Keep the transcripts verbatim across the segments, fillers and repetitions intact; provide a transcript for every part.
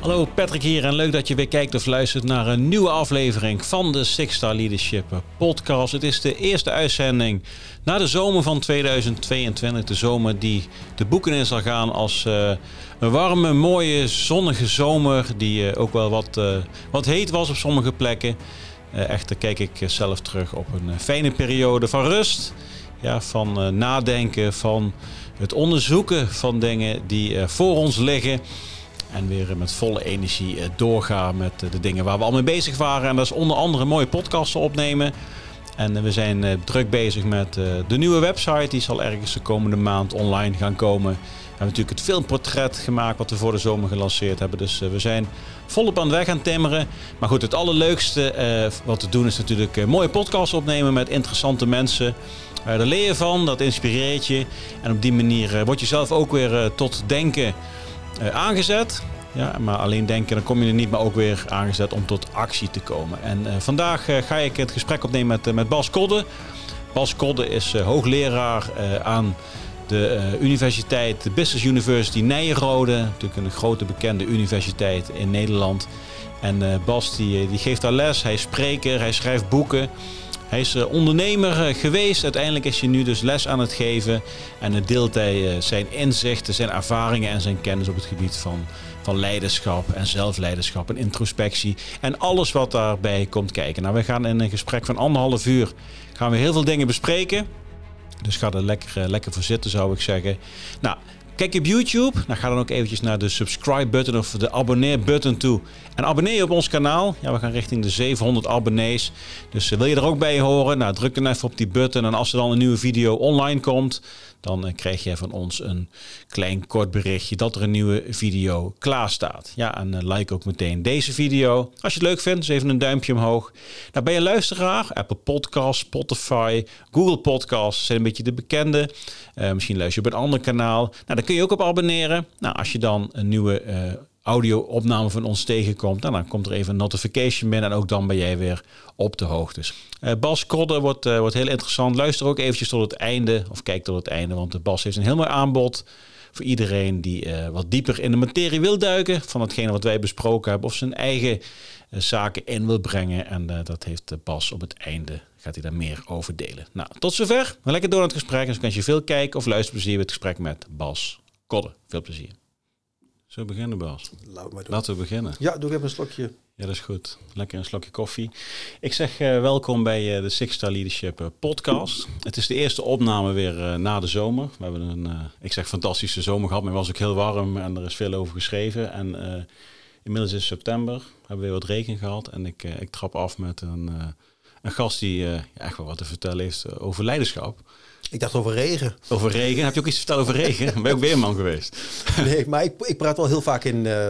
Hallo, Patrick hier en leuk dat je weer kijkt of luistert naar een nieuwe aflevering van de Six Star Leadership Podcast. Het is de eerste uitzending na de zomer van tweeduizend tweeëntwintig. De zomer die de boeken in zal gaan als uh, een warme, mooie, zonnige zomer die uh, ook wel wat, uh, wat heet was op sommige plekken. Uh, echter kijk ik zelf terug op een uh, fijne periode van rust, ja, van uh, nadenken, van het onderzoeken van dingen die uh, voor ons liggen. En weer met volle energie doorgaan met de dingen waar we al mee bezig waren. En dat is onder andere mooie podcasten opnemen. En we zijn druk bezig met de nieuwe website. Die zal ergens de komende maand online gaan komen. We hebben natuurlijk het filmportret gemaakt wat we voor de zomer gelanceerd hebben. Dus we zijn volop aan de weg aan timmeren. Maar goed, het allerleukste uh, wat te doen is natuurlijk uh, mooie podcasts opnemen met interessante mensen. Uh, daar leer je van, dat inspireert je. En op die manier uh, word je zelf ook weer uh, tot denken Uh, aangezet. Ja, maar alleen denken, dan kom je er niet, maar ook weer aangezet om tot actie te komen. En uh, vandaag uh, ga ik het gesprek opnemen met, uh, met Bas Kodde. Bas Kodde is uh, hoogleraar uh, aan de uh, universiteit, de Business University Nyenrode. Natuurlijk een grote bekende universiteit in Nederland. En uh, Bas die, die geeft daar les, hij is spreker, hij schrijft boeken. Hij is ondernemer geweest. Uiteindelijk is hij nu dus les aan het geven. En dan deelt hij zijn inzichten, zijn ervaringen en zijn kennis op het gebied van, van leiderschap en zelfleiderschap en introspectie. En alles wat daarbij komt kijken. Nou, we gaan in een gesprek van anderhalf uur gaan we heel veel dingen bespreken. Dus ga er lekker, lekker voor zitten, zou ik zeggen. Nou, kijk je op YouTube, dan ga dan ook eventjes naar de subscribe button of de abonneer button toe. En abonneer je op ons kanaal. Ja, we gaan richting de zevenhonderd abonnees. Dus uh, wil je er ook bij horen? Nou, druk dan even op die button. En als er dan een nieuwe video online komt, dan uh, krijg je van ons een klein kort berichtje dat er een nieuwe video klaar staat. Ja, en uh, like ook meteen deze video. Als je het leuk vindt, dus even een duimpje omhoog. Nou, ben je luisteraar? Apple Podcasts, Spotify, Google Podcasts zijn een beetje de bekende. Uh, misschien luister je op een ander kanaal. Nou, daar kun je ook op abonneren. Nou, als je dan een nieuwe uh, audio-opname van ons tegenkomt, nou, dan komt er even een notification binnen en ook dan ben jij weer op de hoogte. Uh, Bas Kodde wordt, uh, wordt heel interessant. Luister ook eventjes tot het einde, of kijk tot het einde, want de Bas heeft een heel mooi aanbod voor iedereen die uh, wat dieper in de materie wil duiken van hetgene wat wij besproken hebben, of zijn eigen uh, zaken in wil brengen. En uh, dat heeft uh, Bas op het einde, gaat hij daar meer over delen. Nou, tot zover. We lekker door naar het gesprek. En zo kan je veel kijken of luisterplezier bij het gesprek met Bas Kodde. Veel plezier. Zullen we beginnen, Bas? Laat maar doen. Laten we beginnen. Ja, doe even een slokje. Ja, dat is goed. Lekker een slokje koffie. Ik zeg uh, welkom bij uh, de Six Star Leadership uh, Podcast. Het is de eerste opname weer uh, na de zomer. We hebben een, uh, ik zeg fantastische zomer gehad, maar het was ook heel warm en er is veel over geschreven. En uh, inmiddels is september, hebben we weer wat regen gehad. En ik, uh, ik trap af met een, uh, een gast die uh, ja, echt wel wat te vertellen heeft uh, over leiderschap. Ik dacht over regen. Over regen? Heb je ook iets te vertellen over regen? Ben je ook weerman geweest? Nee, maar ik, ik praat wel heel vaak in, uh,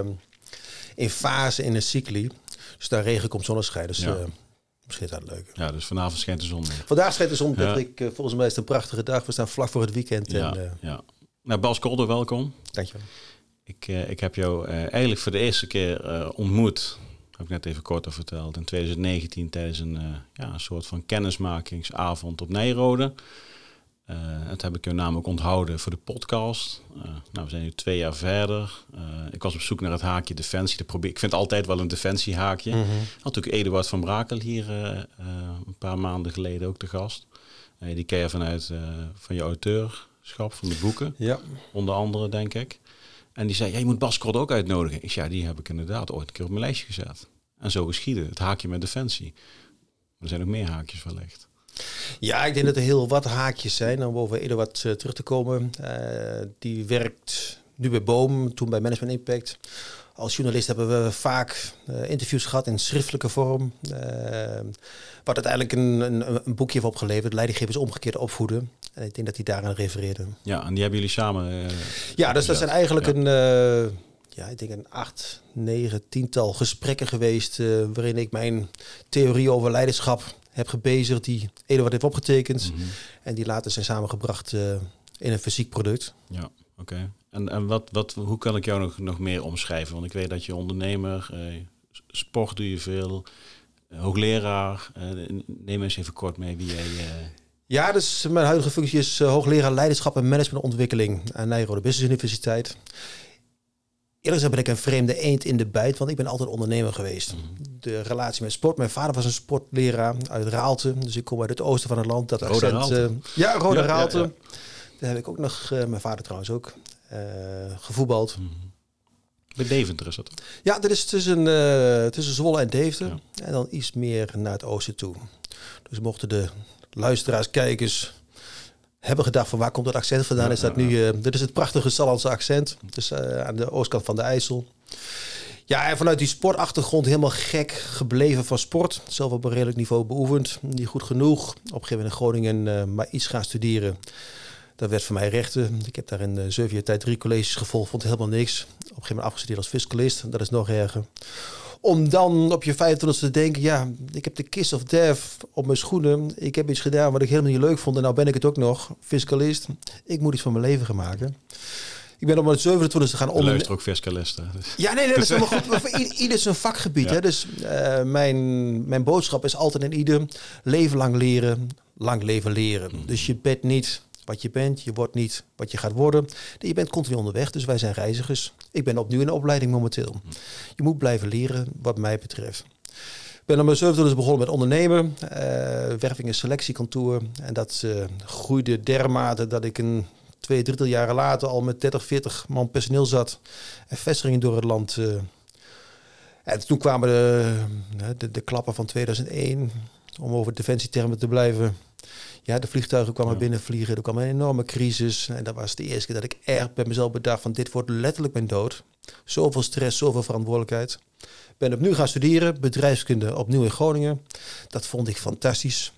in fase, in een cycli. Dus daar regen komt zonneschijn. Dus ja. uh, misschien is dat leuk. Ja, dus vanavond schijnt de zon. Vandaag schijnt de zon. Ja. Ik, uh, volgens mij is het een prachtige dag. We staan vlak voor het weekend. Ja, en, uh, ja. Nou, Bas Kodde, welkom. Dankjewel. Ik, uh, ik heb jou uh, eigenlijk voor de eerste keer uh, ontmoet. Heb ik net even kort over verteld. In twintig negentien tijdens een, uh, ja, een soort van kennismakingsavond op Nyenrode. Uh, dat heb ik jou namelijk onthouden voor de podcast. Uh, nou, we zijn nu twee jaar verder. Uh, ik was op zoek naar het haakje Defensie. Dat probeer, ik vind altijd wel een Defensiehaakje. Mm-hmm. Had natuurlijk Eduard van Brakel hier uh, uh, een paar maanden geleden ook te gast. Uh, die ken je vanuit uh, van je auteurschap van de boeken. Ja. Onder andere, denk ik. En die zei, ja, je moet Bas Kodde ook uitnodigen. Ik zei, ja, die heb ik inderdaad ooit een keer op mijn lijstje gezet. En zo geschiedde het haakje met Defensie. Er zijn ook meer haakjes wellicht. Ja, ik denk dat er heel wat haakjes zijn. Om over Eduard uh, terug te komen. Uh, die werkt nu bij Boom, toen bij Management Impact. Als journalist hebben we vaak uh, interviews gehad in schriftelijke vorm. Uh, wat uiteindelijk een, een, een boekje heeft opgeleverd. Leidinggevers omgekeerd opvoeden. En ik denk dat hij daaraan refereerde. Ja, en die hebben jullie samen... Uh, ja, dus dat zijn eigenlijk ja. een... Uh, ja, ik denk een acht, negen, tiental gesprekken geweest. Uh, waarin ik mijn theorie over leiderschap heb gebezigd, die Eduard heeft opgetekend. Mm-hmm. En die later zijn samengebracht uh, in een fysiek product. Ja, oké. Okay. En, en wat, wat, hoe kan ik jou nog, nog meer omschrijven? Want ik weet dat je ondernemer, uh, sport doe je veel, uh, hoogleraar. Uh, neem eens even kort mee wie jij... Uh... Ja, dus mijn huidige functie is uh, hoogleraar leiderschap en managementontwikkeling aan Nyenrode Business Universiteit. Eerlijk gezegd ben ik een vreemde eend in de bijt, want ik ben altijd ondernemer geweest. Mm. De relatie met sport. Mijn vader was een sportleraar uit Raalte. Dus ik kom uit het oosten van het land. Dat accent, Rode Raalte. Uh, ja, Rode ja, Raalte. Ja, ja. Daar heb ik ook nog, uh, mijn vader trouwens ook, uh, gevoetbald. Mm. Bij Deventer is dat? Ja, dat is tussen, uh, tussen Zwolle en Deventer. Ja. En dan iets meer naar het oosten toe. Dus mochten de luisteraars, kijkers hebben gedacht van waar komt dat accent vandaan, ja, is dat ja, nu... Uh, dit is het prachtige Sallandse accent. Dus uh, aan de oostkant van de IJssel. Ja, en vanuit die sportachtergrond helemaal gek gebleven van sport. Zelf op een redelijk niveau beoefend. Niet goed genoeg. Op een gegeven moment in Groningen uh, maar iets gaan studeren. Dat werd voor mij rechten. Ik heb daar in uh, zeven jaar tijd drie colleges gevolgd. Vond helemaal niks. Op een gegeven moment afgestudeerd als fiscalist. Dat is nog erger. Om dan op je vijfentwintigste te denken, ja, ik heb de kiss of death op mijn schoenen. Ik heb iets gedaan wat ik helemaal niet leuk vond. En nou ben ik het ook nog, fiscalist. Ik moet iets van mijn leven gaan maken. Ik ben op mijn zevenentwintigste gaan ondernemen. Luister ook fiscalisten. Dus. Ja, nee, nee, dat is helemaal goed. Voor ieder zijn vakgebied. Ja. Hè? Dus uh, mijn, mijn boodschap is altijd en ieder leven lang leren, lang leven leren. Hmm. Dus je bent niet wat je bent, je wordt niet wat je gaat worden. Je bent continu onderweg, dus wij zijn reizigers. Ik ben opnieuw in de opleiding momenteel. Hmm. Je moet blijven leren, wat mij betreft. Ik ben op mijn zevenentwintigste begonnen met ondernemen. Uh, werving en selectiekantoor. En dat uh, groeide dermate dat ik een twee, drietal jaren later al met dertig, veertig man personeel zat. En vestigingen door het land. Uh. En toen kwamen de, de, de klappen van tweeduizend één. Om over defensietermen te blijven. Ja, de vliegtuigen kwamen ja. binnenvliegen. Er kwam een enorme crisis. En dat was de eerste keer dat ik erg bij mezelf bedacht van dit wordt letterlijk mijn dood. Zoveel stress, zoveel verantwoordelijkheid. Ben opnieuw gaan studeren. Bedrijfskunde opnieuw in Groningen. Dat vond ik fantastisch.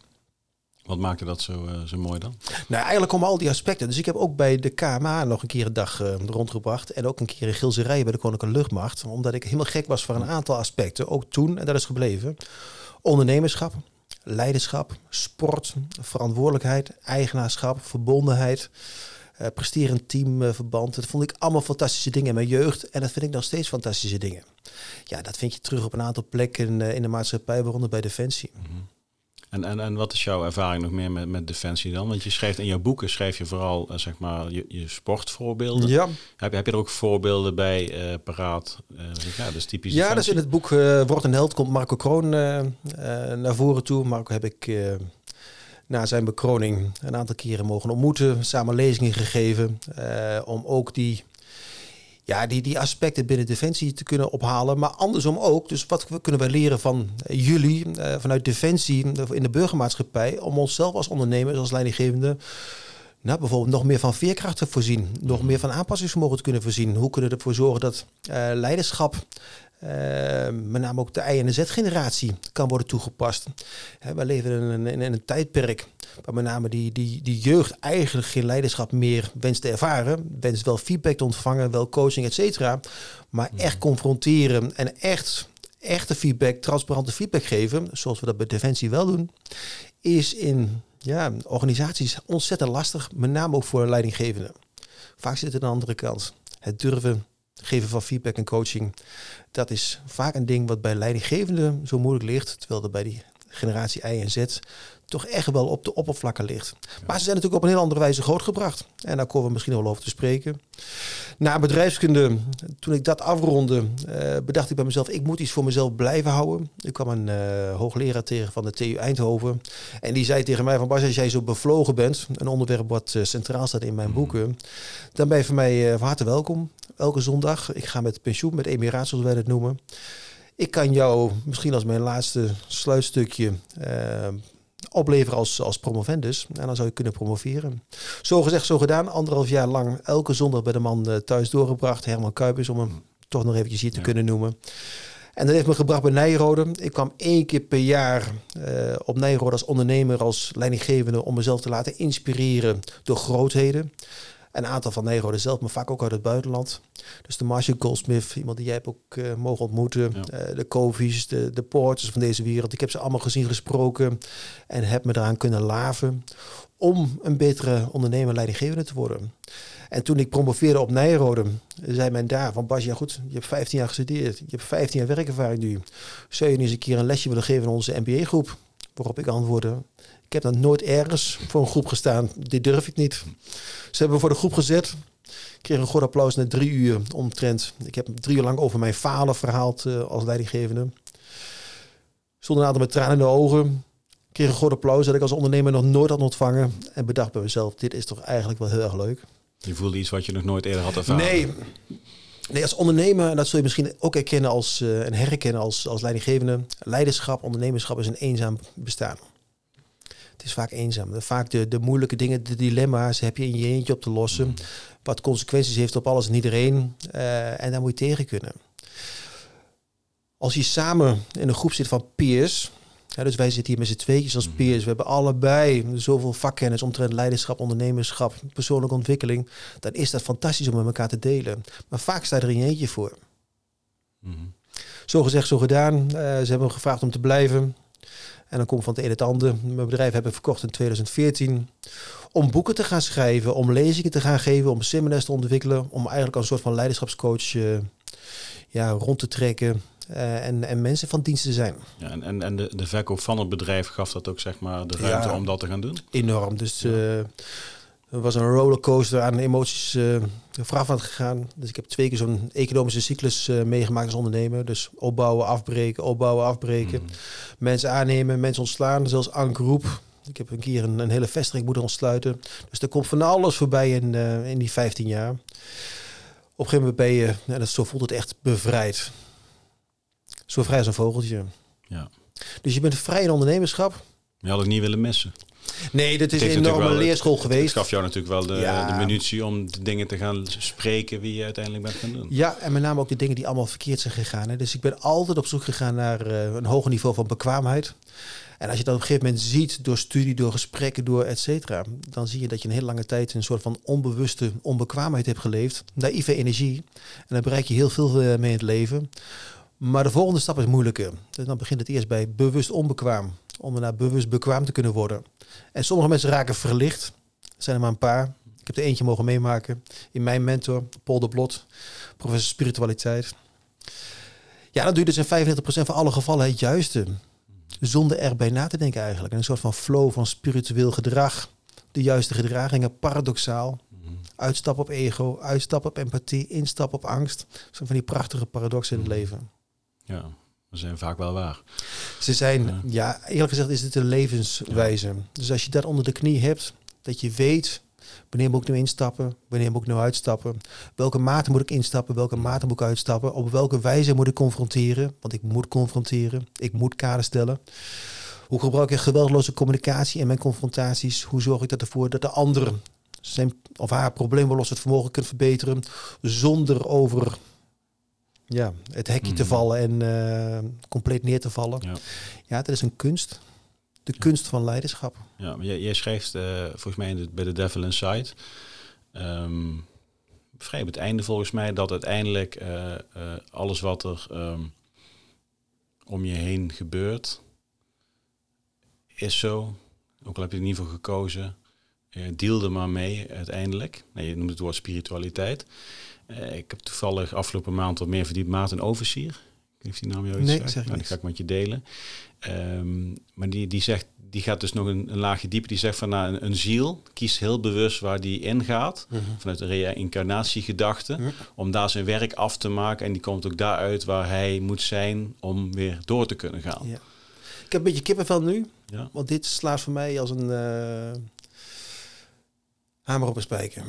Wat maakte dat zo, uh, zo mooi dan? Nou, eigenlijk om al die aspecten. Dus ik heb ook bij de K M A nog een keer een dag uh, rondgebracht. En ook een keer in Gilserijen bij de Koninklijke Luchtmacht. Omdat ik helemaal gek was voor een aantal aspecten. Ook toen, en dat is gebleven. Ondernemerschap, leiderschap, sport, verantwoordelijkheid, eigenaarschap, verbondenheid. Uh, presterend teamverband. Dat vond ik allemaal fantastische dingen in mijn jeugd. En dat vind ik nog steeds fantastische dingen. Ja, dat vind je terug op een aantal plekken uh, in de maatschappij, waaronder bij Defensie. Mm-hmm. En, en, en wat is jouw ervaring nog meer met, met Defensie dan? Want je schrijft in jouw boeken schrijf je vooral uh, zeg maar je, je sportvoorbeelden. Ja. Heb, heb je er ook voorbeelden bij uh, paraat? Uh, ja, dat is typisch. Ja, Defensie. dat is in het boek uh, Word een Held komt Marco Kroon uh, uh, naar voren toe. Marco heb ik uh, na zijn bekroning een aantal keren mogen ontmoeten. Samen lezingen gegeven. Uh, om ook die... Ja, die, die aspecten binnen Defensie te kunnen ophalen. Maar andersom ook. Dus wat kunnen wij leren van jullie, uh, vanuit Defensie in de burgermaatschappij, om onszelf als ondernemers, als leidinggevende, nou, bijvoorbeeld nog meer van veerkracht te voorzien. Nog meer van aanpassingsvermogen te kunnen voorzien. Hoe kunnen we ervoor zorgen dat uh, leiderschap, uh, met name ook de I- en de Z-generatie, kan worden toegepast. Hè, wij leven in een, in een tijdperk waar met name die, die, die jeugd eigenlijk geen leiderschap meer wenst te ervaren. Wenst wel feedback te ontvangen, wel coaching, et cetera. Maar mm. echt confronteren en echt, echte feedback, transparante feedback geven, zoals we dat bij Defensie wel doen, is in ja, organisaties ontzettend lastig. Met name ook voor leidinggevenden. Vaak zit het aan de andere kant. Het durven geven van feedback en coaching, dat is vaak een ding wat bij leidinggevenden zo moeilijk ligt, terwijl er bij die generatie I en Z toch echt wel op de oppervlakken ligt. Ja. Maar ze zijn natuurlijk op een heel andere wijze grootgebracht. En daar komen we misschien wel over te spreken. Na bedrijfskunde, toen ik dat afronde, uh, bedacht ik bij mezelf, ik moet iets voor mezelf blijven houden. Ik kwam een uh, hoogleraar tegen van de T U Eindhoven. En die zei tegen mij van, Bas, als jij zo bevlogen bent, een onderwerp wat uh, centraal staat in mijn boeken, dan ben je voor mij uh, van harte welkom. Elke zondag. Ik ga met pensioen, met emiraat, zoals wij dat noemen. Ik kan jou misschien als mijn laatste sluitstukje Uh, opleveren als, als promovendus. En dan zou je kunnen promoveren. Zo gezegd, zo gedaan. Anderhalf jaar lang elke zondag bij de man uh, thuis doorgebracht. Herman Kuipers, om hem toch nog eventjes hier te ja. kunnen noemen. En dat heeft me gebracht bij Nijrode. Ik kwam één keer per jaar uh, op Nijrode als ondernemer, als leidinggevende, om mezelf te laten inspireren door grootheden. Een aantal van Nijrode zelf, maar vaak ook uit het buitenland. Dus de Marshall Goldsmith, iemand die jij hebt ook uh, mogen ontmoeten. Ja. Uh, de Covies, de, de Porters van deze wereld. Ik heb ze allemaal gezien, gesproken en heb me eraan kunnen laven om een betere ondernemer, leidinggevende te worden. En toen ik promoveerde op Nijrode, zei men daar van, Bas, ja goed, je hebt vijftien jaar gestudeerd. Je hebt vijftien jaar werkervaring nu. Zou je nu eens een keer een lesje willen geven aan onze M B A-groep? Waarop ik antwoordde, ik heb dan nooit ergens voor een groep gestaan. Dit durf ik niet. Ze hebben voor de groep gezet. Ik kreeg een groot applaus na drie uur omtrent. Ik heb drie uur lang over mijn falen verhaald uh, als leidinggevende. Stond een aantal met tranen in de ogen. Ik kreeg een groot applaus dat ik als ondernemer nog nooit had ontvangen. En bedacht bij mezelf, dit is toch eigenlijk wel heel erg leuk. Je voelde iets wat je nog nooit eerder had ervaren. Nee, nee als ondernemer, en dat zul je misschien ook herkennen als, uh, en herkennen als, als leidinggevende. Leiderschap, ondernemerschap is een eenzaam bestaan. Het is vaak eenzaam. Vaak de, de moeilijke dingen, de dilemma's heb je in je eentje op te lossen. Mm. Wat consequenties heeft op alles en iedereen. Uh, en daar moet je tegen kunnen. Als je samen in een groep zit van peers. Ja, dus wij zitten hier met z'n tweetjes als peers. We hebben allebei zoveel vakkennis omtrent leiderschap, ondernemerschap, persoonlijke ontwikkeling. Dan is dat fantastisch om met elkaar te delen. Maar vaak sta je er in je eentje voor. Mm. Zo gezegd, zo gedaan. Uh, ze hebben me gevraagd om te blijven. En dan komt van het een het ander. Mijn bedrijf hebben verkocht in twintig veertien. Om boeken te gaan schrijven, om lezingen te gaan geven, om seminars te ontwikkelen. Om eigenlijk als een soort van leiderschapscoach uh, ja, rond te trekken. Uh, en, en mensen van dienst te zijn. Ja, en en, en de, de verkoop van het bedrijf gaf dat ook zeg maar de ruimte ja, om dat te gaan doen? Enorm. Dus ja. uh, er was een rollercoaster aan emoties uh, vooraf aan gegaan. Dus ik heb twee keer zo'n economische cyclus uh, meegemaakt als ondernemer. Dus opbouwen, afbreken, opbouwen, afbreken. Mm. Mensen aannemen, mensen ontslaan. Zelfs en groep. Ik heb een keer een, een hele vestiging moeten ontsluiten. Dus er komt van alles voorbij in, uh, in die vijftien jaar. Op een gegeven moment ben je, nou, dat, zo voelt het echt bevrijd. Zo vrij als een vogeltje. Ja. Dus je bent vrij in ondernemerschap. Je had het niet willen missen. Nee, dat is een enorme leerschool het, geweest. Het gaf jou natuurlijk wel de, ja. de munitie om de dingen te gaan spreken wie je uiteindelijk bent gaan doen. Ja, en met name ook de dingen die allemaal verkeerd zijn gegaan. Hè. Dus ik ben altijd op zoek gegaan naar uh, een hoger niveau van bekwaamheid. En als je dat op een gegeven moment ziet door studie, door gesprekken, door et cetera, dan zie je dat je een hele lange tijd een soort van onbewuste onbekwaamheid hebt geleefd. Naïeve energie. En dan bereik je heel veel mee in het leven. Maar de volgende stap is moeilijker. Dus dan begint het eerst bij bewust onbekwaam. Om daarna bewust bekwaam te kunnen worden. En sommige mensen raken verlicht. Er zijn er maar een paar. Ik heb er eentje mogen meemaken. In mijn mentor, Paul de Blot. Professor spiritualiteit. Ja, dan doe je dus in vijfennegentig procent van alle gevallen het juiste. Zonder erbij na te denken eigenlijk. En een soort van flow van spiritueel gedrag. De juiste gedragingen, paradoxaal. Uitstappen op ego, uitstappen op empathie, instappen op angst. Dat zijn van die prachtige paradoxen in het leven. Ja, dat zijn vaak wel waar. Ze zijn, ja, ja eerlijk gezegd is het een levenswijze. Ja. Dus als je dat onder de knie hebt, dat je weet, wanneer moet ik nu instappen, wanneer moet ik nu uitstappen, welke mate moet ik instappen, welke mate moet ik uitstappen, op welke wijze moet ik confronteren, want ik moet confronteren, ik moet kaders stellen. Hoe gebruik ik geweldloze communicatie in mijn confrontaties? Hoe zorg ik ervoor dat de ander zijn of haar probleembelossend vermogen kunt verbeteren zonder over ja, het hekje mm. te vallen en uh, compleet neer te vallen. Ja. ja, dat is een kunst. De ja. kunst van leiderschap. Ja, maar jij, jij schrijft uh, volgens mij in de, bij The Devil Inside um, vrij op het einde volgens mij dat uiteindelijk uh, uh, alles wat er um, om je heen gebeurt is zo. Ook al heb je er niet voor gekozen. Uh, deal er maar mee uiteindelijk. Nee, je noemt het woord spiritualiteit. Uh, ik heb toevallig afgelopen maand wat meer verdiept Maarten Oversier. Heeft die naam jou iets nee, gezegd? Zeg nou, die ga ik met je delen. Um, maar die, die zegt, die gaat dus nog een, een laagje dieper. Die zegt van nou, een, een ziel kiest heel bewust waar die ingaat. Uh-huh. Vanuit de reïncarnatiegedachte. Uh-huh. Om daar zijn werk af te maken. En die komt ook daaruit waar hij moet zijn om weer door te kunnen gaan. Ja. Ik heb een beetje kippenvel nu. Ja. Want dit slaat voor mij als een uh, hamer op een spijker.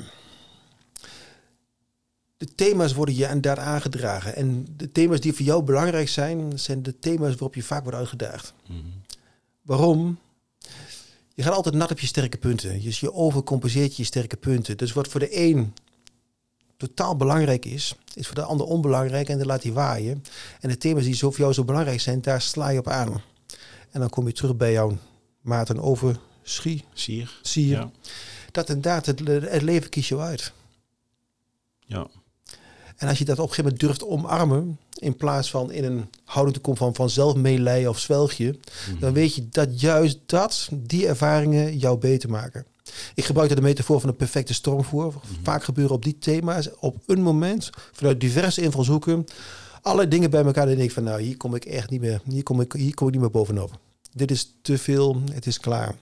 De thema's worden je aan daar aangedragen. En de thema's die voor jou belangrijk zijn, zijn de thema's waarop je vaak wordt uitgedaagd. Mm-hmm. Waarom? Je gaat altijd nat op je sterke punten. Dus je overcompenseert je sterke punten. Dus wat voor de een totaal belangrijk is, is voor de ander onbelangrijk en dan laat hij waaien. En de thema's die zo voor jou zo belangrijk zijn, daar sla je op aan. En dan kom je terug bij jouw Maarten Overschie. Sier. Sier. Ja. Dat inderdaad, het, het leven kiest jou uit. Ja. En als je dat op een gegeven moment durft omarmen, in plaats van in een houding te komen van, van zelfmeelij of zwelgje, mm-hmm. dan weet je dat juist dat, die ervaringen jou beter maken. Ik gebruik de metafoor van de perfecte stormvoer. Mm-hmm. Vaak gebeuren op die thema's op een moment, vanuit diverse invalshoeken, alle dingen bij elkaar. Dan denk ik van, nou, hier kom ik echt niet meer, hier kom ik, hier kom ik niet meer bovenop. Dit is te veel, het is klaar.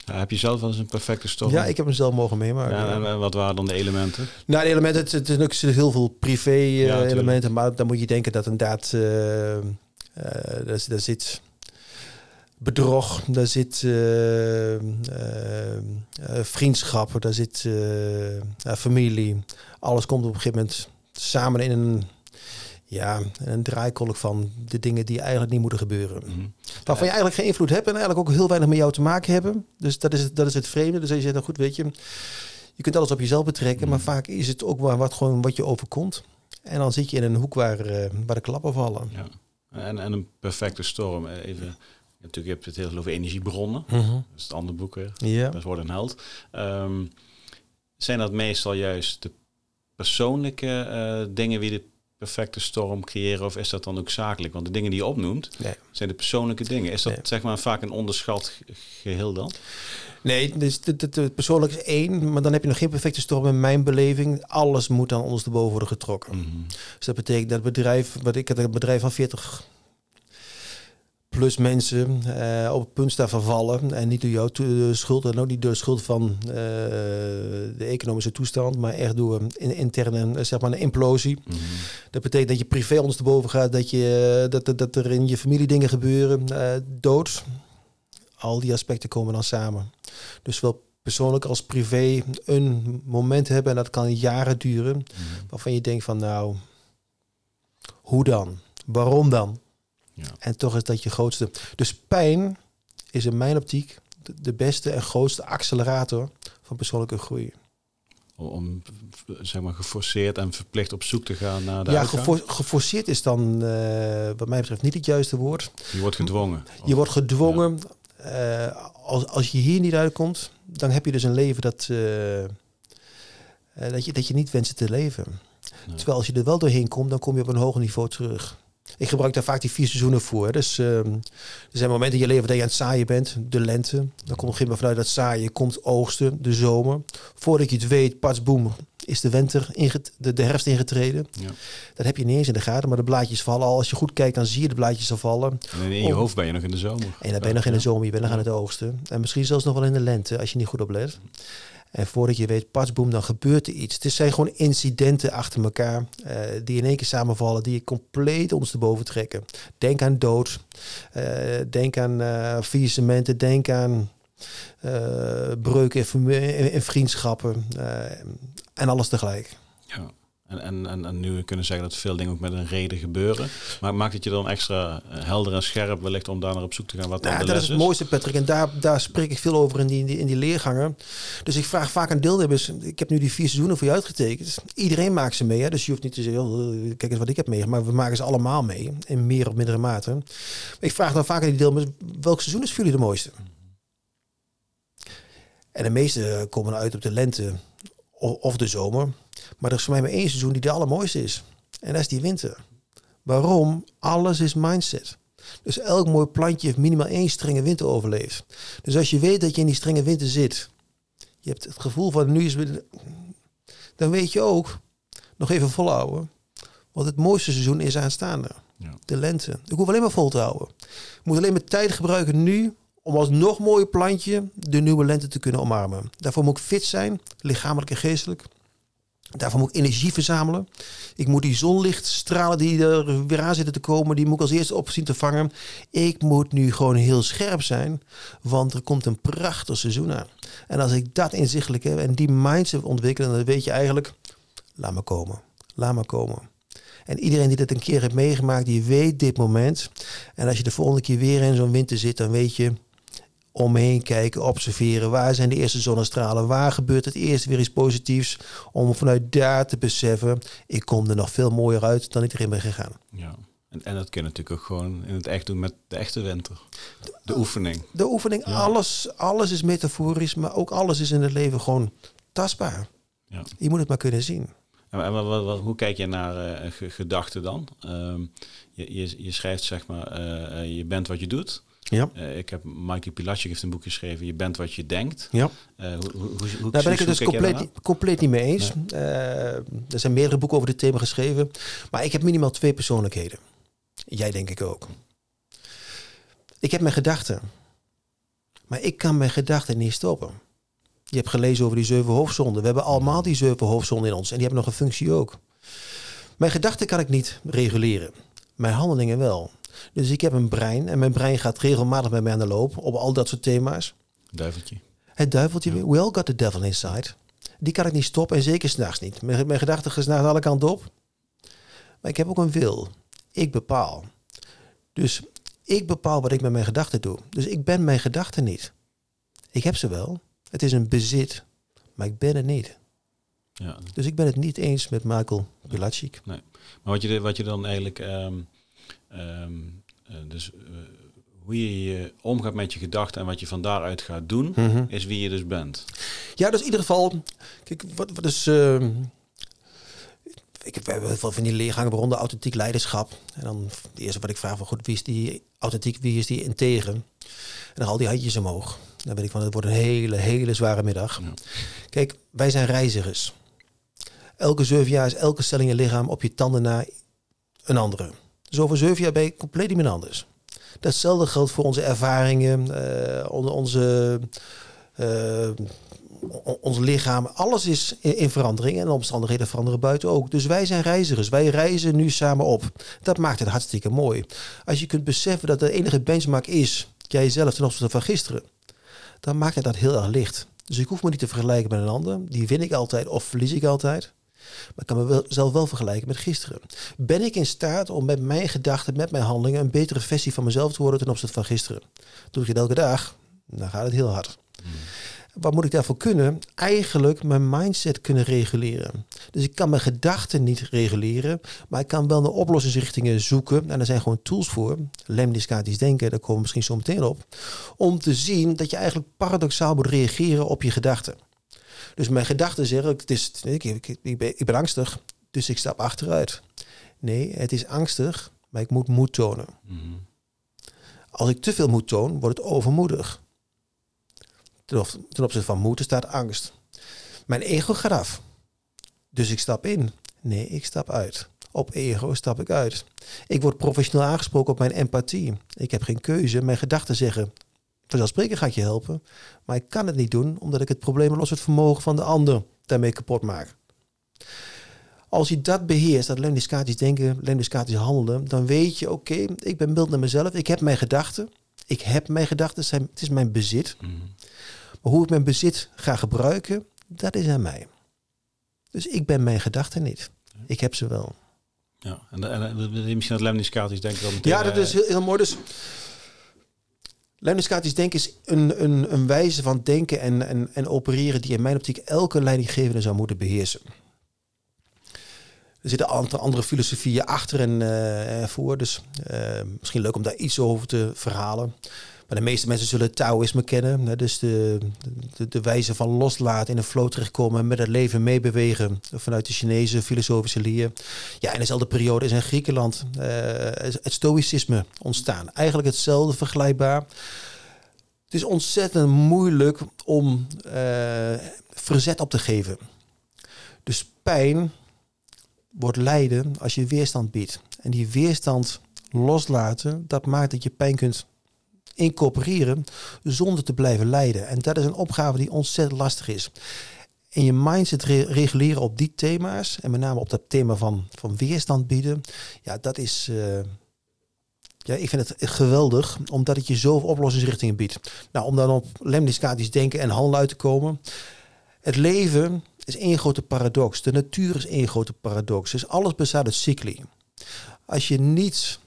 Ja, heb je zelf wel eens een perfecte storm? Ja, ik heb hem zelf mogen meemaken. Ja, en wat waren dan de elementen? Nou, de elementen, het, het is ook heel veel privé uh, Ja, elementen, maar dan moet je denken dat inderdaad, uh, uh, daar, daar zit bedrog, daar zit uh, uh, uh, vriendschappen, daar zit uh, uh, familie. Alles komt op een gegeven moment samen in een, ja, een draaikolk van de dingen die eigenlijk niet moeten gebeuren. Mm-hmm. Waarvan je eigenlijk geen invloed hebt en eigenlijk ook heel weinig met jou te maken hebben. Dus dat is het, dat is het vreemde. Dus als je zegt, nou goed, weet je, je kunt alles op jezelf betrekken, mm-hmm. maar vaak is het ook maar wat, gewoon wat je overkomt. En dan zit je in een hoek waar, uh, waar de klappen vallen. Ja. En, en een perfecte storm, even... Natuurlijk heb je het heel veel over energiebronnen. Mm-hmm. Dat is het andere boek weer. Ja. Dat wordt een held. Um, zijn dat meestal juist de persoonlijke uh, dingen die de perfecte storm creëren? Of is dat dan ook zakelijk? Want de dingen die je opnoemt, nee. zijn de persoonlijke dingen. Is dat nee. zeg maar vaak een onderschat geheel dan? Nee, dus het, het, het persoonlijk is één, maar dan heb je nog geen perfecte storm in mijn beleving. Alles moet dan ondersteboven worden getrokken. Mm-hmm. Dus dat betekent dat het bedrijf, wat ik had een bedrijf van veertig plus mensen uh, op het punt staan van vallen. En niet door jouw to- schuld, en ook niet door de schuld van uh, de economische toestand, maar echt door een interne, zeg maar, een implosie. Mm-hmm. Dat betekent dat je privé ondersteboven gaat, dat, je, dat, dat, dat er in je familie dingen gebeuren. Uh, dood. Al die aspecten komen dan samen. Dus wel persoonlijk als privé een moment hebben, en dat kan jaren duren, mm-hmm. waarvan je denkt van nou, hoe dan? Waarom dan? Ja. En toch is dat je grootste. Dus pijn is in mijn optiek de, de beste en grootste accelerator van persoonlijke groei. Om, zeg maar, geforceerd en verplicht op zoek te gaan naar de ja, uitgang? Gefor, geforceerd is dan, uh, wat mij betreft, niet het juiste woord. Je wordt gedwongen. Je wordt gedwongen. Ja. Uh, als, als je hier niet uitkomt, dan heb je dus een leven dat, uh, uh, dat, je, dat je niet wenst te leven. Nee. Terwijl als je er wel doorheen komt, dan kom je op een hoger niveau terug. Ik gebruik daar vaak die vier seizoenen voor. Dus uh, er zijn momenten in je leven dat je aan het zaaien bent. De lente. Dan komt op een gegeven moment vanuit dat zaaien komt oogsten, de zomer. Voordat je het weet, pats boem, is de winter, inget- de, de herfst ingetreden. Ja. Dat heb je niet eens in de gaten, maar de blaadjes vallen al. Als je goed kijkt, dan zie je de blaadjes al vallen. En in je oh. hoofd ben je nog in de zomer. En dan ben je nog in de zomer, je bent nog aan het oogsten. En misschien zelfs nog wel in de lente, als je niet goed oplet. En voordat je weet, patsboom, dan gebeurt er iets. Het zijn gewoon incidenten achter elkaar uh, die in één keer samenvallen, die je compleet ondersteboven trekken. Denk aan dood, uh, denk aan uh, faillissementen, denk aan uh, breuken in, in, in vriendschappen uh, en alles tegelijk. Ja. En, en, en, en nu kunnen zeggen dat veel dingen ook met een reden gebeuren. Maar maakt het je dan extra helder en scherp wellicht om daar naar op zoek te gaan wat nou, dan de dat les is het is? mooiste, Patrick. En daar, daar spreek ik veel over in die, in die, in die leergangen. Dus ik vraag vaak aan deelnemers. Ik heb nu die vier seizoenen voor je uitgetekend. Iedereen maakt ze mee. Hè? Dus je hoeft niet te zeggen, oh, kijk eens wat ik heb meegemaakt. Maar we maken ze allemaal mee. In meer of mindere mate. Maar ik vraag dan vaak aan die deelnemers. Welk seizoen is voor jullie de mooiste? En de meeste komen uit op de lente of de zomer. Maar er is voor mij maar één seizoen die de allermooiste is. En dat is die winter. Waarom? Alles is mindset. Dus elk mooi plantje heeft minimaal één strenge winter overleefd. Dus als je weet dat je in die strenge winter zit. Je hebt het gevoel van nu is... Dan weet je ook, nog even volhouden. Want het mooiste seizoen is aanstaande. Ja. De lente. Ik hoef alleen maar vol te houden. Ik moet alleen maar tijd gebruiken nu om als nog mooie plantje de nieuwe lente te kunnen omarmen. Daarvoor moet ik fit zijn, lichamelijk en geestelijk. Daarvoor moet ik energie verzamelen. Ik moet die zonlichtstralen die er weer aan zitten te komen, die moet ik als eerste op zien te vangen. Ik moet nu gewoon heel scherp zijn, want er komt een prachtig seizoen aan. En als ik dat inzichtelijk heb en die mindset ontwikkelen, dan weet je eigenlijk, laat me komen, laat me komen. En iedereen die dat een keer heeft meegemaakt, die weet dit moment. En als je de volgende keer weer in zo'n winter zit, dan weet je, om me heen kijken, observeren. Waar zijn de eerste zonnestralen? Waar gebeurt het eerst weer iets positiefs? Om vanuit daar te beseffen, ik kom er nog veel mooier uit dan ik erin ben gegaan. Ja, en, en dat kun je natuurlijk ook gewoon in het echt doen met de echte winter. De, de oefening. De oefening, ja. alles, alles is metaforisch, maar ook alles is in het leven gewoon tastbaar. Ja. Je moet het maar kunnen zien. En, en wat, wat, hoe kijk je naar uh, g- gedachten dan? Um, je, je, je schrijft zeg maar, uh, je bent wat je doet. Ja. Uh, ik heb Mikey Pilatschik heeft een boek geschreven. Je bent wat je denkt. Ja. Uh, hoe, hoe, hoe, hoe, Daar ben ik het dus compleet, compleet niet mee eens. Nee. Uh, er zijn meerdere boeken over dit thema geschreven. Maar ik heb minimaal twee persoonlijkheden. Jij denk ik ook. Ik heb mijn gedachten. Maar ik kan mijn gedachten niet stoppen. Je hebt gelezen over die zeven hoofdzonden. We hebben allemaal die zeven hoofdzonden in ons. En die hebben nog een functie ook. Mijn gedachten kan ik niet reguleren. Mijn handelingen wel. Dus ik heb een brein. En mijn brein gaat regelmatig met mij aan de loop. Op al dat soort thema's. Duiveltje. Het duiveltje. Ja. We all got the devil inside. Die kan ik niet stoppen. En zeker 's nachts niet. Mijn, mijn gedachten gaan 's nachts alle kanten op. Maar ik heb ook een wil. Ik bepaal. Dus ik bepaal wat ik met mijn gedachten doe. Dus ik ben mijn gedachten niet. Ik heb ze wel. Het is een bezit. Maar ik ben het niet. Ja. Dus ik ben het niet eens met Michael Pilatschik. Nee. Maar wat je, wat je dan eigenlijk... Um, um, uh, dus uh, hoe je, je omgaat met je gedachten en wat je van daaruit gaat doen, Mm-hmm. is wie je dus bent. Ja, dus in ieder geval... Kijk, wat, wat is... Uh, ik heb heel veel van die leergangen rond authentiek leiderschap. En dan het eerste wat ik vraag van... Goed, wie is die authentiek, wie is die integer? En dan al die handjes omhoog. Dan weet ik van, het wordt een hele, hele zware middag. Ja. Kijk, wij zijn reizigers. Elke zeven jaar is elke cel in je lichaam op je tanden na een andere. Dus over zeven jaar ben je compleet iemand anders. Datzelfde geldt voor onze ervaringen, uh, onze, uh, ons lichaam. Alles is in, in verandering en de omstandigheden veranderen buiten ook. Dus wij zijn reizigers. Wij reizen nu samen op. Dat maakt het hartstikke mooi. Als je kunt beseffen dat de enige benchmark is jijzelf ten opzichte van gisteren, dan maakt het dat heel erg licht. Dus ik hoef me niet te vergelijken met een ander. Die win ik altijd of verlies ik altijd. Maar ik kan me wel, zelf wel vergelijken met gisteren. Ben ik in staat om met mijn gedachten, met mijn handelingen, een betere versie van mezelf te worden ten opzichte van gisteren? Doe ik het elke dag, dan gaat het heel hard. Hmm. Wat moet ik daarvoor kunnen? Eigenlijk mijn mindset kunnen reguleren. Dus ik kan mijn gedachten niet reguleren, maar ik kan wel naar oplossingsrichtingen zoeken. En er zijn gewoon tools voor. Lemniscatisch denken, daar komen we misschien zo meteen op. Om te zien dat je eigenlijk paradoxaal moet reageren op je gedachten. Dus mijn gedachten zeggen, het is, ik, ik, ik, ben, ik ben angstig, dus ik stap achteruit. Nee, het is angstig, maar ik moet moed tonen. Mm-hmm. Als ik te veel moed toon, wordt het overmoedig. Ten, op, ten opzichte van moed staat angst. Mijn ego gaat af. Dus ik stap in. Nee, ik stap uit. Op ego stap ik uit. Ik word professioneel aangesproken op mijn empathie. Ik heb geen keuze. Mijn gedachten zeggen, vanzelfsprekend ga ik je helpen. Maar ik kan het niet doen, omdat ik het probleem los het vermogen van de ander daarmee kapot maak. Als je dat beheerst, dat lemniscatisch denken, lemniscatisch handelen, dan weet je, oké, okay, ik ben mild naar mezelf. Ik heb mijn gedachten. Ik heb mijn gedachten. Het is mijn bezit. Mm-hmm. Maar hoe ik mijn bezit ga gebruiken, dat is aan mij. Dus ik ben mijn gedachten niet. Ik heb ze wel. Ja, en, en, en misschien dat lemniscatisch denken dan meteen... Ja, dat is heel, heel mooi. Dus lemniscatisch denken is een, een, een wijze van denken en, en, en opereren die in mijn optiek elke leidinggevende zou moeten beheersen. Er zitten andere, andere filosofieën achter en uh, voor, dus uh, misschien leuk om daar iets over te verhalen. Maar de meeste mensen zullen Taoïsme kennen. Hè, dus de, de, de wijze van loslaten, in een flow terechtkomen, met het leven meebewegen vanuit de Chinese filosofische leer. Ja, in dezelfde periode is in Griekenland uh, het stoïcisme ontstaan. Eigenlijk hetzelfde, vergelijkbaar. Het is ontzettend moeilijk om uh, verzet op te geven. Dus pijn wordt lijden als je weerstand biedt. En die weerstand loslaten, dat maakt dat je pijn kunt incorporeren zonder te blijven lijden. En dat is een opgave die ontzettend lastig is. En je mindset re- reguleren op die thema's, en met name op dat thema van, van weerstand bieden, ja, dat is... Uh, ja, ik vind het geweldig, omdat het je zoveel oplossingsrichtingen biedt. Nou, om dan op lemniscatisch denken en handelen uit te komen. Het leven is één grote paradox. De natuur is één grote paradox. Dus alles bestaat uit cycli. Als je niet...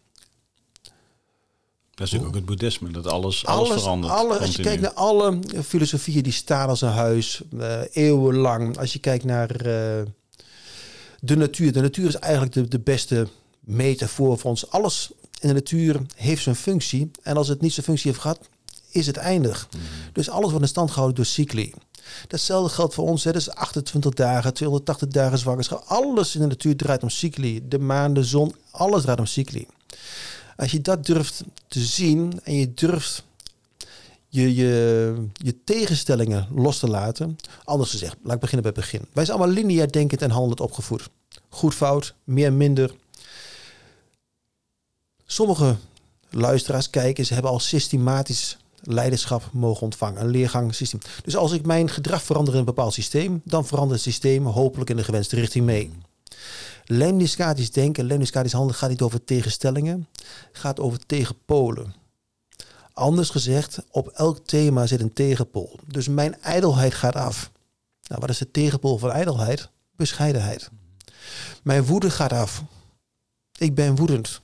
Dat is natuurlijk ook het boeddhisme, dat alles, alles, alles verandert. Alle, als je kijkt naar alle filosofieën die staan als een huis, uh, eeuwenlang. Als je kijkt naar uh, de natuur. De natuur is eigenlijk de, de beste metafoor voor ons. Alles in de natuur heeft zijn functie. En als het niet zijn functie heeft gehad, is het eindig. Mm. Dus alles wordt in stand gehouden door cycli. Datzelfde geldt voor ons. Hè. Dat is achtentwintig dagen, tweehonderdtachtig dagen zwangerschap. Alles in de natuur draait om cycli. De maan, de zon, alles draait om cycli. Als je dat durft te zien en je durft je, je, je tegenstellingen los te laten. Anders gezegd, laat ik beginnen bij het begin. Wij zijn allemaal lineair denkend en handelend opgevoed. Goed, fout, meer, minder. Sommige luisteraars, kijkers hebben al systematisch leiderschap mogen ontvangen. Een leergangsysteem. Dus als ik mijn gedrag verander in een bepaald systeem, dan verandert het systeem hopelijk in de gewenste richting mee. Lemniskatisch denken, lemniskatisch handelen gaat niet over tegenstellingen, gaat over tegenpolen. Anders gezegd, op elk thema zit een tegenpool. Dus mijn ijdelheid gaat af. Nou, wat is de tegenpool van ijdelheid? Bescheidenheid. Mijn woede gaat af. Ik ben woedend.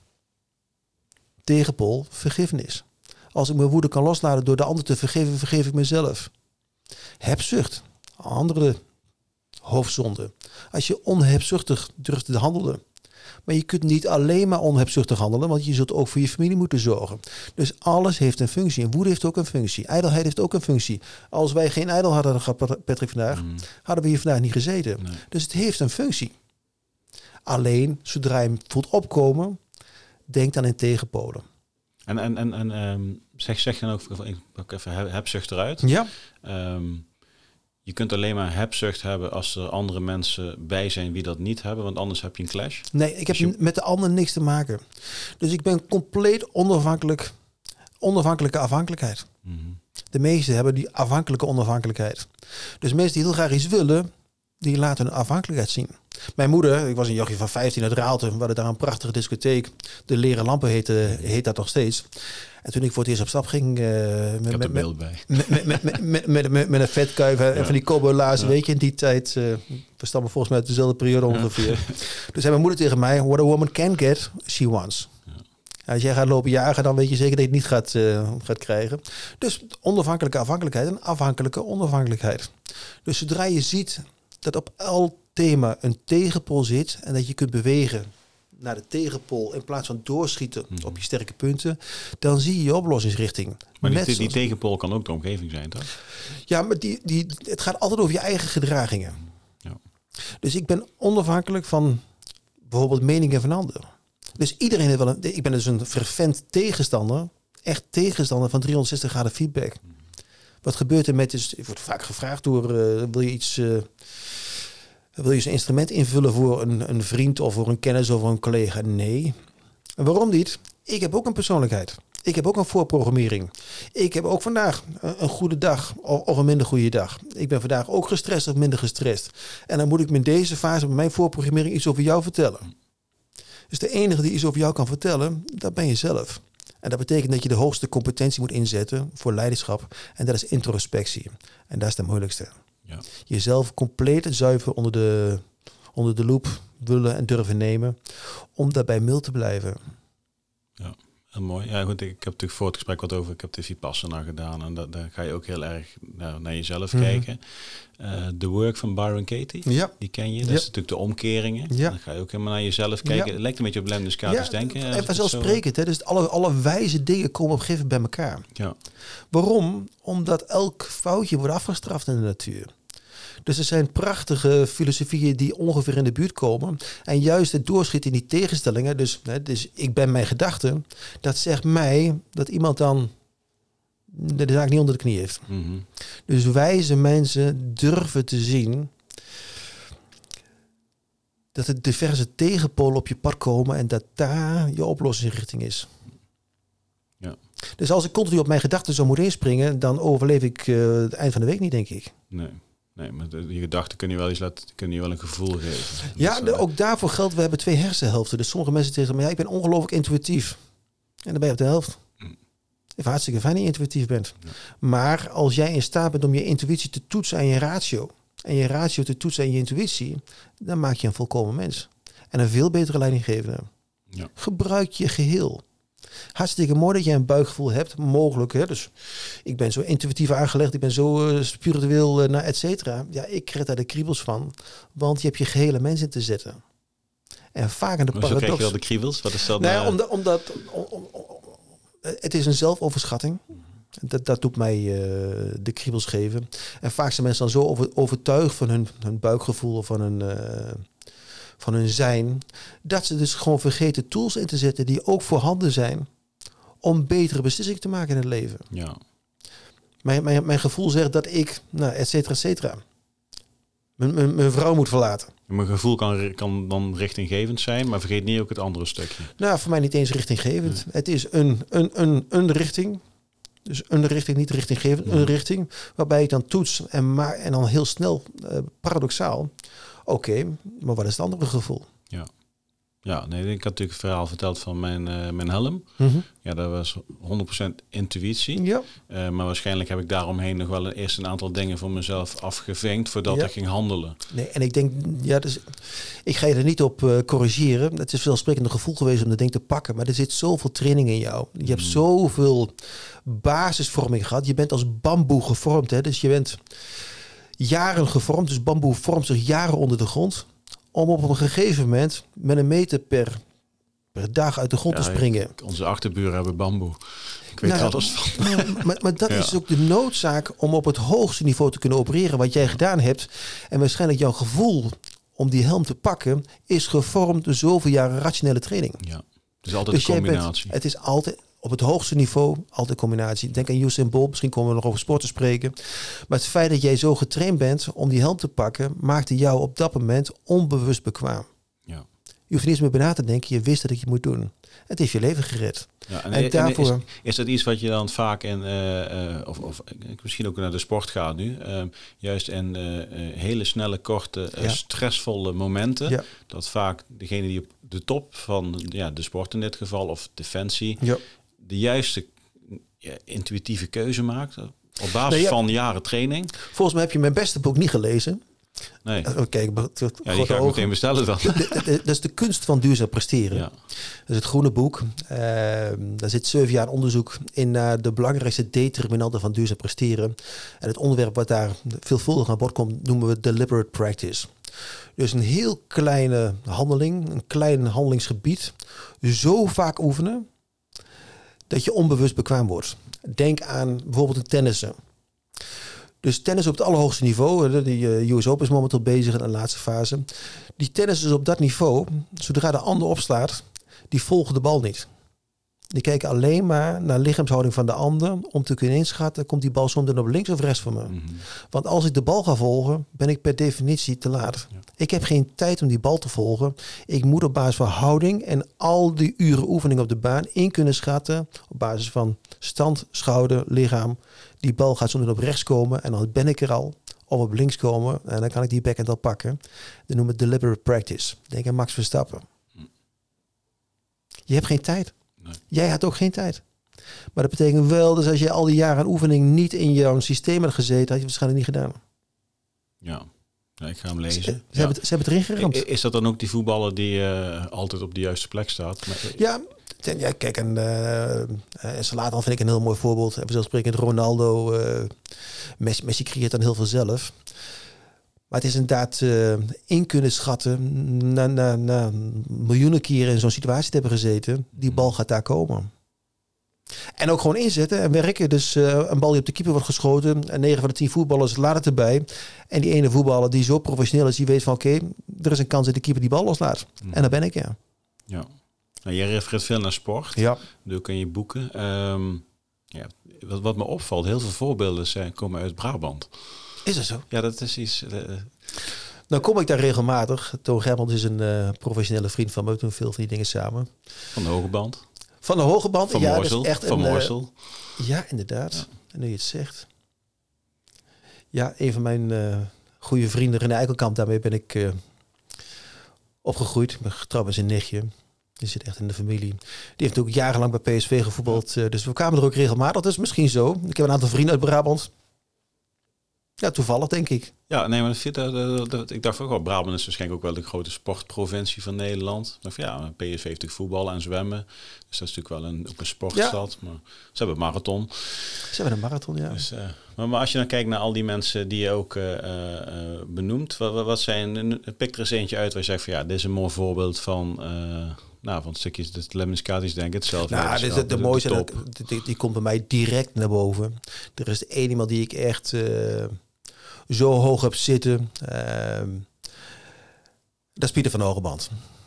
Tegenpool, vergiffenis. Als ik mijn woede kan loslaten door de ander te vergeven, vergeef ik mezelf. Hebzucht, andere hoofdzonde. Als je onhebzuchtig durft te handelen. Maar je kunt niet alleen maar onhebzuchtig handelen, want je zult ook voor je familie moeten zorgen. Dus alles heeft een functie. En woede heeft ook een functie. Ijdelheid heeft ook een functie. Als wij geen ijdel hadden gehad, Patrick, vandaag, mm. hadden we hier vandaag niet gezeten. Nee. Dus het heeft een functie. Alleen, zodra je hem voelt opkomen, denk dan in tegenpolen. En, en, en, en um, zeg, zeg dan ook, ik pak even hebzucht eruit. Ja. Um, je kunt alleen maar hebzucht hebben als er andere mensen bij zijn die dat niet hebben, want anders heb je een clash. Nee, ik heb dus je... met de ander niks te maken. Dus ik ben compleet onafhankelijk, onafhankelijke afhankelijkheid. Mm-hmm. De meesten hebben die afhankelijke onafhankelijkheid. Dus mensen die heel graag iets willen, die laten hun afhankelijkheid zien. Mijn moeder, ik was een jochie van vijftien uit Raalte, we hadden daar een prachtige discotheek. De Leren Lampen heette, heet dat nog steeds. En toen ik voor het eerst op stap ging... Uh, met, ik heb met, er beeld bij. Met, met, met, met, met, met, met, met een vetkuif en ja. van die cowboylaarzen, ja. weet je, in die tijd... Uh, we stammen volgens mij uit dezelfde periode ongeveer. Ja. Dus zei mijn moeder tegen mij, what a woman can get, she wants. Ja. Als jij gaat lopen jagen, dan weet je zeker dat je het niet gaat, uh, gaat krijgen. Dus onafhankelijke afhankelijkheid en afhankelijke onafhankelijkheid. Dus zodra je ziet dat op elk thema een tegenpool zit en dat je kunt bewegen naar de tegenpool in plaats van doorschieten mm-hmm. op je sterke punten, dan zie je je oplossingsrichting. Maar die, die, die tegenpool kan ook de omgeving zijn, toch? Ja, maar die, die, het gaat altijd over je eigen gedragingen. Ja. Dus ik ben onafhankelijk van bijvoorbeeld meningen van anderen. Dus iedereen heeft wel een... Ik ben dus een fervent tegenstander, echt tegenstander van driehonderdzestig graden feedback. Mm-hmm. Wat gebeurt er met... Dus, ik word vaak gevraagd door... Uh, wil je iets... Uh, Wil je zo'n instrument invullen voor een, een vriend of voor een kennis of voor een collega? Nee. En waarom niet? Ik heb ook een persoonlijkheid. Ik heb ook een voorprogrammering. Ik heb ook vandaag een, een goede dag of, of een minder goede dag. Ik ben vandaag ook gestrest of minder gestrest. En dan moet ik me in deze fase met mijn voorprogrammering iets over jou vertellen. Dus de enige die iets over jou kan vertellen, dat ben je zelf. En dat betekent dat je de hoogste competentie moet inzetten voor leiderschap. En dat is introspectie. En dat is de moeilijkste. Ja. Jezelf compleet zuiver onder de, onder de loep willen en durven nemen om daarbij mild te blijven. Ja, heel mooi. Ja, goed, ik heb natuurlijk voor het gesprek wat over, ik heb de Vipassana gedaan en dat, daar ga je ook heel erg nou, naar jezelf mm-hmm. kijken. Uh, The Work van Byron Katie, ja. die ken je. Dat ja. is natuurlijk de omkeringen. Ja. Dan ga je ook helemaal naar jezelf kijken. Ja. Het lijkt een beetje op lemniskatisch ja, denken. En vanzelfsprekend, hè? Dus alle, alle wijze dingen komen op een gegeven moment bij elkaar. Ja. Waarom? Omdat elk foutje wordt afgestraft in de natuur. Dus er zijn prachtige filosofieën die ongeveer in de buurt komen. En juist het doorschieten in die tegenstellingen. Dus, hè, dus ik ben mijn gedachten. Dat zegt mij dat iemand dan de zaak niet onder de knie heeft. Mm-hmm. Dus wijze mensen durven te zien dat er diverse tegenpolen op je pad komen en dat daar je oplossingsrichting is. Ja. Dus als ik continu op mijn gedachten zou moeten inspringen, dan overleef ik uh, het eind van de week niet, denk ik. Nee. Nee, maar de, die gedachten kunnen je wel eens laten, kunnen je wel een gevoel geven. Ja, de, ook daarvoor geldt, we hebben twee hersenhelften. Dus sommige mensen zeggen, maar ja, ik ben ongelooflijk intuïtief. En dan ben je op de helft. Mm. Even hartstikke fijn dat je intuïtief bent. Ja. Maar als jij in staat bent om je intuïtie te toetsen aan je ratio, en je ratio te toetsen aan je intuïtie, dan maak je een volkomen mens. En een veel betere leidinggevende. Ja. Gebruik je geheel. Hartstikke mooi dat jij een buikgevoel hebt, mogelijk. Hè? Dus ik ben zo intuïtief aangelegd, ik ben zo uh, spiritueel, uh, naar et cetera. Ja, ik krijg daar de kriebels van, want je hebt je gehele mens in te zetten. En vaak in de paradox... Zo krijg je wel de kriebels? Wat is dat? Nou ja, omdat, omdat om, om, om, het is een zelfoverschatting. Dat, dat doet mij uh, de kriebels geven. En vaak zijn mensen dan zo over, overtuigd van hun, hun buikgevoel of van hun... Uh, van hun zijn, dat ze dus gewoon vergeten tools in te zetten die ook voorhanden zijn om betere beslissingen te maken in het leven. Ja. Mijn, mijn, mijn gevoel zegt dat ik, nou, et cetera, et cetera, mijn, mijn, mijn vrouw moet verlaten. Mijn gevoel kan, kan dan richtinggevend zijn, maar vergeet niet ook het andere stukje. Nou, voor mij niet eens richtinggevend. Nee. Het is een, een, een, een richting Dus een richting, niet richtinggevend, Mm. een richting. Waarbij ik dan toets en, maar, en dan heel snel, uh, paradoxaal. Oké, okay, maar wat is het andere gevoel? Ja. Ja, nee, ik had natuurlijk het verhaal verteld van mijn, uh, mijn helm. Mm-hmm. Ja, dat was honderd procent intuïtie. Ja. Uh, maar waarschijnlijk heb ik daaromheen nog wel een, eerst een aantal dingen voor mezelf afgevinkt voordat ja. ik ging handelen. Nee, en ik denk, ja, dus, ik ga je er niet op uh, corrigeren. Het is welsprekend een gevoel geweest om dat ding te pakken. Maar er zit zoveel training in jou. Je hebt mm. zoveel basisvorming gehad. Je bent als bamboe gevormd. Hè? Dus je bent jaren gevormd. Dus bamboe vormt zich jaren onder de grond. Om op een gegeven moment met een meter per, per dag uit de grond ja, te springen. Ik, onze achterburen hebben bamboe. Ik weet nou, alles van. Maar, maar, maar dat ja. is ook de noodzaak om op het hoogste niveau te kunnen opereren. Wat jij gedaan hebt. En waarschijnlijk jouw gevoel om die helm te pakken is gevormd door zoveel jaren rationele training. Ja, het is altijd dus een combinatie. Bent, het is altijd op het hoogste niveau, altijd combinatie. Denk aan Usain Bolt, misschien komen we nog over sport te spreken. Maar het feit dat jij zo getraind bent om die helm te pakken, maakte jou op dat moment onbewust bekwaam. Ja. Je hoeft niet eens meer bij na te denken, je wist dat ik je moet doen. Het heeft je leven gered. Ja, en, en, en daarvoor... is, is dat iets wat je dan vaak in, uh, uh, of, of misschien ook naar de sport gaat nu, uh, juist in uh, uh, hele snelle, korte, uh, ja. stressvolle momenten, ja. dat vaak degene die op de top van ja, de sport in dit geval, of defensie, ja. de juiste ja, intuïtieve keuze maakt, op basis nee, ja. van jaren training. Volgens mij heb je mijn beste boek niet gelezen. Nee. Uh, kijk, ja, die ga ik meteen bestellen dan. De, de, de, dat is de kunst van duurzaam presteren. Ja. Dat is het groene boek. Uh, daar zit zeven jaar onderzoek in naar uh, de belangrijkste determinanten van duurzaam presteren. En het onderwerp wat daar veelvuldig aan bod komt, noemen we deliberate practice. Dus een heel kleine handeling, een klein handelingsgebied, zo vaak oefenen dat je onbewust bekwaam wordt. Denk aan bijvoorbeeld een tennissen. Dus tennis op het allerhoogste niveau. De U S Open is momenteel bezig in de laatste fase. Die tennis is op dat niveau. Zodra de ander opslaat, die volgen de bal niet. Die kijken alleen maar naar lichaamshouding van de ander. Om te kunnen inschatten, komt die bal soms dan op links of rechts van me. Mm-hmm. Want als ik de bal ga volgen, ben ik per definitie te laat. Ja. Ik heb geen tijd om die bal te volgen. Ik moet op basis van houding en al die uren oefening op de baan in kunnen schatten. Op basis van stand, schouder, lichaam. Die bal gaat soms op rechts komen en dan ben ik er al. Of op links komen en dan kan ik die backhand al pakken. Dat noemen we deliberate practice. Denk aan Max Verstappen. Je hebt geen tijd. Nee. Jij had ook geen tijd. Maar dat betekent wel, dus als je al die jaren aan oefening niet in jouw systeem had gezeten, had je het waarschijnlijk niet gedaan. Ja, ja ik ga hem lezen. Ze, ze, ja. hebben, het, ze hebben het erin geramd. Is dat dan ook die voetballer die uh, altijd op de juiste plek staat? Maar, ja, ten, ja, kijk, en uh, Zlatan vind ik een heel mooi voorbeeld. En vanzelfsprekend Ronaldo, uh, Messi, Messi creëert dan heel veel zelf. Maar het is inderdaad uh, in kunnen schatten, na, na, na miljoenen keren in zo'n situatie te hebben gezeten, die bal gaat daar komen. En ook gewoon inzetten en werken. Dus uh, een bal die op de keeper wordt geschoten en negen van de tien voetballers laten het erbij. En die ene voetballer die zo professioneel is, die weet van oké, okay, er is een kans dat de keeper die bal loslaat. Mm. En daar ben ik, ja. Ja. Nou, jij refereert veel naar sport. Ja. Dat kun je boeken. Um, ja, wat, wat me opvalt, heel veel voorbeelden zijn, komen uit Brabant. Is dat zo? Ja, dat is iets... Uh, nou kom ik daar regelmatig. Toon Germond is een uh, professionele vriend van me. We doen veel van die dingen samen. Van de hoge band. Van de hoge band. Van ja, Moorsel. Echt van een, Moorsel. Uh, ja, inderdaad. Ja. En nu je het zegt. Ja, een van mijn uh, goede vrienden, René Eikelkamp, daarmee ben ik uh, opgegroeid. Ik ben getrouwd met zijn nichtje. Die zit echt in de familie. Die heeft ook jarenlang bij P S V gevoetbald. Uh, dus we kwamen er ook regelmatig. Dat is misschien zo. Ik heb een aantal vrienden uit Brabant. Ja, toevallig denk ik. Ja, nee, maar dat, dat, dat, ik dacht ook wel, Brabant is waarschijnlijk ook wel de grote sportprovincie van Nederland. Ik dacht, ja, P S V heeft natuurlijk voetbal en zwemmen. Dus dat is natuurlijk wel een, ook een sportstad. Ja. Maar ze hebben een marathon. Ze hebben een marathon, ja. Dus, uh, maar, maar als je dan kijkt naar al die mensen die je ook uh, uh, benoemt, wat, wat zijn, pik er eens eentje uit waar je zegt van ja, dit is een mooi voorbeeld van... Uh, Nou, van stukjes de Lemniscatisch denk ik het zelf. Nou, dit is de, de, de mooiste. De die, die komt bij mij direct naar boven. Er is één iemand die ik echt uh, zo hoog heb zitten. Uh, dat is Pieter van Hogeband.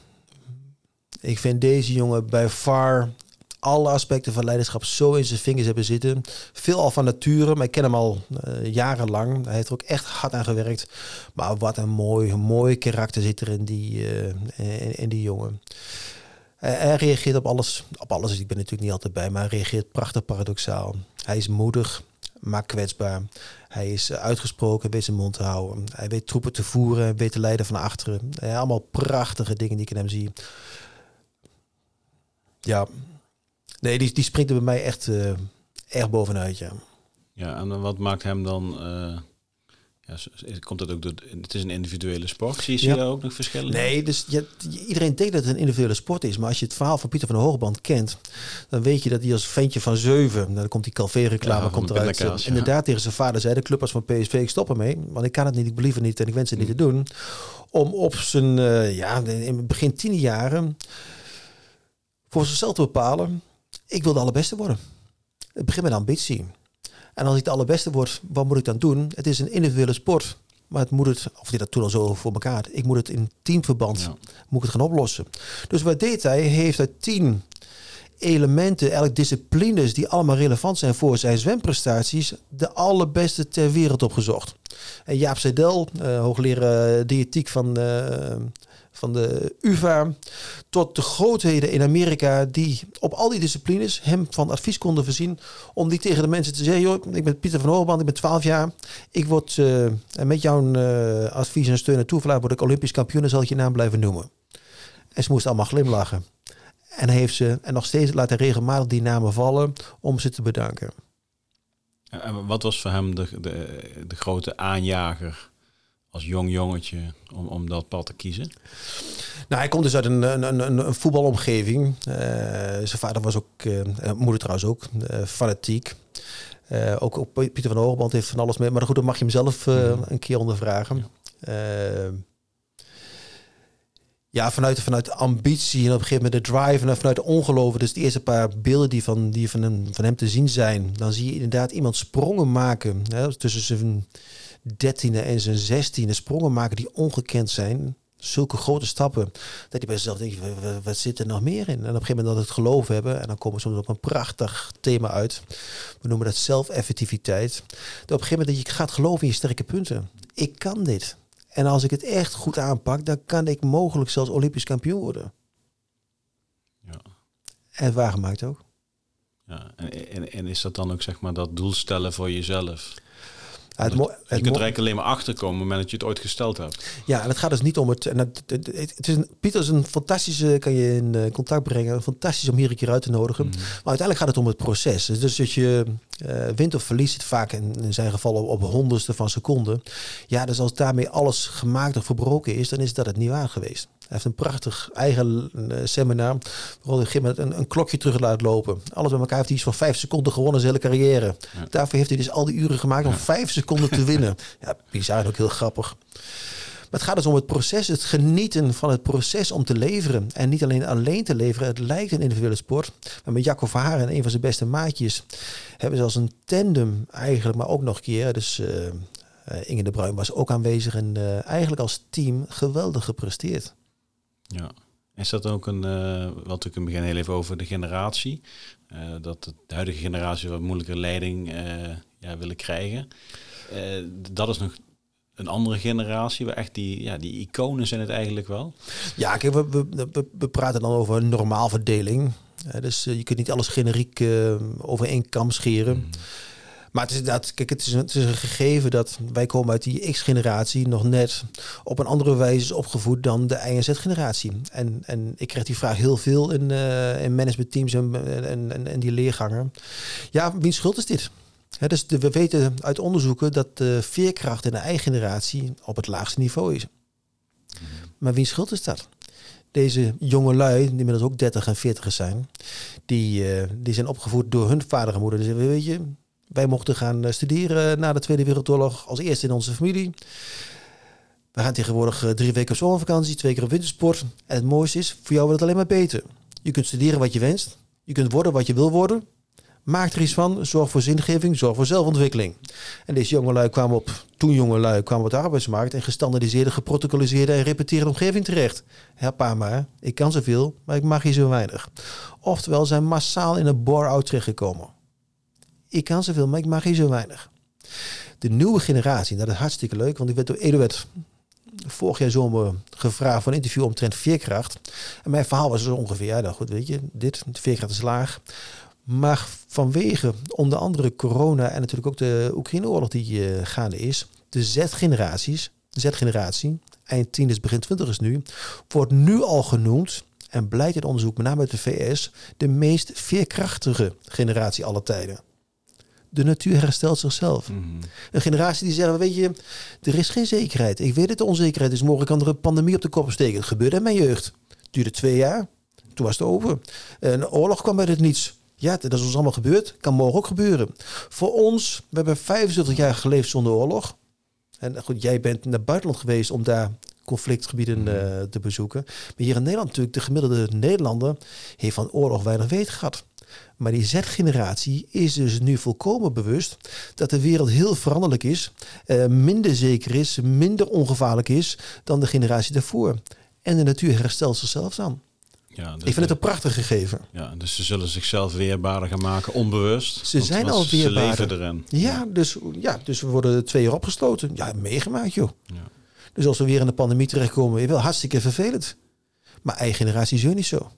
Ik vind deze jongen bij far alle aspecten van leiderschap zo in zijn vingers hebben zitten. Veel al van nature, maar ik ken hem al uh, jarenlang. Hij heeft er ook echt hard aan gewerkt. Maar wat een mooi, mooi karakter zit er in die, uh, in, in die jongen. Hij reageert op alles, op alles. Ik ben natuurlijk niet altijd bij, maar hij reageert prachtig paradoxaal. Hij is moedig, maar kwetsbaar. Hij is uitgesproken, weet zijn mond te houden. Hij weet troepen te voeren, weet te leiden van achteren. Uh, allemaal prachtige dingen die ik in hem zie. Ja, nee, die, die springt er bij mij echt uh, erg bovenuit, ja. Ja, en wat maakt hem dan... Uh, ja, komt dat ook door... Het is een individuele sport. Zie je ja. daar ook nog verschillen? Nee, dus ja, iedereen denkt dat het een individuele sport is. Maar als je het verhaal van Pieter van der Hogeband kent... dan weet je dat hij als ventje van zeven... Nou, dan komt die Calvé-reclame ja, komt eruit. Ja. Inderdaad tegen zijn vader zei... de club was van P S V, ik stop ermee. Want ik kan het niet, ik belief het niet en ik wens het mm. niet te doen. Om op zijn... Uh, ja, in begin tien jaren... voor zichzelf te bepalen... ik wil de allerbeste worden. Het begint met ambitie... En als ik de allerbeste word, wat moet ik dan doen? Het is een individuele sport. Maar het moet het, of die dat toen al zo voor elkaar. Ik moet het in teamverband, ja. moet ik het gaan oplossen. Dus wat deed hij? Hij heeft uit tien elementen, eigenlijk disciplines die allemaal relevant zijn voor zijn zwemprestaties, de allerbeste ter wereld opgezocht. En Jaap Seidel, uh, hoogleraar diëtiek van... Uh, van de U vA, tot de grootheden in Amerika die op al die disciplines hem van advies konden voorzien om die tegen de mensen te zeggen, joh, ik ben Pieter van Hogeband, ik ben twaalf jaar, ik word uh, met jouw uh, advies en steun en toeverlaat word ik Olympisch kampioen en zal ik je naam blijven noemen. En ze moesten allemaal glimlachen. En hij heeft ze, en nog steeds laat hij regelmatig die namen vallen om ze te bedanken. En wat was voor hem de, de, de grote aanjager als jong jongetje om, om dat pad te kiezen? Nou, hij komt dus uit een, een, een, een voetbalomgeving. Uh, zijn vader was ook, uh, moeder trouwens ook, uh, fanatiek. Uh, ook, ook Pieter van der Hogeband heeft van alles mee. Maar goed, dan mag je hem zelf uh, mm. een keer ondervragen. Ja. Uh, ja, vanuit, vanuit ambitie en op een gegeven moment de drive en vanuit de ongeloven. Dus de eerste paar beelden die van, die van, hem, van hem te zien zijn. Dan zie je inderdaad iemand sprongen maken. Hè, tussen zijn dertiende en zijn zestiende sprongen maken die ongekend zijn. Zulke grote stappen. Dat hij bij zichzelf denkt, wat zit er nog meer in? En op een gegeven moment dat het geloof hebben. En dan komen we soms op een prachtig thema uit. We noemen dat zelfeffectiviteit. Dat op een gegeven moment dat je gaat geloven in je sterke punten. Ik kan dit. En als ik het echt goed aanpak, dan kan ik mogelijk zelfs Olympisch kampioen worden. Ja. En waargemaakt ook. Ja, en, en, en is dat dan ook zeg maar dat doel stellen voor jezelf? Het mo- het je kunt mo- er eigenlijk alleen maar achter komen op het moment dat je het ooit gesteld hebt. Ja, en het gaat dus niet om het... En het, het, het, het is een, Pieter is een fantastische, kan je in uh, contact brengen. Fantastisch om hier een keer uit te nodigen. Mm-hmm. Maar uiteindelijk gaat het om het proces. Dus dat je uh, wint of verliest, het vaak in, in zijn geval op, op honderdste van seconden. Ja, dus als daarmee alles gemaakt of verbroken is, dan is dat het niet waar geweest. Hij heeft een prachtig eigen uh, seminar, waar hij met een, een klokje terug laat lopen. Alles bij elkaar heeft hij iets van vijf seconden gewonnen zijn hele carrière. Ja. Daarvoor heeft hij dus al die uren gemaakt om ja. vijf seconden te winnen. Ja, bizar en ook heel grappig. Maar het gaat dus om het proces, het genieten van het proces om te leveren. En niet alleen alleen te leveren, het lijkt een individuele sport. Maar met Jacco Verharen en een van zijn beste maatjes hebben ze als een tandem eigenlijk, maar ook nog een keer. Dus uh, uh, Inge de Bruin was ook aanwezig en uh, eigenlijk als team geweldig gepresteerd. Ja, is dat ook een, uh, wat ik in het begin heel even over de generatie, uh, dat de huidige generatie wat moeilijker leiding uh, ja, willen krijgen. Uh, dat is nog een andere generatie, waar echt die, ja, die iconen zijn het eigenlijk wel. Ja, kijk, we, we, we, we praten dan over een normaalverdeling. Uh, dus uh, je kunt niet alles generiek uh, over één kam scheren. Mm. Maar het is inderdaad, kijk, het is, een, het is een gegeven dat wij komen uit die X-generatie nog net op een andere wijze opgevoed dan de Y en Z-generatie. En, en ik krijg die vraag heel veel in, uh, in managementteams en, en, en, en die leergangen. Ja, wiens schuld is dit? He, dus de, we weten uit onderzoeken dat de veerkracht in de eigen generatie op het laagste niveau is. Maar wiens schuld is dat? Deze jonge lui, die inmiddels ook dertig en veertig zijn, die, uh, die zijn opgevoed door hun vader en moeder. Dus weet je, wij mochten gaan studeren na de Tweede Wereldoorlog als eerste in onze familie. We gaan tegenwoordig uh, drie weken op zomervakantie, twee keer op wintersport. En het mooiste is, voor jou wordt het alleen maar beter. Je kunt studeren wat je wenst. Je kunt worden wat je wil worden. Maak er iets van, zorg voor zingeving, zorg voor zelfontwikkeling. En deze jongelui kwamen op, toen jongelui kwamen op de arbeidsmarkt en gestandardiseerde, geprotocoliseerde en repeterende omgeving terecht. Ja, pa maar, ik kan zoveel, maar ik mag hier zo weinig. Oftewel, zijn massaal in een bore-out terechtgekomen. Ik kan zoveel, maar ik mag hier zo weinig. De nieuwe generatie, dat is hartstikke leuk, want ik werd door Eduard vorig jaar zomer gevraagd voor een interview omtrent veerkracht. En mijn verhaal was zo ongeveer, ja, nou goed, weet je, dit, de veerkracht is laag. Maar vanwege onder andere corona en natuurlijk ook de Oekraïne-oorlog die uh, gaande is, de Z-generaties, de Z-generatie, eind tieners, begin twintigers nu, wordt nu al genoemd, en blijkt uit onderzoek, met name uit de V S, de meest veerkrachtige generatie aller tijden. De natuur herstelt zichzelf. Mm-hmm. Een generatie die zegt, weet je, er is geen zekerheid. Ik weet dat de onzekerheid is. Morgen kan er een pandemie op de kop steken. Het gebeurde in mijn jeugd. Het duurde twee jaar. Toen was het over. Een oorlog kwam uit het niets. Ja, dat is ons allemaal gebeurd. Kan morgen ook gebeuren. Voor ons, we hebben vijfenzeventig jaar geleefd zonder oorlog. En goed, jij bent naar het buitenland geweest om daar conflictgebieden uh, te bezoeken. Maar hier in Nederland natuurlijk, de gemiddelde Nederlander heeft van oorlog weinig weet gehad. Maar die Z-generatie is dus nu volkomen bewust dat de wereld heel veranderlijk is, uh, minder zeker is, minder ongevaarlijk is dan de generatie daarvoor. En de natuur herstelt zichzelf dan. Ja, dus ik vind het een prachtig gegeven. Ja, dus ze zullen zichzelf weerbaarder gaan maken, onbewust. Ze zijn al weerbaarder. Ze leven erin. Ja, dus, ja, dus we worden twee jaar opgesloten. Ja, meegemaakt joh. Ja. Dus als we weer in de pandemie terechtkomen, je wel hartstikke vervelend. Maar eigen generatie is er niet zo.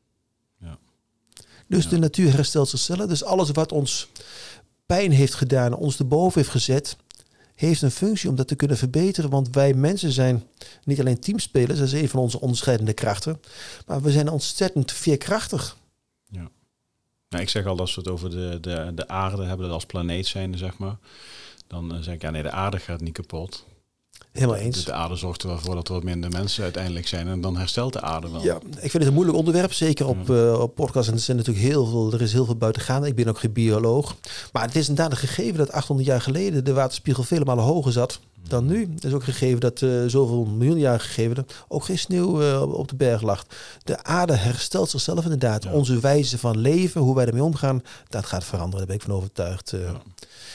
Ja. Dus ja. De natuur herstelt zichzelf. Dus alles wat ons pijn heeft gedaan, ons erboven heeft gezet, heeft een functie om dat te kunnen verbeteren. Want wij mensen zijn niet alleen teamspelers, dat is een van onze onderscheidende krachten. Maar we zijn ontzettend veerkrachtig. Ja. Nou, ik zeg al, als we het over de, de, de aarde hebben, als planeet zijn, zeg maar. Dan uh, zeg ik, ja nee, de aarde gaat niet kapot. Helemaal eens. De, de aarde zorgt er wel voor dat er wat minder mensen uiteindelijk zijn. En dan herstelt de aarde wel. Ja, ik vind het een moeilijk onderwerp. Zeker op, ja. uh, op podcast. En er zijn natuurlijk heel veel, er is heel veel buitengaande. Ik ben ook geen bioloog. Maar het is inderdaad een gegeven dat achthonderd jaar geleden de waterspiegel vele malen hoger zat dan nu. Het is ook gegeven dat uh, zoveel miljoen jaar gegeven ook geen sneeuw uh, op de berg lag. De aarde herstelt zichzelf inderdaad. Ja. Onze wijze van leven, hoe wij ermee omgaan, dat gaat veranderen. Daar ben ik van overtuigd. Uh. Ja.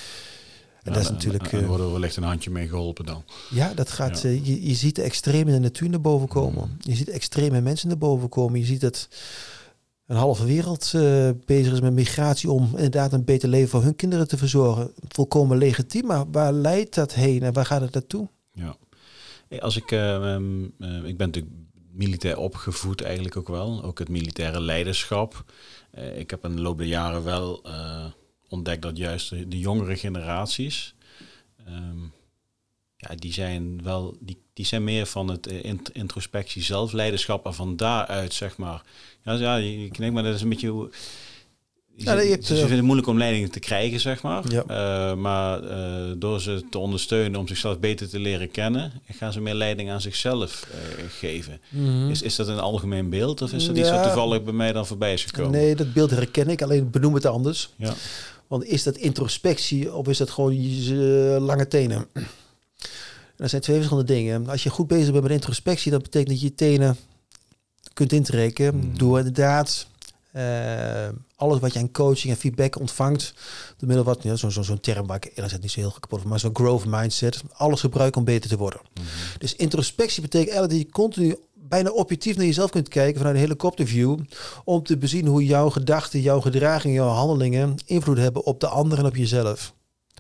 En ja, dat is natuurlijk. En, en worden we wellicht een handje mee geholpen dan. Ja, dat gaat. Ja. Uh, je, je ziet de extremen in de natuur naar boven komen. Mm. Je ziet extreme mensen naar boven komen. Je ziet dat een halve wereld uh, bezig is met migratie om inderdaad een beter leven voor hun kinderen te verzorgen. Volkomen legitiem. Maar waar leidt dat heen en waar gaat het naartoe? Ja. Als ik, uh, um, uh, ik ben natuurlijk militair opgevoed eigenlijk ook wel. Ook het militaire leiderschap. Uh, ik heb in de loop der jaren wel Uh, ontdekt dat juist de, de jongere generaties, um, ja, die zijn wel, die, die zijn meer van het uh, introspectie, zelfleiderschap en van daaruit, zeg maar. Ja, ja je, je knikt, maar dat is een beetje hoe. Ja, ze, hebt, ze vinden het moeilijk om leidingen te krijgen, zeg maar. Ja. Uh, maar uh, door ze te ondersteunen om zichzelf beter te leren kennen, gaan ze meer leiding aan zichzelf uh, geven. Mm-hmm. Is, is dat een algemeen beeld of is dat ja. iets wat toevallig bij mij dan voorbij is gekomen? Nee, dat beeld herken ik, alleen benoem het anders. Ja. Want is dat introspectie of is dat gewoon je uh, lange tenen? Dat zijn twee verschillende dingen. Als je goed bezig bent met introspectie, dat betekent dat je je tenen kunt intrekken mm. door inderdaad Uh, alles wat je aan coaching en feedback ontvangt, door middel wat, ja, zo'n zo, zo'n term waar ik eerlijk niet zo heel kapot van, maar zo'n growth mindset, alles gebruiken om beter te worden. Mm-hmm. Dus introspectie betekent eigenlijk dat je continu bijna objectief naar jezelf kunt kijken vanuit een helikopterview, om te bezien hoe jouw gedachten, jouw gedragingen, jouw handelingen invloed hebben op de ander en op jezelf.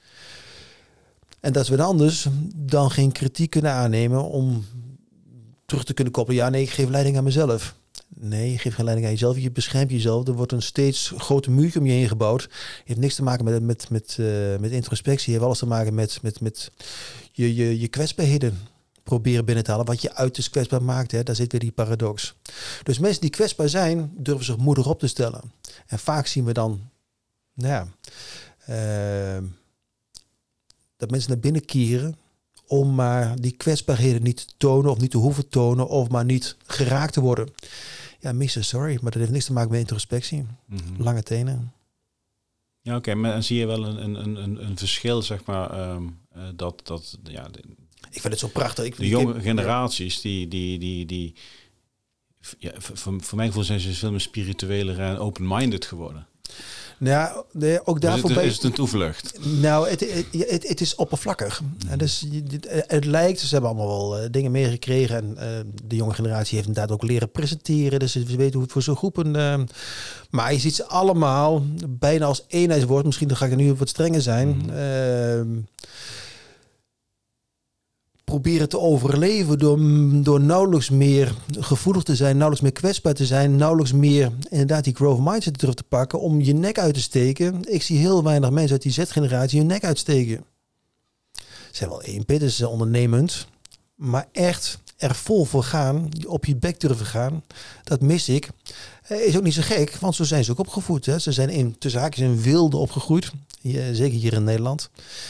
En dat is wat anders dan geen kritiek kunnen aannemen om terug te kunnen koppelen. Ja, nee, ik geef leiding aan mezelf. Nee, je geeft geen leiding aan jezelf. Je beschermt jezelf. Er wordt een steeds groter muurtje om je heen gebouwd. Het heeft niks te maken met, met, met, uh, met introspectie. Het heeft alles te maken met, met, met je, je, je kwetsbaarheden proberen binnen te halen. Wat je uiterst kwetsbaar maakt. Hè. Daar zit weer die paradox. Dus mensen die kwetsbaar zijn, durven zich moedig op te stellen. En vaak zien we dan nou ja, uh, dat mensen naar binnen keren om maar die kwetsbaarheden niet te tonen of niet te hoeven tonen of maar niet geraakt te worden. Ja, mister Sorry, maar dat heeft niks te maken met introspectie. Mm-hmm. Lange tenen. Ja, oké, okay, maar dan zie je wel een, een, een, een verschil, zeg maar, um, uh, dat, dat, ja... De, ik vind het zo prachtig. Ik, de jonge ik, generaties, die, die, die, die ja, voor, voor mijn gevoel zijn ze veel meer spiritueler en open-minded geworden. Nou, nee, ook daarvoor is het, is het een toevlucht? Nou, het, het, het, het is oppervlakkig. Mm. En dus, het, het lijkt, ze hebben allemaal wel uh, dingen meegekregen. En uh, de jonge generatie heeft inderdaad ook leren presenteren. Dus ze weten hoe het voor zo'n groepen... Uh, maar je ziet ze allemaal bijna als eenheidswoord. Misschien dan ga ik er nu wat strenger zijn. Mm. Uh, proberen te overleven door, door nauwelijks meer gevoelig te zijn, nauwelijks meer kwetsbaar te zijn, nauwelijks meer inderdaad die growth mindset terug te pakken om je nek uit te steken. Ik zie heel weinig mensen uit die Z-generatie hun nek uitsteken. Ze zijn wel één pit, is ondernemend, maar echt er vol voor gaan, op je bek durven gaan, dat mis ik. Is ook niet zo gek, want zo zijn ze ook opgevoed. Hè. Ze zijn in, tussen haakjes in wilde opgegroeid, zeker hier in Nederland.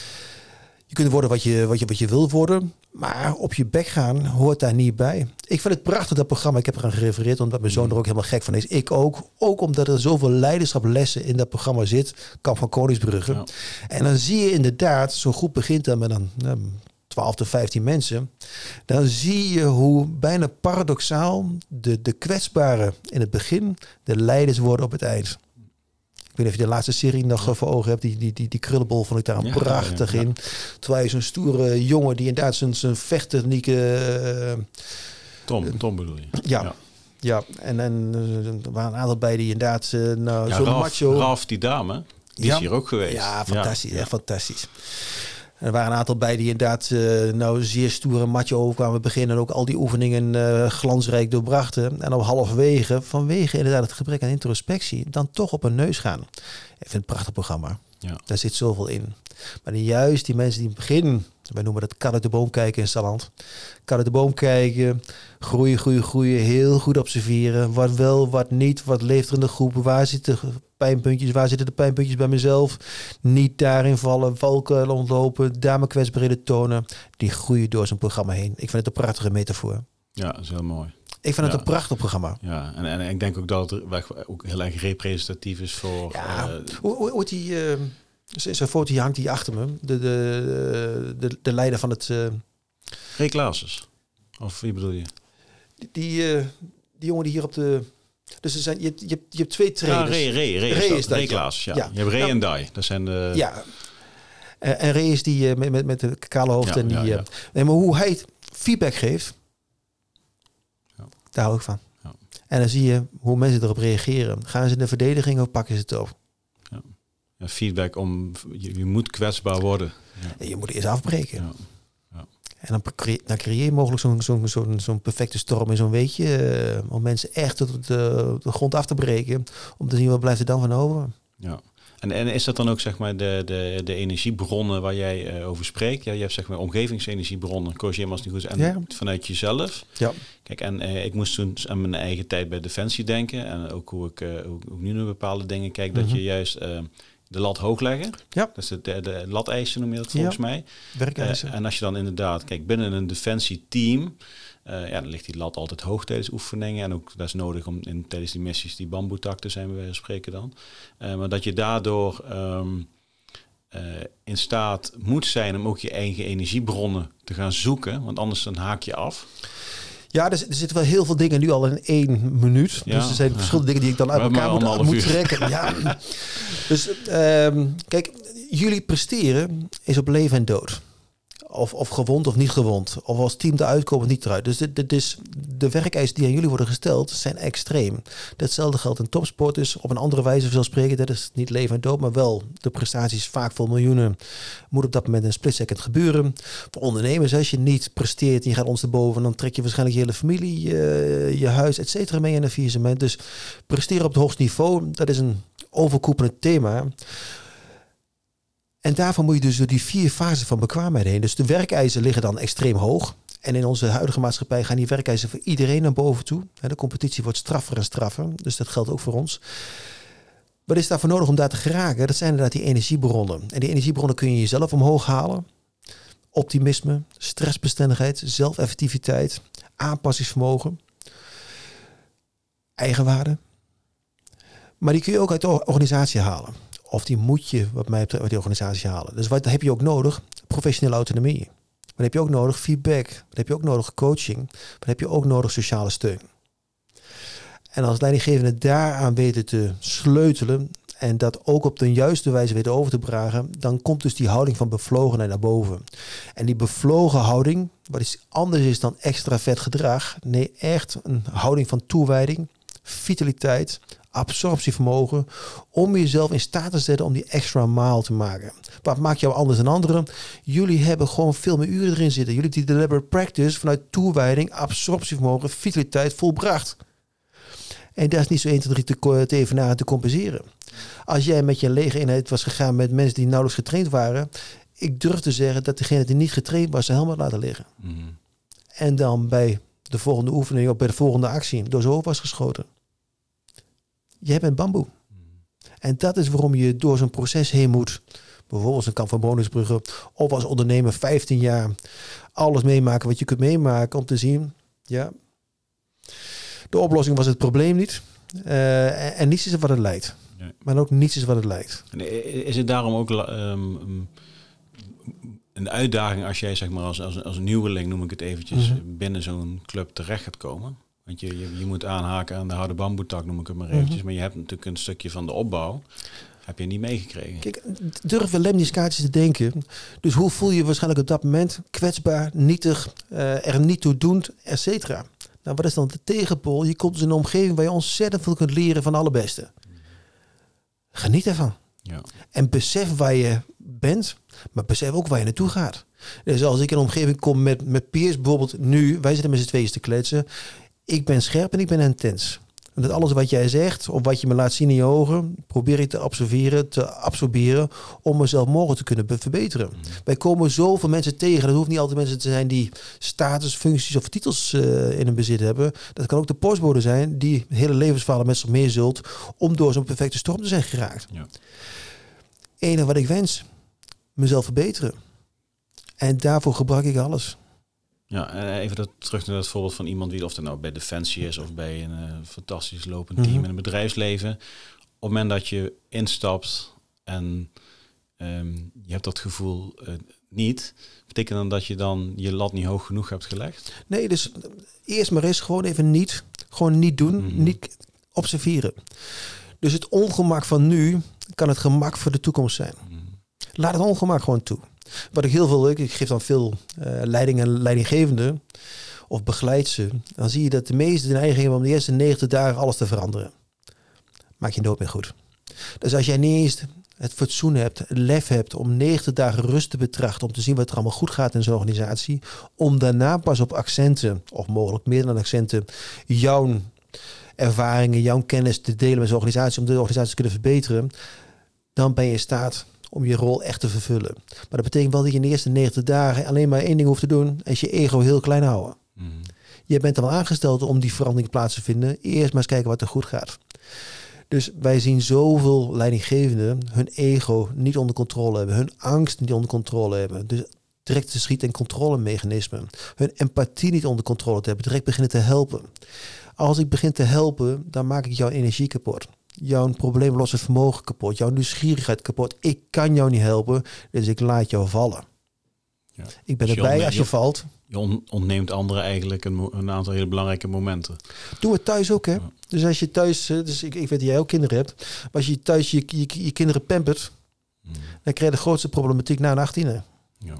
Je kunt worden wat je, wat, je, wat je wil worden, maar op je bek gaan hoort daar niet bij. Ik vind het prachtig, dat programma. Ik heb eraan gerefereerd, omdat mijn zoon er ook helemaal gek van is. Ik ook. Ook omdat er zoveel leiderschaplessen in dat programma zit. Kamp van Koningsbrugge. Ja. En dan zie je inderdaad, zo'n groep begint dan met een nou, twaalf tot vijftien mensen. Dan zie je hoe bijna paradoxaal de, de kwetsbaren in het begin de leiders worden op het eind. Ik weet niet of je de laatste serie nog ja. voor ogen hebt. Die, die, die, die krullenbol vond ik daar ja, prachtig ja, ja. in. Terwijl je zo'n stoere jongen die inderdaad zijn, zijn vechttechnieken... Uh, Tom, Tom bedoel je? Ja, ja. ja. En, en er waren een aantal bij die inderdaad... Uh, nou, ja, zo'n Ralf, macho... Ralf, die dame, die ja. is hier ook geweest. Ja, fantastisch. Ja. Echt fantastisch. En er waren een aantal bij die inderdaad uh, nou zeer stoer en macho overkwamen beginnen. En ook al die oefeningen uh, glansrijk doorbrachten. En op halverwege, vanwege inderdaad het gebrek aan introspectie, dan toch op een neus gaan. Ik vind het een prachtig programma. Ja. Daar zit zoveel in. Maar juist die mensen die in het begin, wij noemen dat kat uit de boom kijken in Salland. Kat uit de boom kijken, groeien, groeien, groeien. Heel goed observeren. Wat wel, wat niet. Wat leeft er in de groep? Waar zitten pijnpuntjes? Waar zitten de pijnpuntjes bij mezelf? Niet daarin vallen, valkuilen ontlopen. Daar mijn kwetsbaarheden tonen. Die groeien door zo'n programma heen. Ik vind het een prachtige metafoor. Ja, dat is heel mooi. Ik vind ja. het een prachtig programma. Ja, en, en ik denk ook dat het ook heel erg representatief is voor... Ja, uh, hoe, hoe, hoe die... Uh, Zo'n foto hangt die achter me. De, de, de, de leider van het... Uh... Ray Klaassen. Of wie bedoel je? Die, die, uh, die jongen die hier op de... Dus er zijn, je, je, je hebt twee trainers. Ja, Ray, Ray, Ray, Ray, is, Ray Klaassen, ja. ja. Je hebt Ray nou, en Dai. Dat zijn de... Ja. Uh, en Ray is die uh, met, met, met de kale hoofd. Ja, en die, ja, ja. Uh, nee, maar hoe hij feedback geeft, ja. daar hou ik van. Ja. En dan zie je hoe mensen erop reageren. Gaan ze in de verdediging of pakken ze het op? Ja, feedback om, je, je moet kwetsbaar worden. Ja. Je moet eerst afbreken. Ja. Ja. En dan, cre- dan creëer je mogelijk zo'n, zo'n, zo'n, zo'n perfecte storm in zo'n weetje. Uh, om mensen echt tot de, de grond af te breken. Om te zien wat blijft er dan van over. Ja. En, en is dat dan ook zeg maar de, de, de energiebronnen waar jij uh, over spreekt? Ja, je hebt zeg maar omgevingsenergiebronnen, corrigeer me als het niet goed is, en ja. vanuit jezelf. Ja. Kijk, en uh, ik moest toen aan mijn eigen tijd bij Defensie denken. En ook hoe ik, uh, hoe ik nu naar bepaalde dingen kijk, mm-hmm. dat je juist... Uh, de lat hoog leggen. Ja. Dat is de, de, de lat-eisen noem je dat volgens ja. mij. Werkeisen. Uh, en als je dan inderdaad, kijk, binnen een defensieteam, uh, ja, dan ligt die lat altijd hoog tijdens oefeningen. En ook dat is nodig om in, tijdens die missies die bamboetak te zijn, bij wijze van spreken dan. Uh, maar dat je daardoor um, uh, in staat moet zijn om ook je eigen energiebronnen te gaan zoeken. Want anders dan haak je af. Ja, er, er zitten wel heel veel dingen nu al in één minuut. Ja. Dus er zijn verschillende dingen die ik dan uit elkaar moet, moet trekken. Ja. Dus um, kijk, jullie presteren is op leven en dood. Of, of gewond of niet gewond. Of als team eruit komen of niet eruit. Dus dit, dit is, de werkeisen die aan jullie worden gesteld zijn extreem. Datzelfde geldt in topsporters. Op een andere wijze zal spreken. Dat is niet leven en dood, maar wel de prestaties vaak voor miljoenen. Moet op dat moment een split second gebeuren. Voor ondernemers, als je niet presteert en je gaat ons erboven, dan trek je waarschijnlijk je hele familie, je, je huis, et cetera mee in een faillissement. Dus presteren op het hoogste niveau, dat is een overkoepelend thema. En daarvan moet je dus door die vier fasen van bekwaamheid heen. Dus de werkeisen liggen dan extreem hoog. En in onze huidige maatschappij gaan die werkeisen voor iedereen naar boven toe. De competitie wordt straffer en straffer. Dus dat geldt ook voor ons. Wat is daarvoor nodig om daar te geraken? Dat zijn inderdaad die energiebronnen. En die energiebronnen kun je jezelf omhoog halen. Optimisme, stressbestendigheid, zelfeffectiviteit, aanpassingsvermogen, eigenwaarde. Maar die kun je ook uit de organisatie halen. Of die moet je, wat mij betreft, uit die organisatie halen. Dus wat heb je ook nodig? Professionele autonomie. Wat heb je ook nodig? Feedback. Wat heb je ook nodig? Coaching. Wat heb je ook nodig? Sociale steun. En als leidinggevende daaraan weten te sleutelen en dat ook op de juiste wijze weten over te dragen, dan komt dus die houding van bevlogenheid naar boven. En die bevlogen houding, wat is anders is dan extra vet gedrag. Nee, echt een houding van toewijding, vitaliteit, absorptievermogen, om jezelf in staat te zetten om die extra mile te maken. Wat maakt jou anders dan anderen? Jullie hebben gewoon veel meer uren erin zitten. Jullie hebben die deliberate practice vanuit toewijding, absorptievermogen, vitaliteit volbracht. En dat is niet zo één, twee, drie te, te evenaren te compenseren. Als jij met je lege eenheid was gegaan met mensen die nauwelijks getraind waren, ik durf te zeggen dat degene die niet getraind was, zijn helemaal laten liggen. Mm-hmm. En dan bij de volgende oefening of bij de volgende actie door zijn hoofd was geschoten. Jij bent bamboe. Mm-hmm. En dat is waarom je door zo'n proces heen moet. Bijvoorbeeld een kamp van Boningsbrugge. Of als ondernemer vijftien jaar alles meemaken wat je kunt meemaken. Om te zien, ja, de oplossing was het probleem niet. Uh, en, en niets is wat het lijkt. Nee. Maar ook niets is wat het lijkt. En is het daarom ook um, een uitdaging als jij zeg maar als, als, als nieuweling, noem ik het eventjes, mm-hmm. binnen zo'n club terecht gaat komen? Want je, je, je moet aanhaken aan de harde bamboetak, noem ik het maar eventjes. Mm-hmm. Maar je hebt natuurlijk een stukje van de opbouw. Heb je niet meegekregen? Kijk, durven lemniscatisch te denken. Dus hoe voel je je waarschijnlijk op dat moment? Kwetsbaar, nietig, uh, er niet toe doend, et cetera. Nou, wat is dan de tegenpool? Je komt dus in een omgeving waar je ontzettend veel kunt leren van de allerbeste. Geniet ervan. Ja. En besef waar je bent, maar besef ook waar je naartoe gaat. Dus als ik in een omgeving kom met, met peers, bijvoorbeeld nu, wij zitten met z'n tweeën te kletsen. Ik ben scherp en ik ben intens. En dat alles wat jij zegt, of wat je me laat zien in je ogen, probeer ik te observeren, te absorberen, om mezelf morgen te kunnen be- verbeteren. Mm. Wij komen zoveel mensen tegen. Dat hoeft niet altijd mensen te zijn die status, functies of titels uh, in hun bezit hebben. Dat kan ook de postbode zijn die hele levensverhalen met zich meezult om door zo'n perfecte storm te zijn geraakt. Ja. Enige wat ik wens, mezelf verbeteren. En daarvoor gebruik ik alles. Ja, even dat, terug naar dat voorbeeld van iemand die, of het nou bij Defensie is of bij een uh, fantastisch lopend team mm-hmm. in een bedrijfsleven. Op het moment dat je instapt en um, je hebt dat gevoel uh, niet, betekent dan dat je dan je lat niet hoog genoeg hebt gelegd? Nee, dus eerst maar eens gewoon even niet, gewoon niet doen, mm-hmm. niet observeren. Dus het ongemak van nu kan het gemak voor de toekomst zijn. Mm-hmm. Laat het ongemak gewoon toe. Wat ik heel veel leuk, ik geef dan veel uh, leiding en leidinggevenden of begeleid ze. Dan zie je dat de meesten de neiging hebben om de eerste negentig dagen alles te veranderen. Maak je nooit meer goed. Dus als jij niet eens het fatsoen hebt, het lef hebt om negentig dagen rust te betrachten, om te zien wat er allemaal goed gaat in zo'n organisatie, om daarna pas op accenten, of mogelijk meer dan accenten, jouw ervaringen, jouw kennis te delen met zo'n organisatie, om de organisatie te kunnen verbeteren, dan ben je in staat om je rol echt te vervullen. Maar dat betekent wel dat je in de eerste negentig dagen alleen maar één ding hoeft te doen, en je ego heel klein houden. Mm. Je bent er wel aangesteld om die verandering plaats te vinden. Eerst maar eens kijken wat er goed gaat. Dus wij zien zoveel leidinggevenden hun ego niet onder controle hebben, hun angst niet onder controle hebben. Dus direct te schieten en controlemechanismen. Hun empathie niet onder controle te hebben, direct beginnen te helpen. Als ik begin te helpen, dan maak ik jouw energie kapot. Jouw probleemlosse vermogen kapot. Jouw nieuwsgierigheid kapot. Ik kan jou niet helpen, dus ik laat jou vallen. Ja. Ik ben dus erbij je als je, je valt. Je on, ontneemt anderen eigenlijk een, een aantal hele belangrijke momenten. Doe het thuis ook, hè. Ja. Dus als je thuis, dus ik, ik weet dat jij ook kinderen hebt, maar als je thuis je, je, je kinderen pampert, hmm. dan krijg je de grootste problematiek na een achttiende. Ja.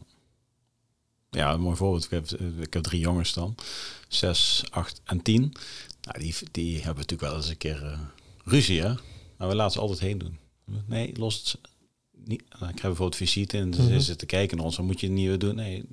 Ja, een mooi voorbeeld. Ik heb, ik heb drie jongens dan. Zes, acht en tien. Nou, die, die hebben natuurlijk wel eens een keer uh, ruzie, hè. Maar we laten ze altijd heen doen. Nee, los het niet. Dan krijgen we bijvoorbeeld visite en ze mm-hmm. zitten kijken naar ons. Dan moet je het niet weer doen. Nee.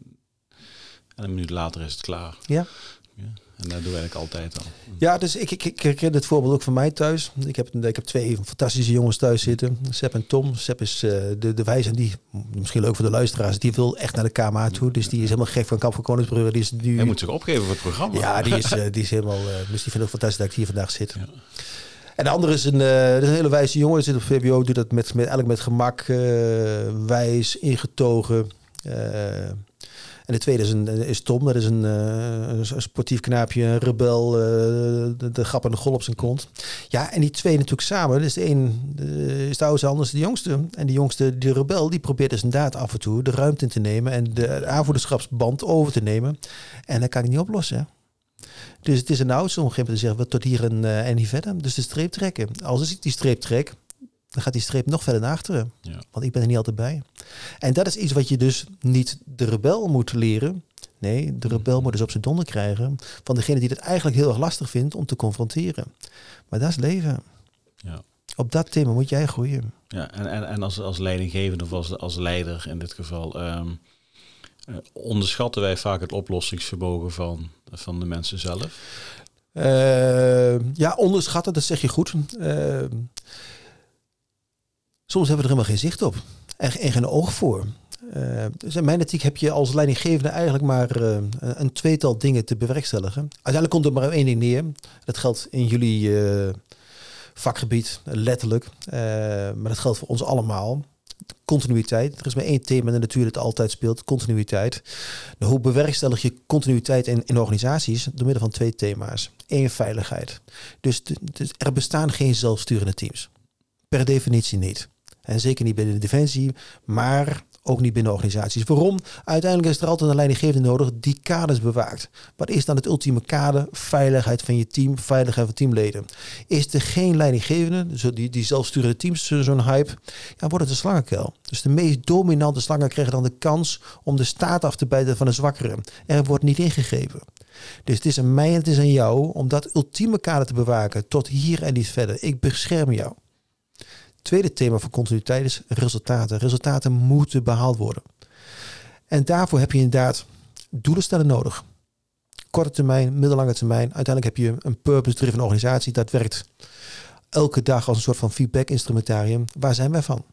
En een minuut later is het klaar. Ja. Ja. En dat doen we eigenlijk altijd al. Ja, dus ik, ik, ik ken het voorbeeld ook van mij thuis. Ik heb, ik heb twee fantastische jongens thuis zitten. Seb en Tom. Seb is uh, de, de wijze en die, misschien leuk voor de luisteraars, die wil echt naar de K M A toe. Dus die is helemaal gek van Kamp van Koningsbrugge. Die is nu... Hij moet zich opgeven voor het programma. Ja, die is, uh, die is helemaal... Uh, dus die vindt ook fantastisch dat ik hier vandaag zit. Ja. En de andere is een, uh, is een hele wijze jongen. Die zit op V B O, doet dat met, met, eigenlijk met gemak, uh, wijs, ingetogen. Uh, En de tweede is, een, is Tom, dat is een, uh, een sportief knaapje, een rebel, uh, de, de grap en de gol op zijn kont. Ja, en die twee natuurlijk samen, dus de een uh, is de oudste, de ander is de jongste. En die jongste, de rebel, die probeert dus inderdaad af en toe de ruimte in te nemen en de aanvoerderschapsband over te nemen. En dat kan ik niet oplossen, hè. Dus het is een oudste om op een gegeven moment te zeggen, tot hier en, uh, en niet verder. Dus de streep trekken. Als ik die streep trek, dan gaat die streep nog verder naar achteren. Ja. Want ik ben er niet altijd bij. En dat is iets wat je dus niet de rebel moet leren. Nee, de rebel moet dus op zijn donder krijgen van degene die het eigenlijk heel erg lastig vindt om te confronteren. Maar dat is leven. Ja. Op dat thema moet jij groeien. Ja, en, en, en als, als leidinggevende of als, als leider in dit geval, um, uh, onderschatten wij vaak het oplossingsvermogen van, van de mensen zelf? Uh, ja, onderschatten, dat zeg je goed. Uh, soms hebben we er helemaal geen zicht op en, en geen oog voor. Uh, dus in mijn ethiek heb je als leidinggevende eigenlijk maar uh, een tweetal dingen te bewerkstelligen. Uiteindelijk komt er maar één ding neer. Dat geldt in jullie uh, vakgebied, letterlijk. Uh, maar dat geldt voor ons allemaal. Continuïteit. Er is maar één thema in de natuur dat altijd speelt. Continuïteit. Nou, hoe bewerkstellig je continuïteit in, in organisaties? Door middel van twee thema's. Eén, veiligheid. Dus, dus er bestaan geen zelfsturende teams. Per definitie niet. En zeker niet binnen de defensie, maar ook niet binnen organisaties. Waarom? Uiteindelijk is er altijd een leidinggevende nodig die kaders bewaakt. Wat is dan het ultieme kader? Veiligheid van je team, veiligheid van teamleden. Is er geen leidinggevende, dus die, die zelfsturende teams, zo'n hype, ja, wordt het een slangenkuil. Dus de meest dominante slangen krijgen dan de kans om de staart af te bijten van de zwakkere. Er wordt niet ingegrepen. Dus het is aan mij en het is aan jou om dat ultieme kader te bewaken tot hier en niet verder. Ik bescherm jou. Tweede thema van continuïteit is resultaten. Resultaten moeten behaald worden. En daarvoor heb je inderdaad doelen stellen nodig. Korte termijn, middellange termijn. Uiteindelijk heb je een purpose-driven organisatie. Dat werkt elke dag als een soort van feedback-instrumentarium. Waar zijn wij van?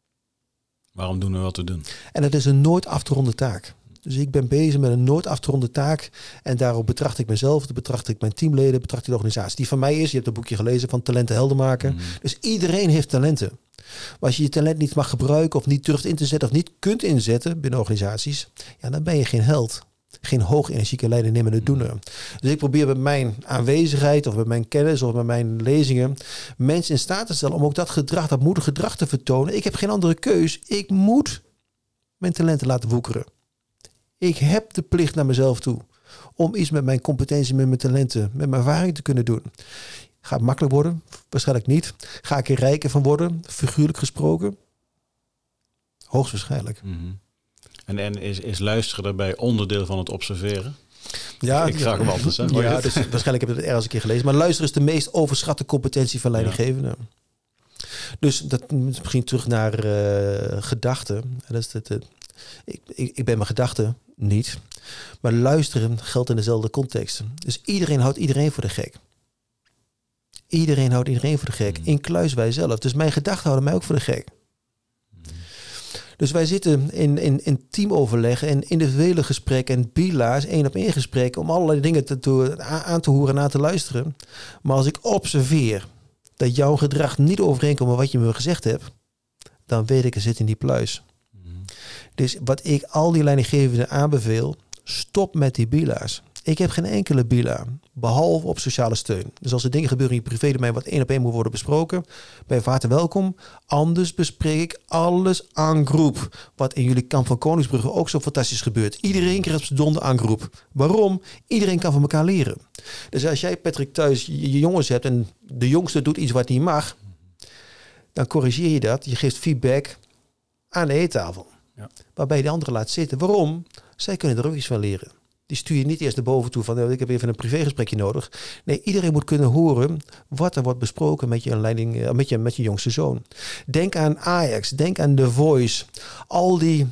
Waarom doen we wat we doen? En het is een nooit af te ronden taak. Dus ik ben bezig met een nooit af te ronden taak. En daarop betracht ik mezelf, betracht ik mijn teamleden, betracht ik de organisatie. Die van mij is, je hebt een boekje gelezen van talenten helder maken. Mm. Dus iedereen heeft talenten. Maar als je je talent niet mag gebruiken of niet durft in te zetten of niet kunt inzetten binnen organisaties, ja, dan ben je geen held. Geen hoog energieke leidinggevende doener. Dus ik probeer met mijn aanwezigheid of met mijn kennis of met mijn lezingen mensen in staat te stellen om ook dat gedrag, dat moedige gedrag te vertonen. Ik heb geen andere keus. Ik moet mijn talenten laten woekeren. Ik heb de plicht naar mezelf toe om iets met mijn competentie, met mijn talenten, met mijn ervaring te kunnen doen. Gaat het makkelijk worden? Waarschijnlijk niet. Ga ik er rijker van worden? Figuurlijk gesproken? Hoogstwaarschijnlijk. Mm-hmm. En, en is, is luisteren daarbij onderdeel van het observeren? Ja, ik vraag hem altijd. Hè? Ja, dus waarschijnlijk heb ik het ergens een keer gelezen. Maar luisteren is de meest overschatte competentie van leidinggevenden. Ja. Dus dat misschien terug naar uh, gedachten. Dat is het, het, ik, ik, ik ben mijn gedachten niet. Maar luisteren geldt in dezelfde context. Dus iedereen houdt iedereen voor de gek. Iedereen houdt iedereen voor de gek. Mm. Inclusief wij zelf. Dus mijn gedachten houden mij ook voor de gek. Mm. Dus wij zitten in, in, in teamoverleggen en individuele gesprekken en bila's, één op één gesprekken, om allerlei dingen te, te, aan te horen en aan te luisteren. Maar als ik observeer dat jouw gedrag niet overeenkomt met wat je me gezegd hebt, dan weet ik, er zit in die pluis. Mm. Dus wat ik al die leidinggevenden aanbeveel, stop met die bila's. Ik heb geen enkele bila, behalve op sociale steun. Dus als er dingen gebeuren in je privédomein wat één op één moet worden besproken, ben je van harte welkom. Anders bespreek ik alles aan groep. Wat in jullie kamp van Koningsbrugge ook zo fantastisch gebeurt. Iedereen krijgt op zijn donder aan groep. Waarom? Iedereen kan van elkaar leren. Dus als jij, Patrick, thuis je, je jongens hebt en de jongste doet iets wat niet mag, dan corrigeer je dat. Je geeft feedback aan de eettafel. Ja. Waarbij je de anderen laat zitten. Waarom? Zij kunnen er ook iets van leren. Die stuur je niet eerst naar boven toe van ik heb even een privégesprekje nodig. Nee, iedereen moet kunnen horen wat er wordt besproken met je, leiding, met je, met je jongste zoon. Denk aan Ajax, denk aan The Voice. Al die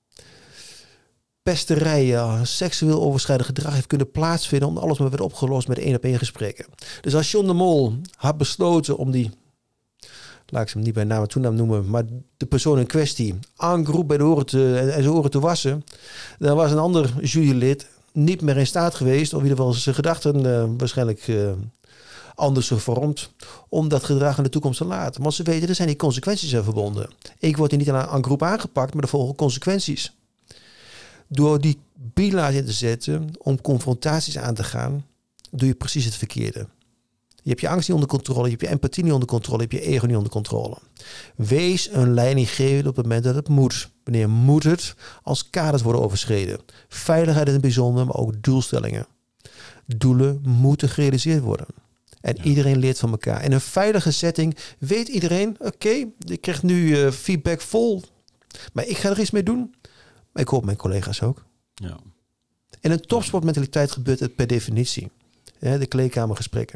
pesterijen, seksueel overschrijdend gedrag heeft kunnen plaatsvinden om alles maar werd opgelost met één op één gesprekken. Dus als John de Mol had besloten om die, laat ik ze hem niet bij naam en toenaam noemen, maar de persoon in kwestie aan groep bij de oren te, en zijn oren te wassen, dan was een ander jurylid niet meer in staat geweest, of in ieder geval zijn gedachten uh, waarschijnlijk uh, anders gevormd, om dat gedrag in de toekomst te laten. Want ze weten, er zijn die consequenties aan verbonden. Ik word hier niet aan, aan groep aangepakt, maar er volgen consequenties. Door die bila's in te zetten, om confrontaties aan te gaan, doe je precies het verkeerde. Je hebt je angst niet onder controle, je hebt je empathie niet onder controle, je hebt je ego niet onder controle. Wees een leidinggevende op het moment dat het moet. Wanneer moet het? Als kaders worden overschreden. Veiligheid in het bijzonder, maar ook doelstellingen. Doelen moeten gerealiseerd worden. En ja. Iedereen leert van elkaar. In een veilige setting weet iedereen, oké, okay, ik krijg nu uh, feedback vol, maar ik ga er iets mee doen. Maar ik hoop mijn collega's ook. Ja. In een topsportmentaliteit gebeurt het per definitie. Ja, de kleedkamergesprekken.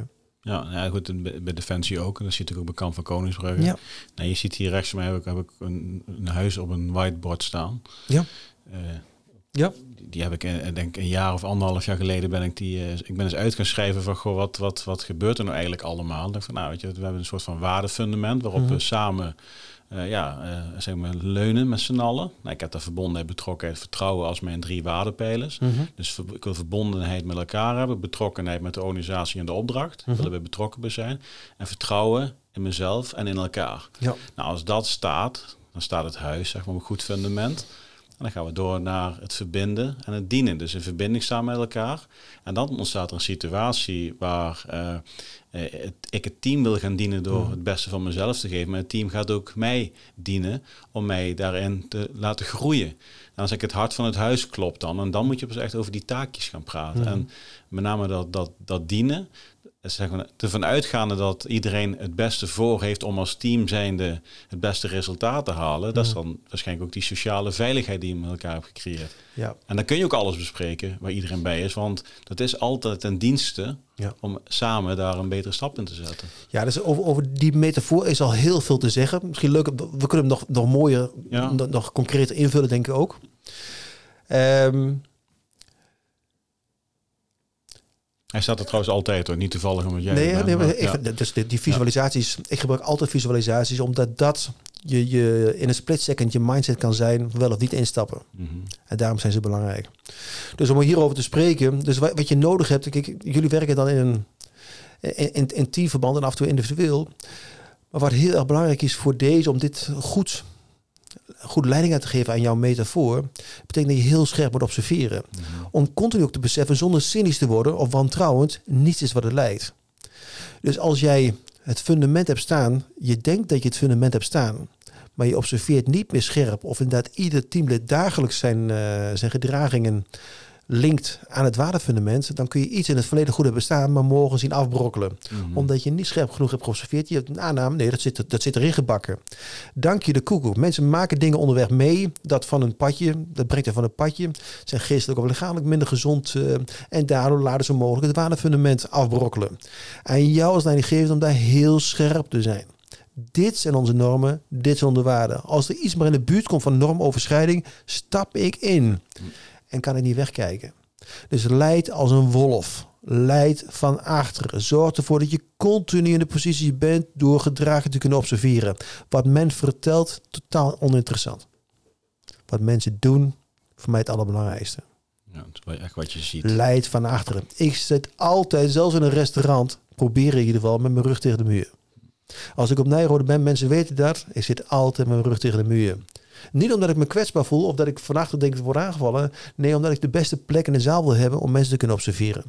Ja, ja, goed, bij Defensie ook. En dat ziet natuurlijk ook bij Kamp van Koningsbrugge. Ja. Nou, je ziet hier rechts van mij heb ik, heb ik een, een huis op een whiteboard staan. Ja. Uh, ja. Die, die heb ik, uh, denk een jaar of anderhalf jaar geleden ben ik die, uh, ik ben eens uit gaan schrijven van, goh, wat, wat, wat gebeurt er nou eigenlijk allemaal? Ik dacht van, nou, weet je, we hebben een soort van waardefundament waarop mm-hmm. we samen Uh, ja, uh, zeg maar leunen met z'n allen. Nou, ik heb daar verbondenheid, betrokkenheid, vertrouwen als mijn drie waardepijlers. Mm-hmm. Dus ver- ik wil verbondenheid met elkaar hebben, betrokkenheid met de organisatie en de opdracht. Mm-hmm. Willen we betrokken bij zijn. En vertrouwen in mezelf en in elkaar. Ja. Nou, als dat staat, dan staat het huis, zeg maar, een goed fundament. En dan gaan we door naar het verbinden en het dienen. Dus in verbinding staan met elkaar. En dan ontstaat er een situatie waar uh, uh, het, ik het team wil gaan dienen door mm. het beste van mezelf te geven. Maar het team gaat ook mij dienen om mij daarin te laten groeien. En als ik het hart van het huis klopt dan. En dan moet je pas echt over die taakjes gaan praten. Mm. En met name dat, dat, dat dienen. Zeg maar, ervan uitgaande dat iedereen het beste voor heeft om als team zijnde het beste resultaat te halen. Mm. Dat is dan waarschijnlijk ook die sociale veiligheid die je met elkaar hebt gecreëerd. Ja. En dan kun je ook alles bespreken waar iedereen bij is. Want dat is altijd ten dienste ja. om samen daar een betere stap in te zetten. Ja, dus over, over die metafoor is al heel veel te zeggen. Misschien leuk, we kunnen hem nog, nog mooier, ja. nog, nog concreter invullen, denk ik ook. Um, Hij staat er trouwens altijd hoor, niet toevallig omdat jij... Nee, bent, nee maar maar, ik, ja. dus die, die visualisaties, ja. ik gebruik altijd visualisaties, omdat dat je, je in een split second je mindset kan zijn, wel of niet instappen. Mm-hmm. En daarom zijn ze belangrijk. Dus om hierover te spreken, dus wat, wat je nodig hebt, kijk, jullie werken dan in een in, in, in teamverband en af en toe individueel. Maar wat heel erg belangrijk is voor deze, om dit goed... goede leiding aan te geven aan jouw metafoor, betekent dat je heel scherp moet observeren. Mm-hmm. Om continu ook te beseffen, zonder cynisch te worden of wantrouwend, niets is wat het lijkt. Dus als jij het fundament hebt staan, je denkt dat je het fundament hebt staan, maar je observeert niet meer scherp of inderdaad ieder teamlid dagelijks zijn, uh, zijn gedragingen linkt aan het waardefundament, dan kun je iets in het verleden goed hebben staan, maar morgen zien afbrokkelen. Mm-hmm. Omdat je niet scherp genoeg hebt geobserveerd. Je hebt een aanname, nee, dat zit, dat zit erin gebakken. Dank je de koekoek. Mensen maken dingen onderweg mee, dat van een padje, dat brengt er van een padje, zijn geestelijk of lichamelijk minder gezond uh, en daardoor laten ze mogelijk het waardefundament afbrokkelen. En jou als leidinggevende om daar heel scherp te zijn. Dit zijn onze normen, dit zijn onze waarden. Als er iets maar in de buurt komt van normoverschrijding, stap ik in. En kan ik niet wegkijken. Dus leid als een wolf. Leid van achteren. Zorg ervoor dat je continu in de positie bent door gedragen te kunnen observeren. Wat men vertelt, totaal oninteressant. Wat mensen doen, voor mij het allerbelangrijkste. Ja, dat is echt wat je ziet. Leid van achteren. Ik zit altijd, zelfs in een restaurant, probeer in ieder geval met mijn rug tegen de muur. Als ik op Nijrode ben, mensen weten dat, ik zit altijd met mijn rug tegen de muur. Niet omdat ik me kwetsbaar voel of dat ik van achter denk te worden aangevallen. Nee, omdat ik de beste plek in de zaal wil hebben om mensen te kunnen observeren.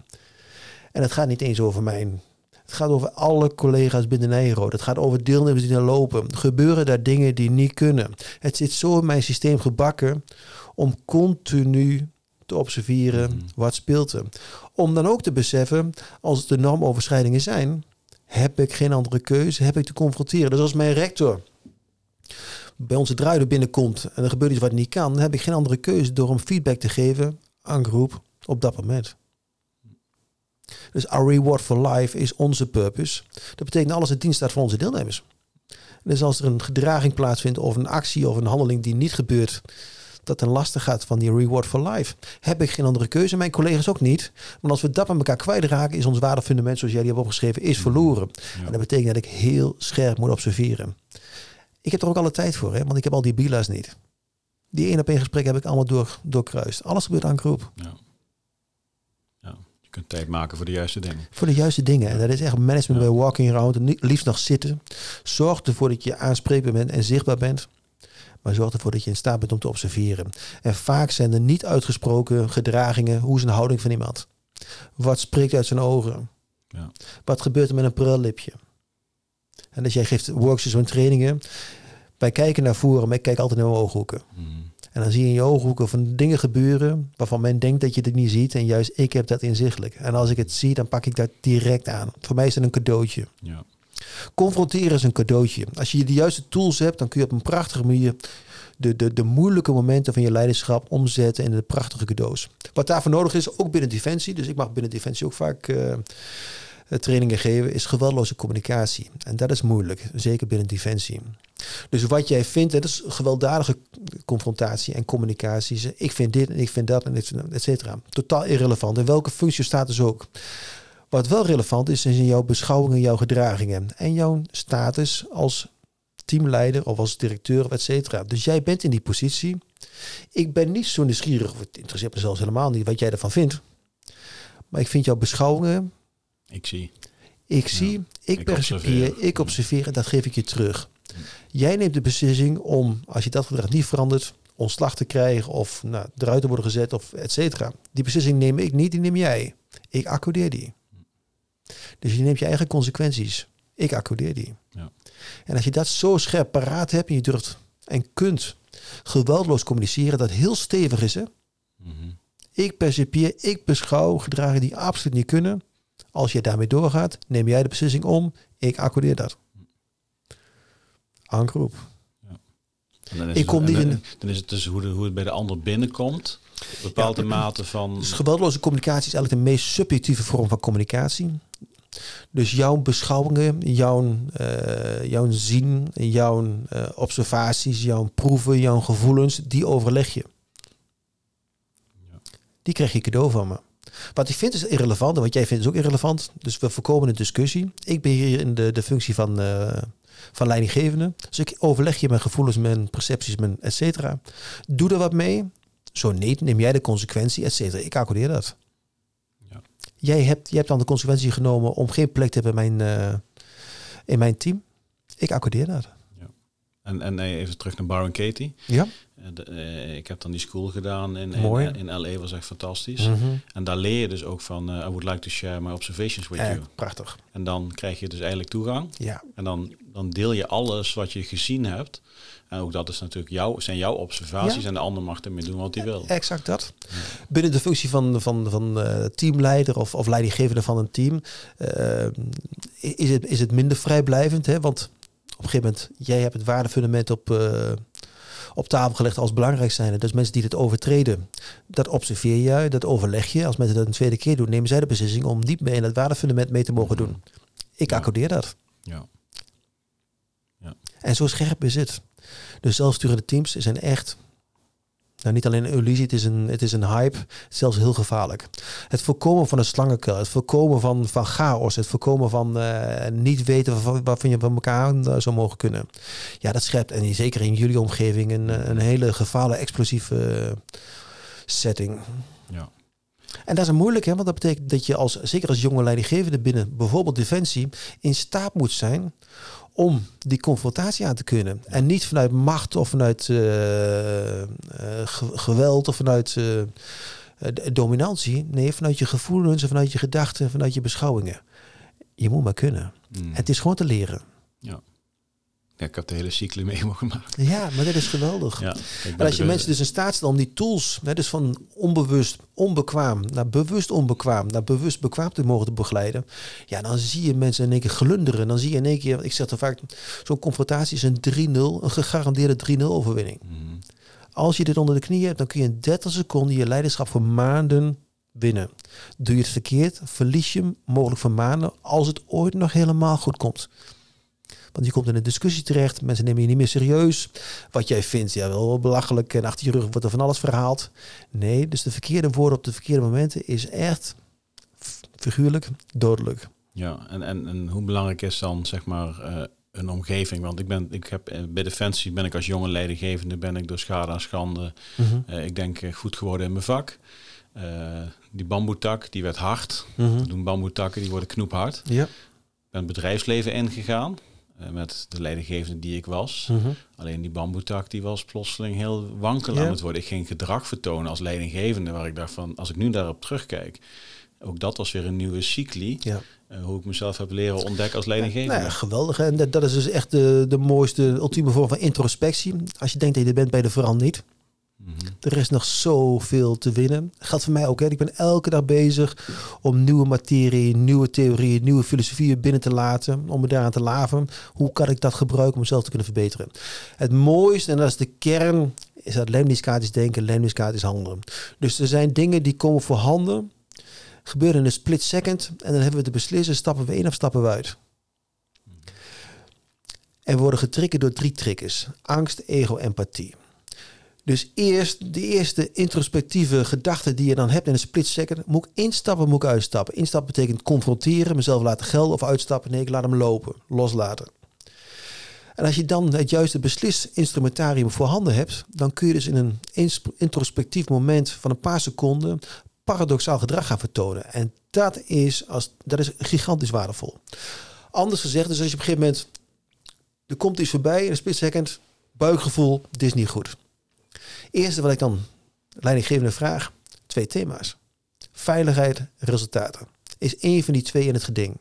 En het gaat niet eens over mij. Het gaat over alle collega's binnen Nijrode. Het gaat over deelnemers die er lopen. Gebeuren daar dingen die niet kunnen. Het zit zo in mijn systeem gebakken om continu te observeren mm. wat speelt er. Om dan ook te beseffen, als het de normoverschrijdingen zijn, heb ik geen andere keuze, heb ik te confronteren. Dus als mijn rector bij onze druiden binnenkomt en er gebeurt iets wat niet kan, dan heb ik geen andere keuze door hem feedback te geven aan groep op dat moment. Dus our reward for life is onze purpose. Dat betekent alles in dienst staat voor onze deelnemers. Dus als er een gedraging plaatsvindt of een actie of een handeling die niet gebeurt, dat ten laste gaat van die reward for life, heb ik geen andere keuze. Mijn collega's ook niet. Want als we dat met elkaar kwijtraken, is ons waardefundament, zoals jij die hebt opgeschreven, is verloren. Ja. En dat betekent dat ik heel scherp moet observeren. Ik heb er ook alle tijd voor, hè? Want ik heb al die bila's niet. Die één op één gesprek heb ik allemaal door, doorkruist. Alles gebeurt aan groep. Ja. Ja, je kunt tijd maken voor de juiste dingen. Voor de juiste dingen. En dat is echt management ja. bij walking around. Liefst nog zitten. Zorg ervoor dat je aanspreekbaar bent en zichtbaar bent. Maar zorg ervoor dat je in staat bent om te observeren. En vaak zijn er niet uitgesproken gedragingen. Hoe is een houding van iemand? Wat spreekt uit zijn ogen? Ja. Wat gebeurt er met een prillipje? En als jij geeft workshops en trainingen, wij kijken naar voren, maar ik kijk altijd naar mijn ooghoeken. Mm. En dan zie je in je ooghoeken van dingen gebeuren waarvan men denkt dat je het niet ziet. En juist ik heb dat inzichtelijk. En als ik het zie, dan pak ik dat direct aan. Voor mij is het een cadeautje. Ja. Confronteren is een cadeautje. Als je de juiste tools hebt, dan kun je op een prachtige manier de, de, de moeilijke momenten van je leiderschap omzetten in de prachtige cadeaus. Wat daarvoor nodig is, ook binnen Defensie. Dus ik mag binnen Defensie ook vaak Uh, uh, trainingen geven, is geweldloze communicatie. En dat is moeilijk, zeker binnen Defensie. Dus wat jij vindt, dat is gewelddadige confrontatie en communicatie. Ik vind dit en ik vind dat en et cetera. Totaal irrelevant. In welke functie staat dus ook. Wat wel relevant is, is in jouw beschouwingen, jouw gedragingen. En jouw status als teamleider of als directeur, et cetera. Dus jij bent in die positie. Ik ben niet zo nieuwsgierig, het interesseert me zelfs helemaal niet wat jij ervan vindt. Maar ik vind jouw beschouwingen... Ik zie. Ik zie, ja, ik, ik percipieer, observeer. ik observeer en dat geef ik je terug. Jij neemt de beslissing om, als je dat gedrag niet verandert, ontslag te krijgen of nou, eruit te worden gezet of et cetera. Die beslissing neem ik niet, die neem jij. Ik accordeer die. Dus je neemt je eigen consequenties. Ik accordeer die. Ja. En als je dat zo scherp paraat hebt en je durft en kunt geweldloos communiceren, dat heel stevig is, hè? Mm-hmm. Ik percipieer, ik beschouw gedragen die absoluut niet kunnen. Als je daarmee doorgaat, neem jij de beslissing om. Ik accordeer dat. Aangroep. Ja. Dan, ik kom het, niet dan, in... dan is het dus hoe, de, hoe het bij de ander binnenkomt. Bepaalde ja, mate van... Dus geweldloze communicatie is eigenlijk de meest subjectieve vorm van communicatie. Dus jouw beschouwingen, jouw, uh, jouw zien, jouw uh, observaties, jouw proeven, jouw gevoelens, die overleg je. Ja. Die krijg je cadeau van me. Wat ik vind is irrelevant en wat jij vindt is ook irrelevant. Dus we voorkomen een discussie. Ik ben hier in de, de functie van, uh, van leidinggevende. Dus ik overleg je mijn gevoelens, mijn percepties, mijn et cetera. Doe er wat mee. Zo niet, neem jij de consequentie, et cetera. Ik accordeer dat. Ja. Jij, hebt, jij hebt dan de consequentie genomen om geen plek te hebben in mijn, uh, in mijn team. Ik accordeer dat. Ja. En, en even terug naar Byron Katie. Ja. De, uh, ik heb dan die school gedaan in, Mooi. in, in L A, was echt fantastisch. Mm-hmm. En daar leer je dus ook van, uh, I would like to share my observations with eh, you. Prachtig. En dan krijg je dus eigenlijk toegang. Ja. En dan, dan deel je alles wat je gezien hebt. En ook dat is natuurlijk jouw, zijn jouw observaties. Ja. En de ander mag ermee doen wat hij wil. Exact dat. Ja. Binnen de functie van, van, van uh, teamleider of, of leidinggevende van een team uh, is, het, is het minder vrijblijvend. Hè? Want op een gegeven moment, jij hebt het waardefundament op... Uh, op tafel gelegd als belangrijk zijn. Dus mensen die het overtreden, dat observeer je, dat overleg je. Als mensen dat een tweede keer doen, nemen zij de beslissing om niet meer in het waardefundament mee te mogen doen. Ik ja. accordeer dat. Ja. Ja. En zo scherp is het. Dus zelfsturende teams zijn echt, nou niet alleen een illusie, het is een, het is een hype, zelfs heel gevaarlijk. Het voorkomen van een slangenkuil, het voorkomen van, van chaos, het voorkomen van uh, niet weten waarvan, waarvan je van elkaar uh, zou mogen kunnen. Ja, dat schept, en zeker in jullie omgeving, een, een hele gevaarlijke, explosieve uh, setting. Ja. En dat is moeilijk, hè, want dat betekent dat je als, zeker als jonge leidinggevende binnen bijvoorbeeld Defensie, in staat moet zijn om die confrontatie aan te kunnen. En niet vanuit macht of vanuit uh, uh, ge- geweld of vanuit uh, uh, dominantie. Nee, vanuit je gevoelens en vanuit je gedachten en vanuit je beschouwingen. Je moet maar kunnen. Mm. Het is gewoon te leren. Ja. Ja, ik heb de hele cyclus mee mogen maken. Ja, maar dat is geweldig. Ja, en als je mensen dus in staat stelt om die tools, hè, dus van onbewust onbekwaam naar bewust onbekwaam, naar bewust bekwaam te mogen te begeleiden, ja, dan zie je mensen in één keer glunderen. Dan zie je in één keer, ik zeg er vaak, zo'n confrontatie is een drie nul, een gegarandeerde drie nul overwinning. Mm. Als je dit onder de knie hebt, dan kun je in dertig seconden je leiderschap voor maanden winnen. Doe je het verkeerd, verlies je hem mogelijk voor maanden, als het ooit nog helemaal goed komt. Want je komt in een discussie terecht. Mensen nemen je niet meer serieus. Wat jij vindt, ja, wel belachelijk. En achter je rug wordt er van alles verhaald. Nee, dus de verkeerde woorden op de verkeerde momenten is echt figuurlijk dodelijk. Ja, en, en, en hoe belangrijk is dan, zeg maar, uh, een omgeving? Want ik ben, ik heb bij Defensie ben ik als jonge leidinggevende, ben ik door schade en schande, mm-hmm. uh, ik denk uh, goed geworden in mijn vak. Uh, die bamboetak, die werd hard. Mm-hmm. We doen bamboetakken, die worden knoephard. Ja. Ik ben het bedrijfsleven ingegaan. Met de leidinggevende die ik was. Mm-hmm. Alleen die bamboetak die was plotseling heel wankel yeah. aan het worden. Ik ging gedrag vertonen als leidinggevende, waar ik dacht van, als ik nu daarop terugkijk, ook dat was weer een nieuwe cycli. Ja. Uh, hoe ik mezelf heb leren ontdekken als leidinggevende. Nou ja, geweldig. En dat, dat is dus echt de, de mooiste, ultieme vorm van introspectie. Als je denkt dat je er bent, ben je er vooral niet. Mm-hmm. Er is nog zoveel te winnen. Geldt voor mij ook. Hè. Ik ben elke dag bezig om nieuwe materie, nieuwe theorieën, nieuwe filosofieën binnen te laten. Om me daaraan te laven. Hoe kan ik dat gebruiken om mezelf te kunnen verbeteren? Het mooiste, en dat is de kern, is dat lemniscatisch denken, lemniscatisch handelen. Dus er zijn dingen die komen voorhanden gebeurt in een split second. En dan hebben we te beslissen, stappen we in of stappen we uit. En we worden getriggerd door drie triggers. Angst, ego, empathie. Dus eerst de eerste introspectieve gedachte die je dan hebt in een split second. Moet ik instappen, moet ik uitstappen? Instappen betekent confronteren, mezelf laten gelden of uitstappen. Nee, ik laat hem lopen, loslaten. En als je dan het juiste beslisinstrumentarium voorhanden hebt, dan kun je dus in een introspectief moment van een paar seconden paradoxaal gedrag gaan vertonen. En dat is, als, dat is gigantisch waardevol. Anders gezegd, dus als je op een gegeven moment, er komt iets voorbij in een split second, buikgevoel, dit is niet goed. Eerste wat ik dan leidinggevende vraag, twee thema's. Veiligheid, resultaten. Is één van die twee in het geding?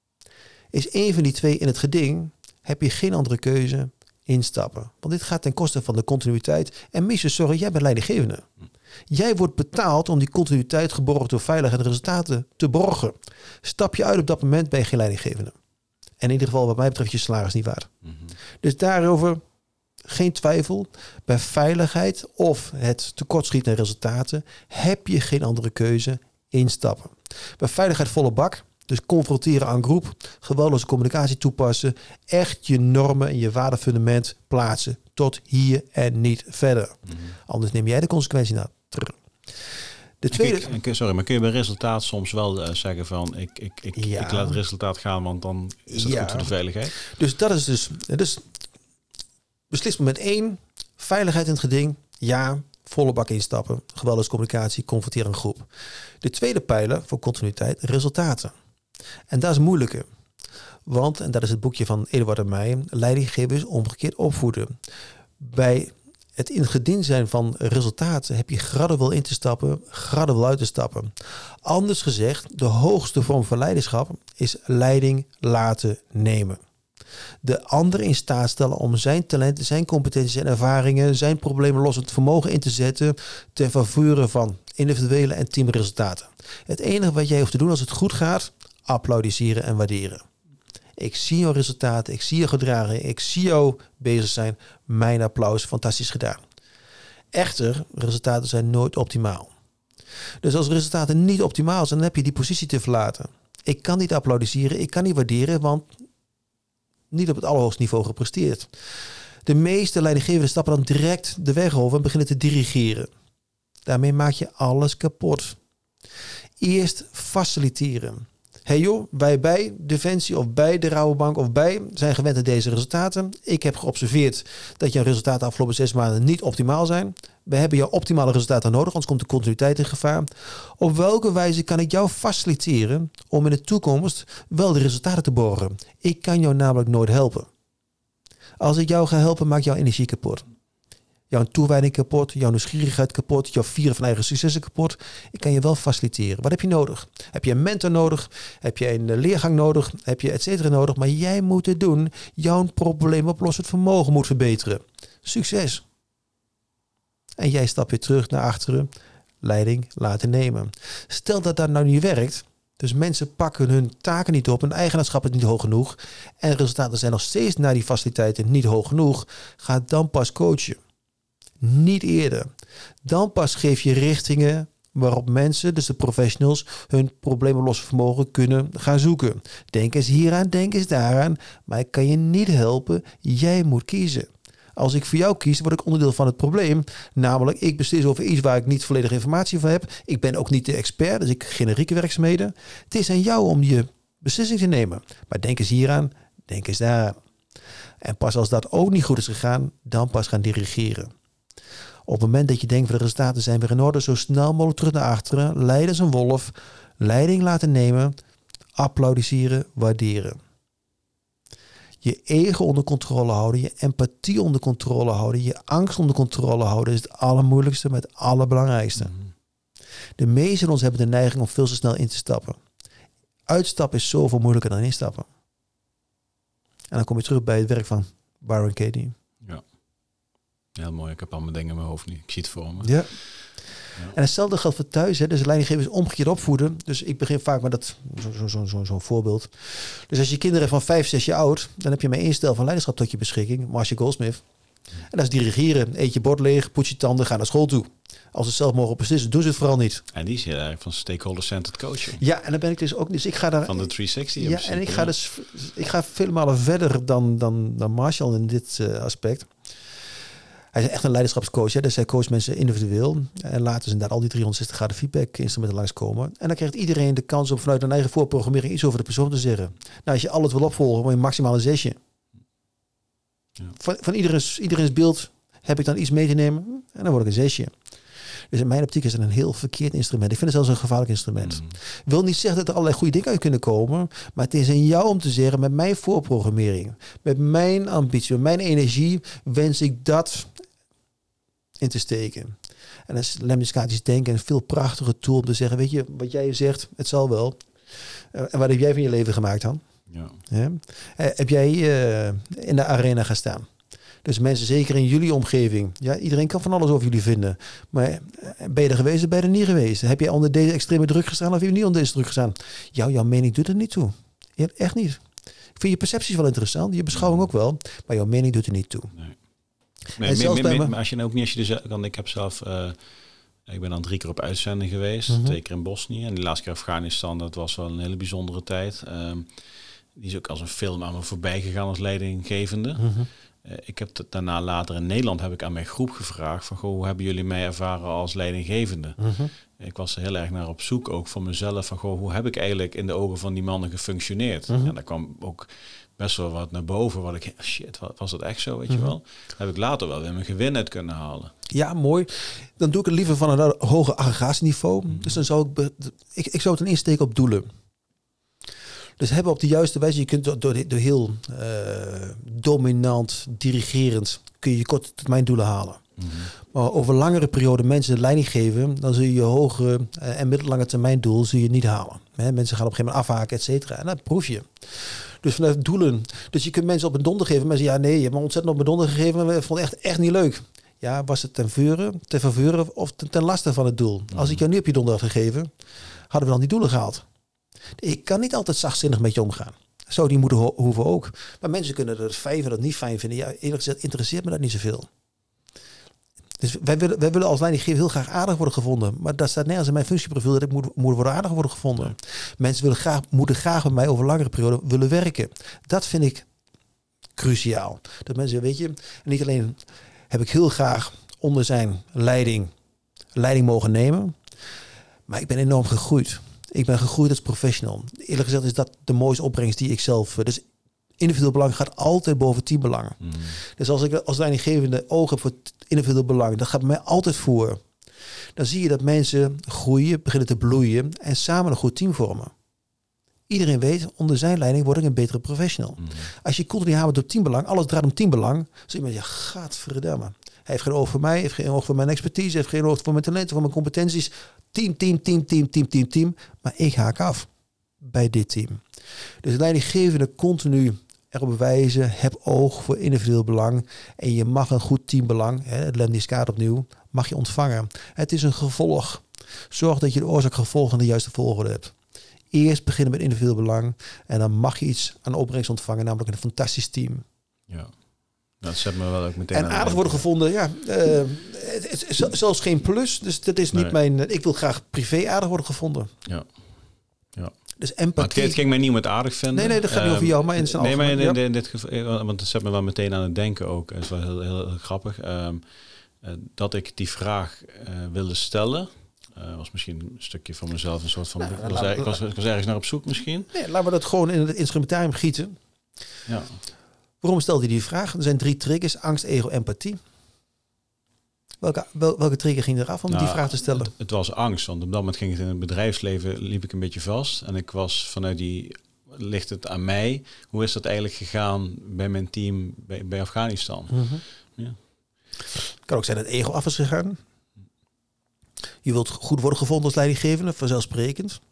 Is één van die twee in het geding, heb je geen andere keuze, instappen. Want dit gaat ten koste van de continuïteit. En missen, sorry, jij bent leidinggevende. Jij wordt betaald om die continuïteit geborgd door veiligheid en resultaten te borgen. Stap je uit op dat moment, ben je geen leidinggevende. En in ieder geval, wat mij betreft, je salaris niet waard. Mm-hmm. Dus daarover geen twijfel. Bij veiligheid of het tekortschieten in resultaten heb je geen andere keuze, instappen. Bij veiligheid volle bak. Dus confronteren aan groep, geweldloze communicatie toepassen, echt je normen en je waardefundament plaatsen tot hier en niet verder. Mm-hmm. Anders neem jij de consequentie naar terug. De tweede... Kun je, sorry, maar kun je bij resultaat soms wel uh, zeggen van ik, ik, ik, ja. ik laat het resultaat gaan, want dan is het ja. goed voor de veiligheid? Dus dat is dus, dus beslismoment één, veiligheid in het geding, ja, volle bak instappen, geweldloze communicatie, confronteren een groep. De tweede pijler voor continuïteit, resultaten. En dat is moeilijker. Want, en dat is het boekje van Eduard en mij, leidinggevers omgekeerd opvoeden. Bij het in het geding zijn van resultaten heb je gradueel in te stappen, gradueel uit te stappen. Anders gezegd, de hoogste vorm van leiderschap is leiding laten nemen. De ander in staat stellen om zijn talenten, zijn competenties en ervaringen, zijn probleemlossend vermogen in te zetten ten faveur van individuele en teamresultaten. Het enige wat jij hoeft te doen als het goed gaat, applaudisseren en waarderen. Ik zie jouw resultaten, ik zie je gedragen, ik zie jou bezig zijn. Mijn applaus, fantastisch gedaan. Echter, resultaten zijn nooit optimaal. Dus als resultaten niet optimaal zijn, dan heb je die positie te verlaten. Ik kan niet applaudisseren, ik kan niet waarderen, want niet op het allerhoogste niveau gepresteerd. De meeste leidinggevenden stappen dan direct de weg over en beginnen te dirigeren. Daarmee maak je alles kapot. Eerst faciliteren. Hé hey joh, wij bij Defensie of bij de Rabobank of bij zijn gewend aan deze resultaten. Ik heb geobserveerd dat jouw resultaten de afgelopen zes maanden niet optimaal zijn. We hebben jouw optimale resultaten nodig, anders komt de continuïteit in gevaar. Op welke wijze kan ik jou faciliteren om in de toekomst wel de resultaten te borgen? Ik kan jou namelijk nooit helpen. Als ik jou ga helpen, maak jouw energie kapot. Jouw toewijding kapot, jouw nieuwsgierigheid kapot, jouw vieren van eigen successen kapot. Ik kan je wel faciliteren. Wat heb je nodig? Heb je een mentor nodig? Heb je een leergang nodig? Heb je et cetera nodig? Maar jij moet het doen. Jouw probleemoplossend vermogen moet verbeteren. Succes! En jij stapt weer terug naar achteren. Leiding laten nemen. Stel dat dat nou niet werkt. Dus mensen pakken hun taken niet op. Hun eigenaarschap is niet hoog genoeg. En de resultaten zijn nog steeds naar die faciliteiten niet hoog genoeg. Ga dan pas coachen. Niet eerder. Dan pas geef je richtingen waarop mensen, dus de professionals, hun probleemoplossend vermogen kunnen gaan zoeken. Denk eens hieraan, denk eens daaraan. Maar ik kan je niet helpen. Jij moet kiezen. Als ik voor jou kies, word ik onderdeel van het probleem. Namelijk, ik beslis over iets waar ik niet volledige informatie van heb. Ik ben ook niet de expert, dus ik generieke werkzaamheden. Het is aan jou om je beslissing te nemen. Maar denk eens hieraan, denk eens daaraan. En pas als dat ook niet goed is gegaan, dan pas gaan dirigeren. Op het moment dat je denkt, de resultaten zijn weer in orde, zo snel mogelijk terug naar achteren, leiden als een wolf, leiding laten nemen, applaudisseren, waarderen. Je ego onder controle houden, je empathie onder controle houden, je angst onder controle houden is het allermoeilijkste, maar het allerbelangrijkste. Mm-hmm. De meesten van ons hebben de neiging om veel te snel in te stappen. Uitstappen is zoveel moeilijker dan instappen. En dan kom je terug bij het werk van Byron Katie. Ja. Heel mooi, ik heb al mijn dingen in mijn hoofd nu. Ik zie het voor me. Ja. Ja. En hetzelfde geldt voor thuis. Hè. Dus leidinggevers omgekeerd opvoeden. Dus ik begin vaak met dat zo'n zo, zo, zo, zo voorbeeld. Dus als je kinderen van vijf, zes jaar oud, dan heb je maar één stijl van leiderschap tot je beschikking. Marcia Goldsmith. En dat is dirigeren. Eet je bord leeg, poets je tanden, ga naar school toe. Als ze zelf mogen beslissen, doen ze het vooral niet. En die is heel erg van stakeholder-centered coaching. Ja, en dan ben ik dus ook... Dus ik ga daar, van de driehonderdzestig. Ja, en ik ga dus... Ik ga vele malen verder dan, dan, dan Marshall in dit uh, aspect. Hij is echt een leiderschapscoach. Hè? Dus hij coacht mensen individueel. En laten ze inderdaad al die driehonderdzestig graden feedback instrumenten langskomen. En dan krijgt iedereen de kans om vanuit een eigen voorprogrammering iets over de persoon te zeggen. Nou, als je alles wil opvolgen, moet je maximaal een zesje. Ja. Van, van iedereen's, iedereen's beeld heb ik dan iets mee te nemen. En dan word ik een zesje. Dus in mijn optiek is het een heel verkeerd instrument. Ik vind het zelfs een gevaarlijk instrument. Mm. Ik wil niet zeggen dat er allerlei goede dingen uit kunnen komen. Maar het is aan jou om te zeggen, met mijn voorprogrammering, met mijn ambitie, met mijn energie, wens ik dat in te steken. En dat is lemniscatisch denken een veel prachtige tool om te zeggen, weet je, wat jij zegt, het zal wel. Uh, en wat heb jij van je leven gemaakt dan? Ja. Ja? Uh, heb jij uh, in de arena gaan staan? Dus mensen, zeker in jullie omgeving. Ja, iedereen kan van alles over jullie vinden. Maar ben je er geweest of ben je er niet geweest? Heb jij onder deze extreme druk gestaan of heb je niet onder deze druk gestaan? Jou, jouw mening doet er niet toe. Ja, echt niet. Ik vind je percepties wel interessant, je beschouwing ook wel. Maar jouw mening doet er niet toe. Nee. Nee, me, me, me, me, als je nou ook niet, als je dus, kan, ik heb zelf, uh, ik ben dan drie keer op uitzending geweest, mm-hmm. twee keer in Bosnië en de laatste keer Afghanistan, dat was wel een hele bijzondere tijd. Um, die is ook als een film aan me voorbij gegaan als leidinggevende. Mm-hmm. Uh, ik heb het daarna later in Nederland heb ik aan mijn groep gevraagd van, goh, hoe hebben jullie mij ervaren als leidinggevende? Mm-hmm. Ik was er heel erg naar op zoek, ook voor mezelf, van, goh, hoe heb ik eigenlijk in de ogen van die mannen gefunctioneerd? Mm-hmm. En daar kwam ook best wel wat naar boven, wat ik, shit, was dat echt zo, weet mm-hmm. je wel? Daar heb ik later wel weer mijn gewin uit kunnen halen. Ja, mooi. Dan doe ik het liever van een hoger aggregatieniveau. Mm-hmm. Dus dan zou ik, be- ik, ik zou het dan insteken op doelen. Dus hebben op de juiste wijze, je kunt door, door, door heel uh, dominant, dirigerend, kun je je korte termijn doelen halen. Mm-hmm. Maar over langere periode mensen de leiding geven, dan zul je je hogere uh, en middellange termijn doel zul je niet halen. Hè, mensen gaan op een gegeven moment afhaken, et cetera. En dat proef je. Dus vanuit doelen. Dus je kunt mensen op een donder geven. Mensen ja, nee, je hebt me ontzettend op een donder gegeven. Maar ik vond het echt, echt niet leuk. Ja, was het ten vure, ten faveur of ten, ten laste van het doel? Mm-hmm. Als ik jou nu op je donder had gegeven, hadden we dan die doelen gehaald. Ik kan niet altijd zachtzinnig met je omgaan. Zou die moeten ho- hoeven ook. Maar mensen kunnen het fijn en dat niet fijn vinden. Ja, eerlijk gezegd interesseert me dat niet zoveel. Dus wij willen, wij willen als leidinggever heel graag aardig worden gevonden. Maar dat staat nergens in mijn functieprofiel dat ik moet, moet worden aardig worden gevonden. Ja. Mensen willen graag, moeten graag met mij over langere periode willen werken. Dat vind ik cruciaal. Dat mensen, weet je, en niet alleen heb ik heel graag onder zijn leiding leiding mogen nemen. Maar ik ben enorm gegroeid. Ik ben gegroeid als professional. Eerlijk gezegd is dat de mooiste opbrengst die ik zelf... Dus individueel belang gaat altijd boven teambelangen. Mm. Dus als ik als leidinggevende oog heb voor individueel belang... dat gaat bij mij altijd voor. Dan zie je dat mensen groeien, beginnen te bloeien... en samen een goed team vormen. Iedereen weet, onder zijn leiding word ik een betere professional. Mm. Als je continu hamert op teambelang, alles draait om teambelang... zie je maar, ja, gadverdamme. Hij heeft geen oog voor mij, heeft geen oog voor mijn expertise... heeft geen oog voor mijn talenten, voor mijn competenties... Team, team, team, team, team, team, team. Maar ik haak af bij dit team. Dus leidinggevende continu erop wijzen. Heb oog voor individueel belang. En je mag een goed teambelang, hè, het lemniscaat opnieuw, mag je ontvangen. Het is een gevolg. Zorg dat je de oorzaak-gevolg in de juiste volgorde hebt. Eerst beginnen met individueel belang. En dan mag je iets aan opbrengst ontvangen. Namelijk een fantastisch team. Ja. Dat zet me wel ook meteen en aardig worden gevonden, ja. Uh, het is zelfs geen plus. Dus dat is niet nee. mijn... Ik wil graag privé aardig worden gevonden. Ja. Ja. Dus empathie. Het ging mij niet om het aardig vinden. Nee, nee, dat gaat niet um, over jou, maar in zijn Nee, maar in, ja. in, in dit geval... Want het zet me wel meteen aan het denken ook. Dat is wel heel, heel, heel grappig. Um, uh, dat ik die vraag uh, wilde stellen... Uh, was misschien een stukje van mezelf. Een soort van... Nou, ik, was, la, ik, was, ik was ergens naar op zoek misschien. Nee, laten we dat gewoon in het instrumentarium gieten. Ja. Waarom stelde hij die vraag? Er zijn drie triggers. Angst, ego, empathie. Welke, wel, welke trigger ging eraf om nou, die vraag te stellen? Het, het was angst. Want op dat moment ging het in het bedrijfsleven, liep ik een beetje vast. En ik was vanuit die, ligt het aan mij? Hoe is dat eigenlijk gegaan bij mijn team bij, bij Afghanistan? Mm-hmm. Ja. Kan ook zijn dat ego af is gegaan. Je wilt goed worden gevonden als leidinggevende, vanzelfsprekend.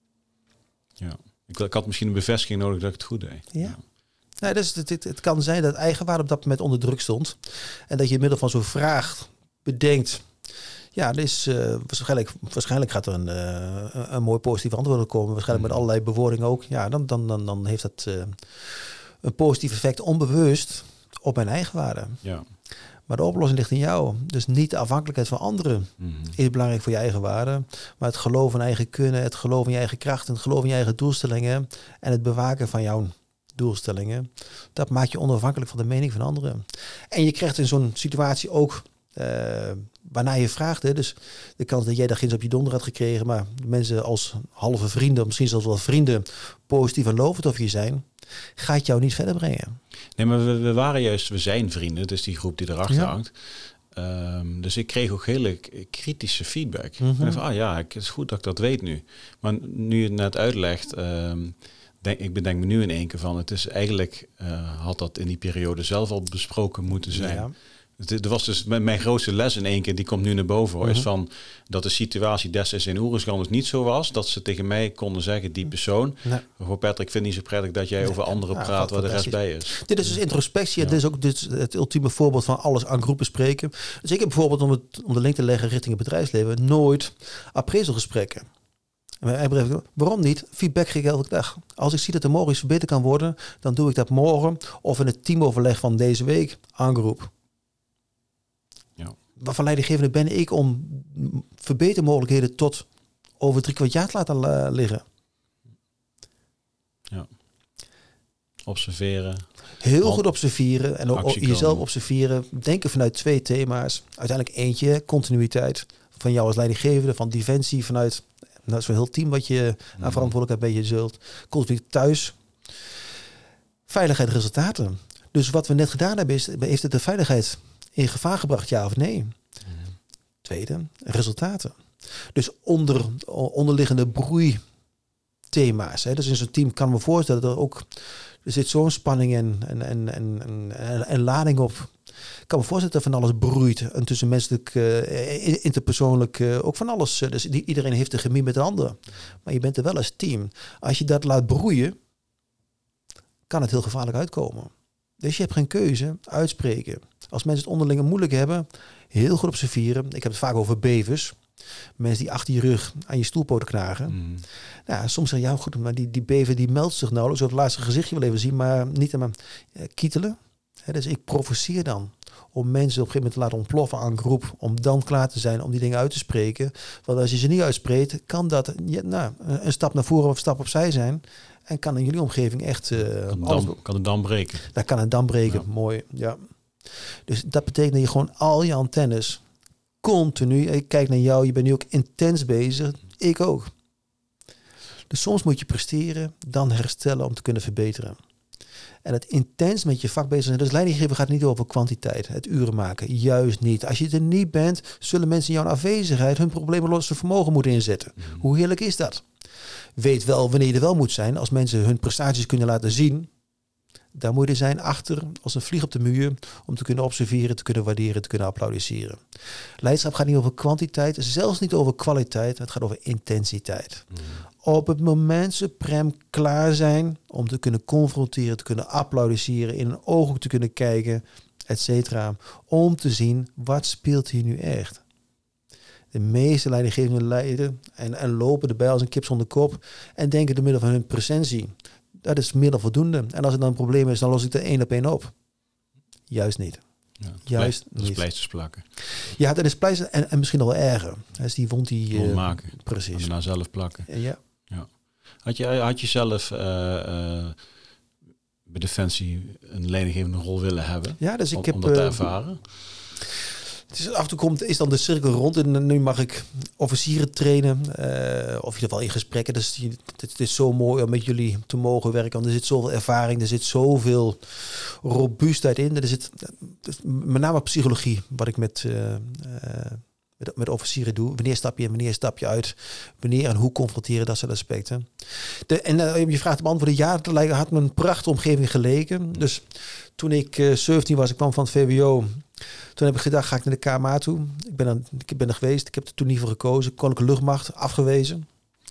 Ja, ik, ik had misschien een bevestiging nodig dat ik het goed deed. Ja. ja. Nee, dus het, het, het kan zijn dat eigenwaarde op dat moment onder druk stond. En dat je in middel van zo'n vraag bedenkt... Ja, dus, uh, waarschijnlijk, waarschijnlijk gaat er een, uh, een mooi positief antwoord komen. Waarschijnlijk met allerlei bewoordingen ook. Ja, dan, dan, dan, dan heeft dat uh, een positief effect onbewust op mijn eigenwaarde. Ja. Maar de oplossing ligt in jou. Dus niet de afhankelijkheid van anderen mm-hmm. is belangrijk voor je eigen waarde. Maar het geloof in eigen kunnen, het geloof in je eigen kracht, het geloof in je eigen doelstellingen en het bewaken van jouw doelstellingen. Dat maakt je onafhankelijk van de mening van anderen. En je krijgt in zo'n situatie ook uh, waarna je vraagt. Hè, dus de kans dat jij daar ginds op je donder had gekregen, maar mensen als halve vrienden, misschien zelfs wel vrienden, positief en lovend over je zijn, gaat jou niet verder brengen. Nee, maar we, we waren juist, we zijn vrienden, dus die groep die erachter ja. hangt. Um, dus ik kreeg ook hele kritische feedback. Mm-hmm. En van, ah ja, het is goed dat ik dat weet nu. Maar nu je het net uitlegt, um, denk, ik bedenk me nu in één keer van, het is eigenlijk, uh, had dat in die periode zelf al besproken moeten zijn. Ja. Het was dus mijn grootste les in één keer, die komt nu naar boven, hoor, mm-hmm. is van dat de situatie destijds in Oeriskan dus niet zo was, dat ze tegen mij konden zeggen, die persoon, nee. Voor Patrick, ik vind het niet zo prettig dat jij nee. over anderen ja, praat waar de rest bij is. Dit is dus introspectie, ja. Dit is ook dit is het ultieme voorbeeld van alles aan groep bespreken. Dus ik heb bijvoorbeeld, om, het, om de link te leggen richting het bedrijfsleven, nooit appraisalgesprekken. Waarom niet? Feedback geef ik elke dag. Als ik zie dat er morgen iets verbeterd kan worden, dan doe ik dat morgen of in het teamoverleg van deze week aan groep. Waarvan leidinggevende ben ik om verbetermogelijkheden tot over drie kwart jaar te laten uh, liggen. Ja. Observeren. Heel Hand, goed observeren en ook jezelf observeren. Denken vanuit twee thema's. Uiteindelijk eentje, continuïteit van jou als leidinggevende, van Defensie, vanuit nou, zo'n heel team wat je mm. aan verantwoordelijkheid bij je zult. Continuïteit thuis. Veiligheid, resultaten. Dus wat we net gedaan hebben is, heeft het de veiligheid in gevaar gebracht, ja of nee? Mm. Tweede, resultaten. Dus onder, onderliggende broeithema's. Hè. Dus in zo'n team kan me voorstellen dat er ook, er zit zo'n spanning en, en, en, en, en, en lading op. Ik kan me voorstellen dat van alles broeit. En tussen menselijk, uh, interpersoonlijk, uh, ook van alles. Dus die, iedereen heeft de chemie met de ander. Maar je bent er wel als team. Als je dat laat broeien, kan het heel gevaarlijk uitkomen. Dus je hebt geen keuze, uitspreken. Als mensen het onderling moeilijk hebben, heel goed observeren. Ik heb het vaak over bevers. Mensen die achter je rug aan je stoelpoten knagen. Mm. Nou, soms zeg je, ja goed, maar die, die bever die meldt zich nauwelijks. Of het laatste gezichtje wil even zien, maar niet aan uh, kietelen. He, dus ik provoceer dan om mensen op een gegeven moment te laten ontploffen aan groep. Om dan klaar te zijn om die dingen uit te spreken. Want als je ze niet uitspreekt, kan dat ja, nou, een stap naar voren of een stap opzij zijn. En kan in jullie omgeving echt... Uh, kan, alles... dam, kan het dam breken. Dat kan het dam breken, ja. Mooi. Ja. Dus dat betekent dat je gewoon al je antennes continu... Ik kijk naar jou, je bent nu ook intens bezig. Ik ook. Dus soms moet je presteren, dan herstellen om te kunnen verbeteren. En het intens met je vak bezig zijn. Dus leidinggeven gaat niet over kwantiteit, het uren maken. Juist niet. Als je er niet bent, zullen mensen in jouw afwezigheid hun probleemloze vermogen moeten inzetten. Mm. Hoe heerlijk is dat? Weet wel wanneer je er wel moet zijn. Als mensen hun prestaties kunnen laten zien, daar moet je er zijn achter als een vlieg op de muur om te kunnen observeren, te kunnen waarderen, te kunnen applaudisseren. Leiderschap gaat niet over kwantiteit, zelfs niet over kwaliteit. Het gaat over intensiteit. Mm. Op het moment suprem klaar zijn om te kunnen confronteren, te kunnen applaudisseren, in een ooghoek te kunnen kijken, et cetera. Om te zien, wat speelt hier nu echt? De meeste leidinggevenden leiden en, en lopen erbij als een kip zonder kop en denken door middel van hun presentie. Dat is meer dan voldoende. En als er dan een probleem is, dan los ik er één op één op. Juist niet. Ja, Juist dat is pleisters plakken. Ja, dat is pleisters en, en misschien nog wel erger. Dus die wond die... Uh, maken. Precies. En daarna zelf plakken. Ja. Ja. Had je, had je zelf uh, uh, bij Defensie een leidinggevende rol willen hebben? Ja, dus ik om, heb... Om dat te uh, ervaren? Het is, af en toe komt, is dan de cirkel rond en nu mag ik officieren trainen. Uh, of in ieder geval in gesprekken. Dus het, het is zo mooi om met jullie te mogen werken. Want er zit zoveel ervaring, er zit zoveel robuustheid in. Er zit met name psychologie, wat ik met, uh, uh, met, met officieren doe. Wanneer stap je in, wanneer stap je uit? Wanneer en hoe confronteren, dat soort aspecten. De, en uh, je vraagt te beantwoorden, ja, het had me een prachtige omgeving geleken. Dus toen ik uh, zeventien was, ik kwam van het V W O... Toen heb ik gedacht, ga ik naar de K M A toe. Ik ben, aan, ik ben er geweest. Ik heb er toen niet voor gekozen. Koninklijke Luchtmacht, afgewezen.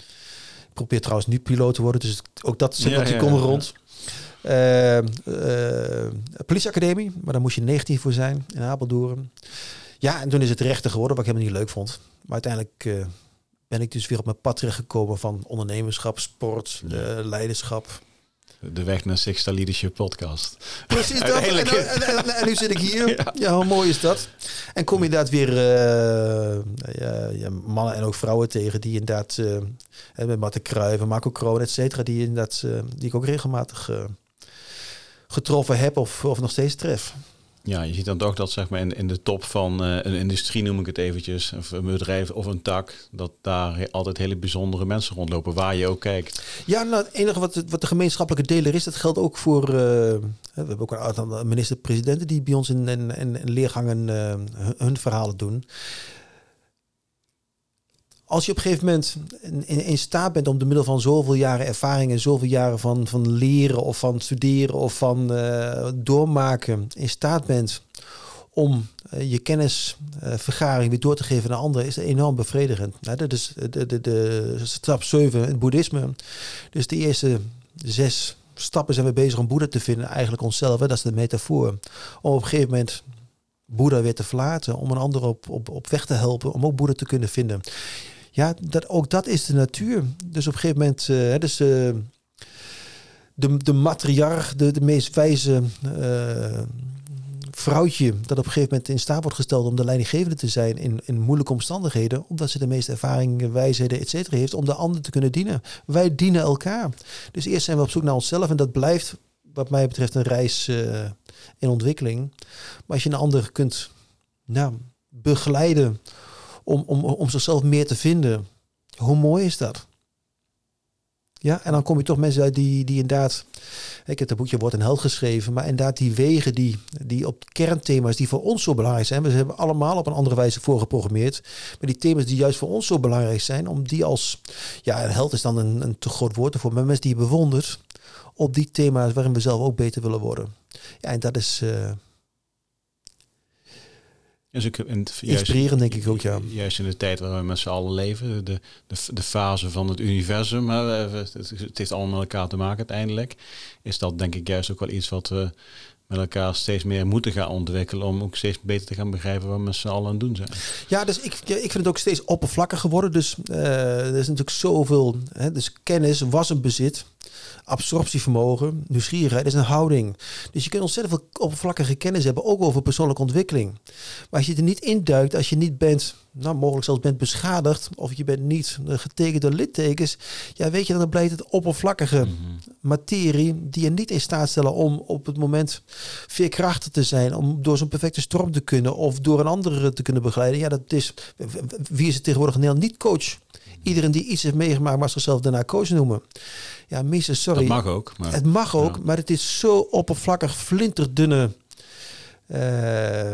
Ik probeer trouwens nu piloot te worden. Dus ook dat cirkeltje ja, ja, komt rond. Ja. Uh, uh, politieacademie. Maar daar moest je negentien voor zijn. In Apeldoorn. Ja, en toen is het rechter geworden. Wat ik helemaal niet leuk vond. Maar uiteindelijk uh, ben ik dus weer op mijn pad terechtgekomen. Van ondernemerschap, sport, ja. uh, leiderschap. De weg naar Six Star Leadership podcast. Precies dat. En, en, en, en nu zit ik hier. Ja. ja, hoe mooi is dat? En kom je inderdaad weer uh, ja, ja, mannen en ook vrouwen tegen die inderdaad uh, met Marten Cruijff, Marco Kroon, et cetera, die inderdaad uh, die ik ook regelmatig uh, getroffen heb of, of nog steeds tref. Ja, je ziet dan toch dat zeg maar in, in de top van uh, een industrie, noem ik het eventjes, of een bedrijf of een tak, dat daar altijd hele bijzondere mensen rondlopen, waar je ook kijkt. Ja, nou, het enige wat, wat de gemeenschappelijke deler is, dat geldt ook voor, uh, we hebben ook een aantal minister-presidenten die bij ons in, in, in, in leergangen uh, hun, hun verhalen doen. Als je op een gegeven moment in, in, in staat bent om door middel van zoveel jaren ervaring en zoveel jaren van, van leren of van studeren of van uh, doormaken in staat bent om uh, je kennisvergaring uh, weer door te geven naar anderen, is dat enorm bevredigend. Nou, dat is de, de, de stap zeven in het boeddhisme. Dus de eerste zes stappen zijn we bezig om Boeddha te vinden, eigenlijk onszelf. Hè? Dat is de metafoor. Om op een gegeven moment Boeddha weer te verlaten, om een ander op, op, op weg te helpen, om ook Boeddha te kunnen vinden. Ja, dat, ook dat is de natuur. Dus op een gegeven moment, uh, dus, uh, de, de matriarch, de, de meest wijze uh, vrouwtje, dat op een gegeven moment in staat wordt gesteld om de leidinggevende te zijn in, in moeilijke omstandigheden, omdat ze de meeste ervaring, wijsheden, et cetera heeft, om de ander te kunnen dienen. Wij dienen elkaar. Dus eerst zijn we op zoek naar onszelf en dat blijft, wat mij betreft, een reis uh, in ontwikkeling. Maar als je een ander kunt nou, begeleiden Om, om, om zichzelf meer te vinden. Hoe mooi is dat? Ja, en dan kom je toch mensen uit die, die inderdaad... Ik heb het boekje Word een Held geschreven, maar inderdaad die wegen die, die op kernthema's die voor ons zo belangrijk zijn. We hebben allemaal op een andere wijze voorgeprogrammeerd. Maar die thema's die juist voor ons zo belangrijk zijn, om die als... Ja, een held is dan een, een te groot woord ervoor, maar mensen die je bewondert op die thema's waarin we zelf ook beter willen worden. Ja, en dat is... Uh, Dus ik, en het, inspirerend, juist, denk ik ook, ja. Juist in de tijd waar we met z'n allen leven, de, de, de fase van het universum, het, het heeft allemaal met elkaar te maken uiteindelijk, is dat denk ik juist ook wel iets wat we met elkaar steeds meer moeten gaan ontwikkelen om ook steeds beter te gaan begrijpen wat we met z'n allen aan het doen zijn. Ja, dus ik, ja, ik vind het ook steeds oppervlakkig geworden. Dus uh, er is natuurlijk zoveel, hè, dus kennis was een bezit. Absorptievermogen, nieuwsgierigheid is een houding. Dus je kunt ontzettend veel oppervlakkige kennis hebben, ook over persoonlijke ontwikkeling. Maar als je er niet induikt, als je niet bent, nou mogelijk zelfs bent beschadigd, of je bent niet getekend door littekens, ja, weet je, dan blijkt het oppervlakkige mm-hmm. materie die je niet in staat stellen om op het moment veerkrachtig te zijn, om door zo'n perfecte storm te kunnen of door een andere te kunnen begeleiden. Ja, dat is, wie is het tegenwoordig in Nederland niet coach? Iedereen die iets heeft meegemaakt mag zichzelf daarna coach noemen. Ja, meester, sorry. Dat mag ook. Maar, het mag ook, ja. Maar het is zo oppervlakkig, flinterdunne. Uh,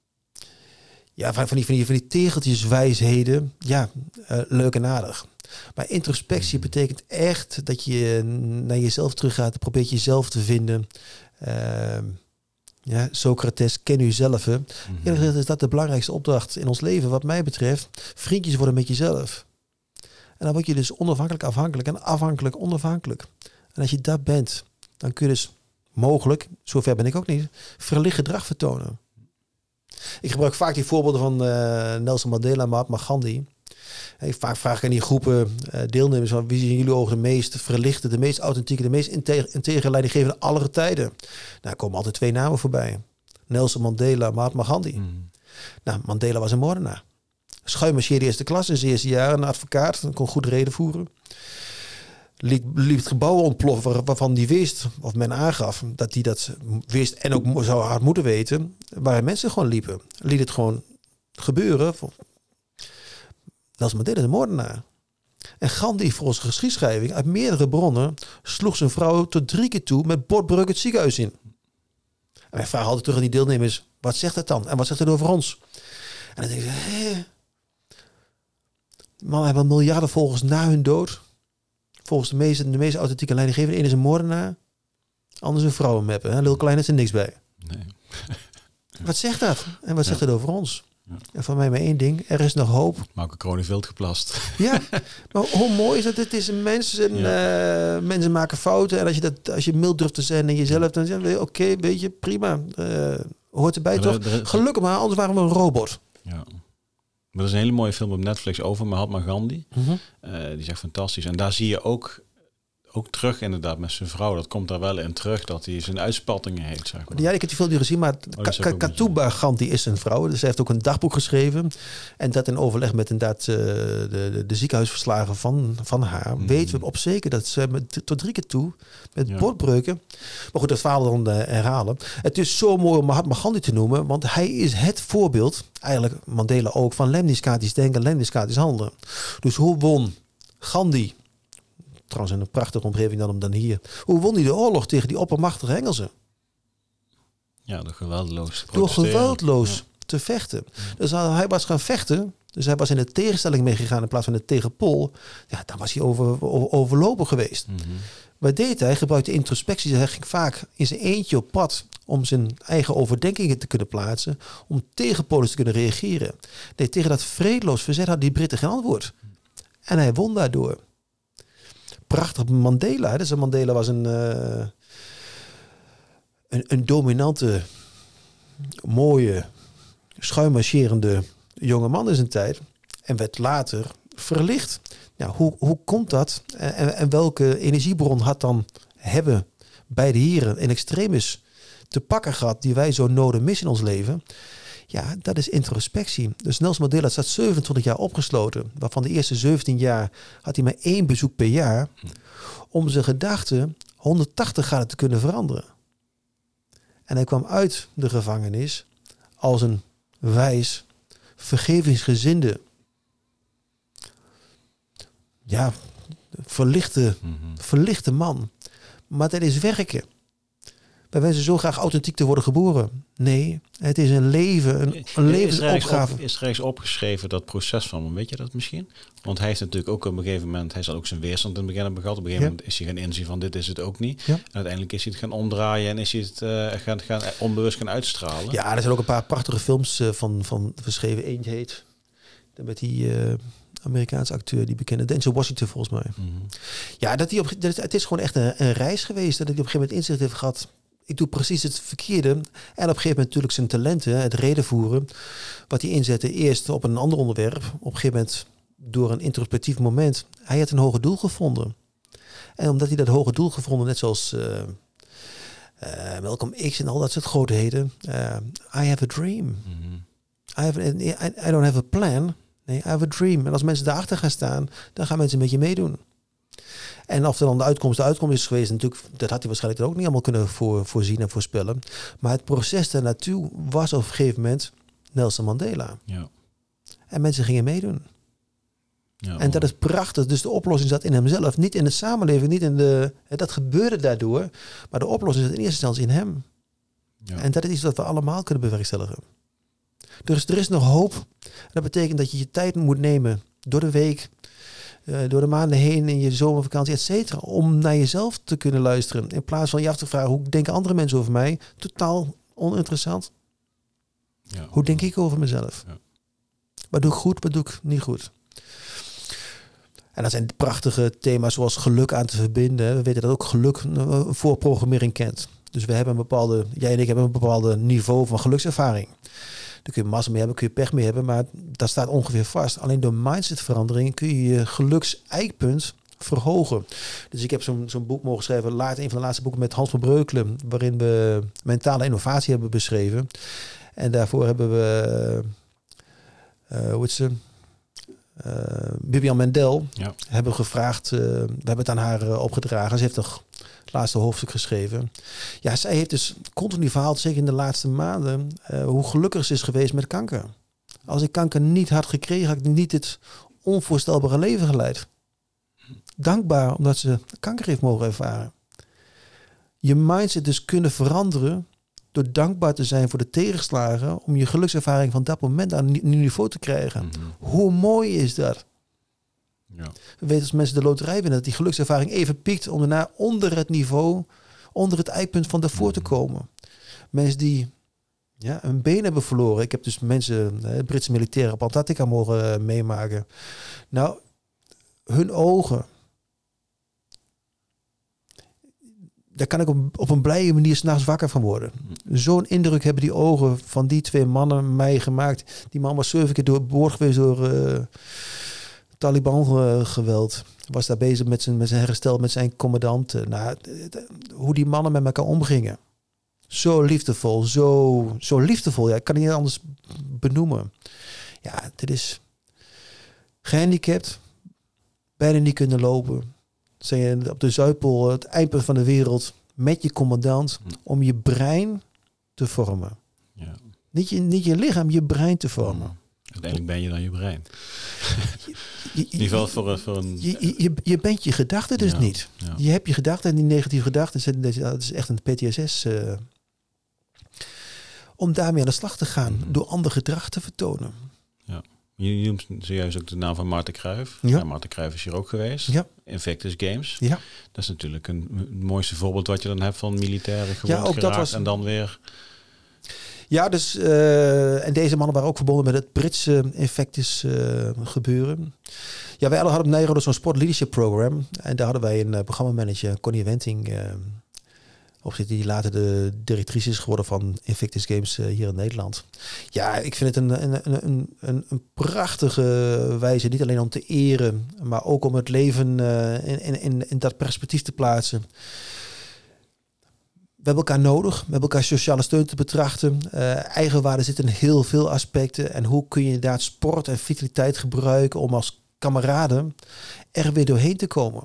ja, van die, van, die, van die tegeltjes wijsheden. Ja, uh, leuk en aardig. Maar introspectie betekent echt dat je naar jezelf teruggaat. Probeert jezelf te vinden. Uh, ja, Socrates, ken jezelf. Hè. Mm-hmm. Eerlijk gezegd is dat de belangrijkste opdracht in ons leven, wat mij betreft. Vriendjes worden met jezelf. En dan word je dus onafhankelijk afhankelijk en afhankelijk onafhankelijk. En als je dat bent, dan kun je dus mogelijk, zover ben ik ook niet, verlicht gedrag vertonen. Ik gebruik vaak die voorbeelden van uh, Nelson Mandela, Mahatma Gandhi. Hey, vaak vraag ik aan die groepen uh, deelnemers van wie zijn jullie ogen de meest verlichte, de meest authentieke, de meest integere leidinggevende aller tijden. Nou, er komen altijd twee namen voorbij. Nelson Mandela, Mahatma Gandhi. Mm. Nou, Mandela was een moordenaar. Schuimmarcheerde eerste klas in zijn eerste jaren, een advocaat, kon goed reden voeren. Liet, liet het gebouw ontploffen waarvan hij wist, of men aangaf, dat hij dat wist en ook zou hard moeten weten, waar mensen gewoon liepen. Liet het gewoon gebeuren. Nelson Mandela de moordenaar. En Gandhi, volgens geschiedschrijving, uit meerdere bronnen, sloeg zijn vrouw tot drie keer toe met botbreuk het ziekenhuis in. En wij vragen altijd terug aan die deelnemers, wat zegt dat dan? En wat zegt het over ons? En dan denk ik, hé... Mannen hebben miljarden volgers na hun dood. Volgens de meeste, de meest authentieke leidinggevende. Eén is een moordenaar. Anders een vrouwenmeppen. Hè? Lil Klein is er niks bij. Nee. Wat zegt dat? En wat zegt ja. het over ons? Ja. En van mij maar één ding. Er is nog hoop. Marco Kroon in veld geplast. Ja, maar hoe mooi is dat? Het is een mens. En, ja. uh, mensen maken fouten. En als je, dat, als je mild durft te zijn en jezelf, dan zeg je, oké, okay, weet je, prima. Uh, hoort erbij maar toch? Er, er, Gelukkig maar, anders waren we een robot. Ja. Maar er is een hele mooie film op Netflix over Mahatma Gandhi. Mm-hmm. Uh, die is echt fantastisch. En daar zie je ook ook terug inderdaad met zijn vrouw. Dat komt daar wel in terug, dat hij zijn uitspattingen heeft, zeg maar. Ja, ik heb die film niet gezien, maar Oh, Ka- Ka- Katuba Gandhi is een vrouw. Dus zij heeft ook een dagboek geschreven. En dat in overleg met inderdaad uh, de, de, de ziekenhuisverslagen van, van haar... Mm. weten we op zeker dat ze met, tot drie keer toe met ja. botbreuken... Maar goed, dat verhaal dan uh, herhalen. Het is zo mooi om Mahatma Gandhi te noemen, want hij is het voorbeeld, eigenlijk Mandela ook, van lemniscatisch denken, lemniscatisch handelen. Dus hoe won Gandhi... Trouwens in een prachtige omgeving dan, dan hier. Hoe won hij de oorlog tegen die oppermachtige Engelsen? Ja, door geweldloos te Door geweldloos ja. te vechten. Ja. Dus hij was gaan vechten. Dus hij was in de tegenstelling meegegaan in plaats van de tegenpol. Ja, dan was hij over, over, overlopen geweest. Mm-hmm. Wat deed hij? Hij gebruikte introspectie. Hij ging vaak in zijn eentje op pad om zijn eigen overdenkingen te kunnen plaatsen. Om tegenpolen te kunnen reageren. Nee, tegen dat vredeloos verzet had die Britten geen antwoord. En hij won daardoor. Prachtig Mandela. Dus Mandela was een, uh, een, een dominante, mooie, schuimmarcherende jonge man in zijn tijd. En werd later verlicht. Nou, hoe, hoe komt dat? En, en welke energiebron had dan hebben beide heren in extremis te pakken gehad die wij zo nodig missen in ons leven? Ja, dat is introspectie. Dus Nelson Mandela staat zevenentwintig jaar opgesloten. Waarvan de eerste zeventien jaar had hij maar één bezoek per jaar. Om zijn gedachten honderdtachtig graden te kunnen veranderen. En hij kwam uit de gevangenis als een wijs, vergevingsgezinde, ja, verlichte, mm-hmm. verlichte man. Maar dat is werken. Wij wensen zo graag authentiek te worden geboren. Nee, het is een leven, een, een levensopgave. Is, is er ergens opgeschreven dat proces van hem? Weet je dat misschien? Want hij heeft natuurlijk ook op een gegeven moment, hij zal ook zijn weerstand in het begin hebben gehad. Op een gegeven ja. moment is hij gaan inzien van dit is het ook niet. Ja. En uiteindelijk is hij het gaan omdraaien en is hij het uh, gaan, gaan onbewust gaan uitstralen. Ja, er zijn ook een paar prachtige films uh, van, van verschreven. Eentje heet, met die uh, Amerikaanse acteur, die bekende Denzel Washington volgens mij. Mm-hmm. Ja, dat hij op, dat, het is gewoon echt een, een reis geweest. Dat hij op een gegeven moment inzicht heeft gehad. Ik doe precies het verkeerde. En op een gegeven moment natuurlijk zijn talenten, het redenvoeren, wat hij inzette eerst op een ander onderwerp. Op een gegeven moment door een introspectief moment. Hij had een hoger doel gevonden. En omdat hij dat hoger doel gevonden, net zoals uh, uh, Malcolm X en al dat soort grootheden. Uh, I have a dream. Mm-hmm. I, have a, I, I don't have a plan. Nee, I have a dream. En als mensen daarachter gaan staan, dan gaan mensen een beetje meedoen. En of er dan de uitkomst de uitkomst is geweest, natuurlijk, dat had hij waarschijnlijk ook niet allemaal kunnen voor, voorzien en voorspellen. Maar het proces daarnaartoe was op een gegeven moment Nelson Mandela. Ja. En mensen gingen meedoen. Ja, en dat is prachtig. Dus de oplossing zat in hemzelf, niet in de samenleving, niet in de. Dat gebeurde daardoor. Maar de oplossing zat in eerste instantie in hem. Ja. En dat is iets wat we allemaal kunnen bewerkstelligen. Dus er is nog hoop. Dat betekent dat je je tijd moet nemen door de week. Uh, door de maanden heen in je zomervakantie, et cetera, om naar jezelf te kunnen luisteren. In plaats van je af te vragen, hoe denken andere mensen over mij? Totaal oninteressant. Ja, hoe denk ik over mezelf? Ja. Wat doe ik goed, wat doe ik niet goed? En dat zijn prachtige thema's zoals geluk aan te verbinden. We weten dat ook geluk een voorprogrammering kent. Dus we hebben een bepaalde, jij en ik hebben een bepaalde niveau van gelukservaring. Daar kun je massa mee hebben, kun je pech mee hebben, maar dat staat ongeveer vast. Alleen door mindsetverandering kun je je gelukseikpunt verhogen. Dus ik heb zo'n, zo'n boek mogen schrijven, laat, een van de laatste boeken met Hans van Breukelen, waarin we mentale innovatie hebben beschreven. En daarvoor hebben we, uh, hoe heet ze, uh, Bibian Mendel, ja. hebben gevraagd, uh, we hebben het aan haar uh, opgedragen. Ze heeft toch laatste hoofdstuk geschreven. Ja, zij heeft dus continu verhaald, zeker in de laatste maanden, uh, hoe gelukkig ze is geweest met kanker. Als ik kanker niet had gekregen, had ik niet dit onvoorstelbare leven geleid. Dankbaar omdat ze kanker heeft mogen ervaren. Je mindset dus kunnen veranderen door dankbaar te zijn voor de tegenslagen, om je gelukservaring van dat moment aan een nieuw niveau te krijgen. Mm-hmm. Hoe mooi is dat? Ja. We weten als mensen de loterij winnen dat die gelukservaring even piekt om daarna onder het niveau, onder het eikpunt van daarvoor te komen. Mensen die ja, een been hebben verloren. Ik heb dus mensen, hè, Britse militairen op Antarctica mogen uh, meemaken. Nou, hun ogen. Daar kan ik op, op een blije manier 's nachts wakker van worden. Zo'n indruk hebben die ogen van die twee mannen mij gemaakt. Die man was zeven keer doorboord geweest door Uh, Taliban-geweld. Was daar bezig met zijn, met zijn herstel, met zijn commandanten. Nou, de, de, hoe die mannen met elkaar omgingen. Zo liefdevol, zo, zo liefdevol. Ja, ik kan het niet anders benoemen. Ja, dit is gehandicapt. Bijna niet kunnen lopen. Zijn je op de Zuidpool, het eindpunt van de wereld, met je commandant, om je brein te vormen. Ja. Niet, je, niet je lichaam, je brein te vormen. Ja. Uiteindelijk ben je dan je brein. Je, je, In ieder geval voor, voor een... Je, je, je bent je gedachten dus ja, niet. Ja. Je hebt je gedachten en die negatieve gedachten, dat is echt een P T S S. Uh, om daarmee aan de slag te gaan, mm-hmm. door ander gedrag te vertonen. Ja. Je noemt zojuist ook de naam van Maarten Cruijff. Ja. Ja, Maarten Cruijff is hier ook geweest. Ja. Invictus Games. Ja. Dat is natuurlijk een, een mooiste voorbeeld wat je dan hebt van militairen gewond ja, ook geraakt dat was... en dan weer... Ja, dus uh, en deze mannen waren ook verbonden met het Britse Invictus uh, gebeuren. Ja, wij hadden op Nijrode zo'n Sport Leadership Program. En daar hadden wij een uh, programmamanager, Connie Wenting, uh, op zitten, die later de directrice is geworden van Invictus Games uh, hier in Nederland. Ja, ik vind het een, een, een, een, een prachtige wijze, niet alleen om te eren, maar ook om het leven uh, in, in, in dat perspectief te plaatsen. We hebben elkaar nodig, we hebben elkaar sociale steun te betrachten. Uh, eigenwaarde zit in heel veel aspecten. En hoe kun je inderdaad sport en vitaliteit gebruiken om als kameraden er weer doorheen te komen.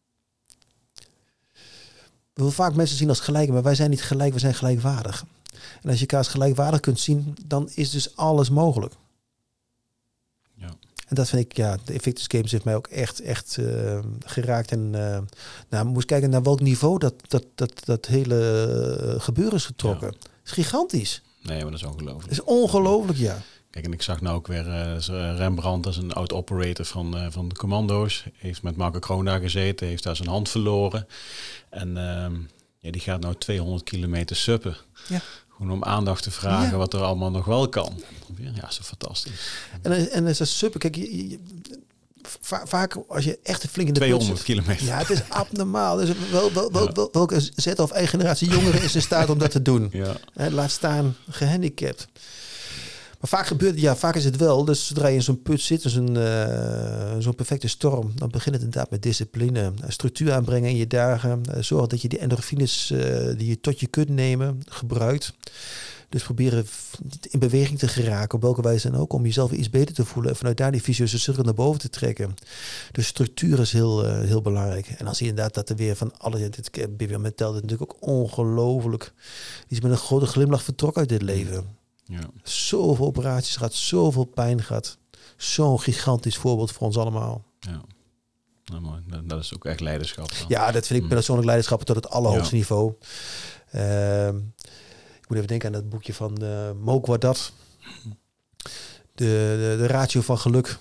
We willen vaak mensen zien als gelijk, maar wij zijn niet gelijk, we zijn gelijkwaardig. En als je elkaar als gelijkwaardig kunt zien, dan is dus alles mogelijk. Ja. En dat vind ik, ja, de Invictus Games heeft mij ook echt, echt uh, geraakt. En uh, nou, moest kijken naar welk niveau dat, dat, dat, dat hele uh, gebeuren is getrokken. Ja. Het is gigantisch. Nee, maar dat is ongelooflijk. Het is ongelooflijk, ja. Kijk, en ik zag nou ook weer uh, Rembrandt, dat is een oud-operator van, uh, van de commando's. Heeft met Marco Kroon daar gezeten, heeft daar zijn hand verloren. En uh, ja, die gaat nou tweehonderd kilometer suppen. Ja. Gewoon om aandacht te vragen ja. wat er allemaal nog wel kan. Ja, zo fantastisch. En, en is dat super. Kijk, je, je, va- vaak als je echt flink in de tweehonderd kilometer. Ja, het is abnormaal. Dus wel, wel, wel, ja. wel, welke Z of eigen generatie jongeren is in staat om dat te doen? Ja. He, laat staan gehandicapt. Maar vaak gebeurt ja, vaak is het wel. Dus zodra je in zo'n put zit, in zo'n, uh, zo'n perfecte storm, dan begint het inderdaad met discipline, structuur aanbrengen in je dagen, uh, zorg dat je die endorfines uh, die je tot je kunt nemen gebruikt. Dus proberen in beweging te geraken, op welke wijze dan ook, om jezelf iets beter te voelen en vanuit daar die vicieuze cirkel naar boven te trekken. Dus structuur is heel, uh, heel belangrijk. En dan zie je inderdaad dat er weer van alles, dit Bibian Mentel, dit natuurlijk ook ongelooflijk. Die is met een grote glimlach vertrokken uit dit leven. Ja. Zoveel operaties gehad, zoveel pijn gehad. Zo'n gigantisch voorbeeld voor ons allemaal. Ja, nou, mooi. Dat, dat is ook echt leiderschap. Dan. Ja, dat vind ik persoonlijk leiderschap tot het allerhoogste ja. niveau. Uh, ik moet even denken aan dat boekje van uh, Mook Wadat. De, de, de ratio van geluk.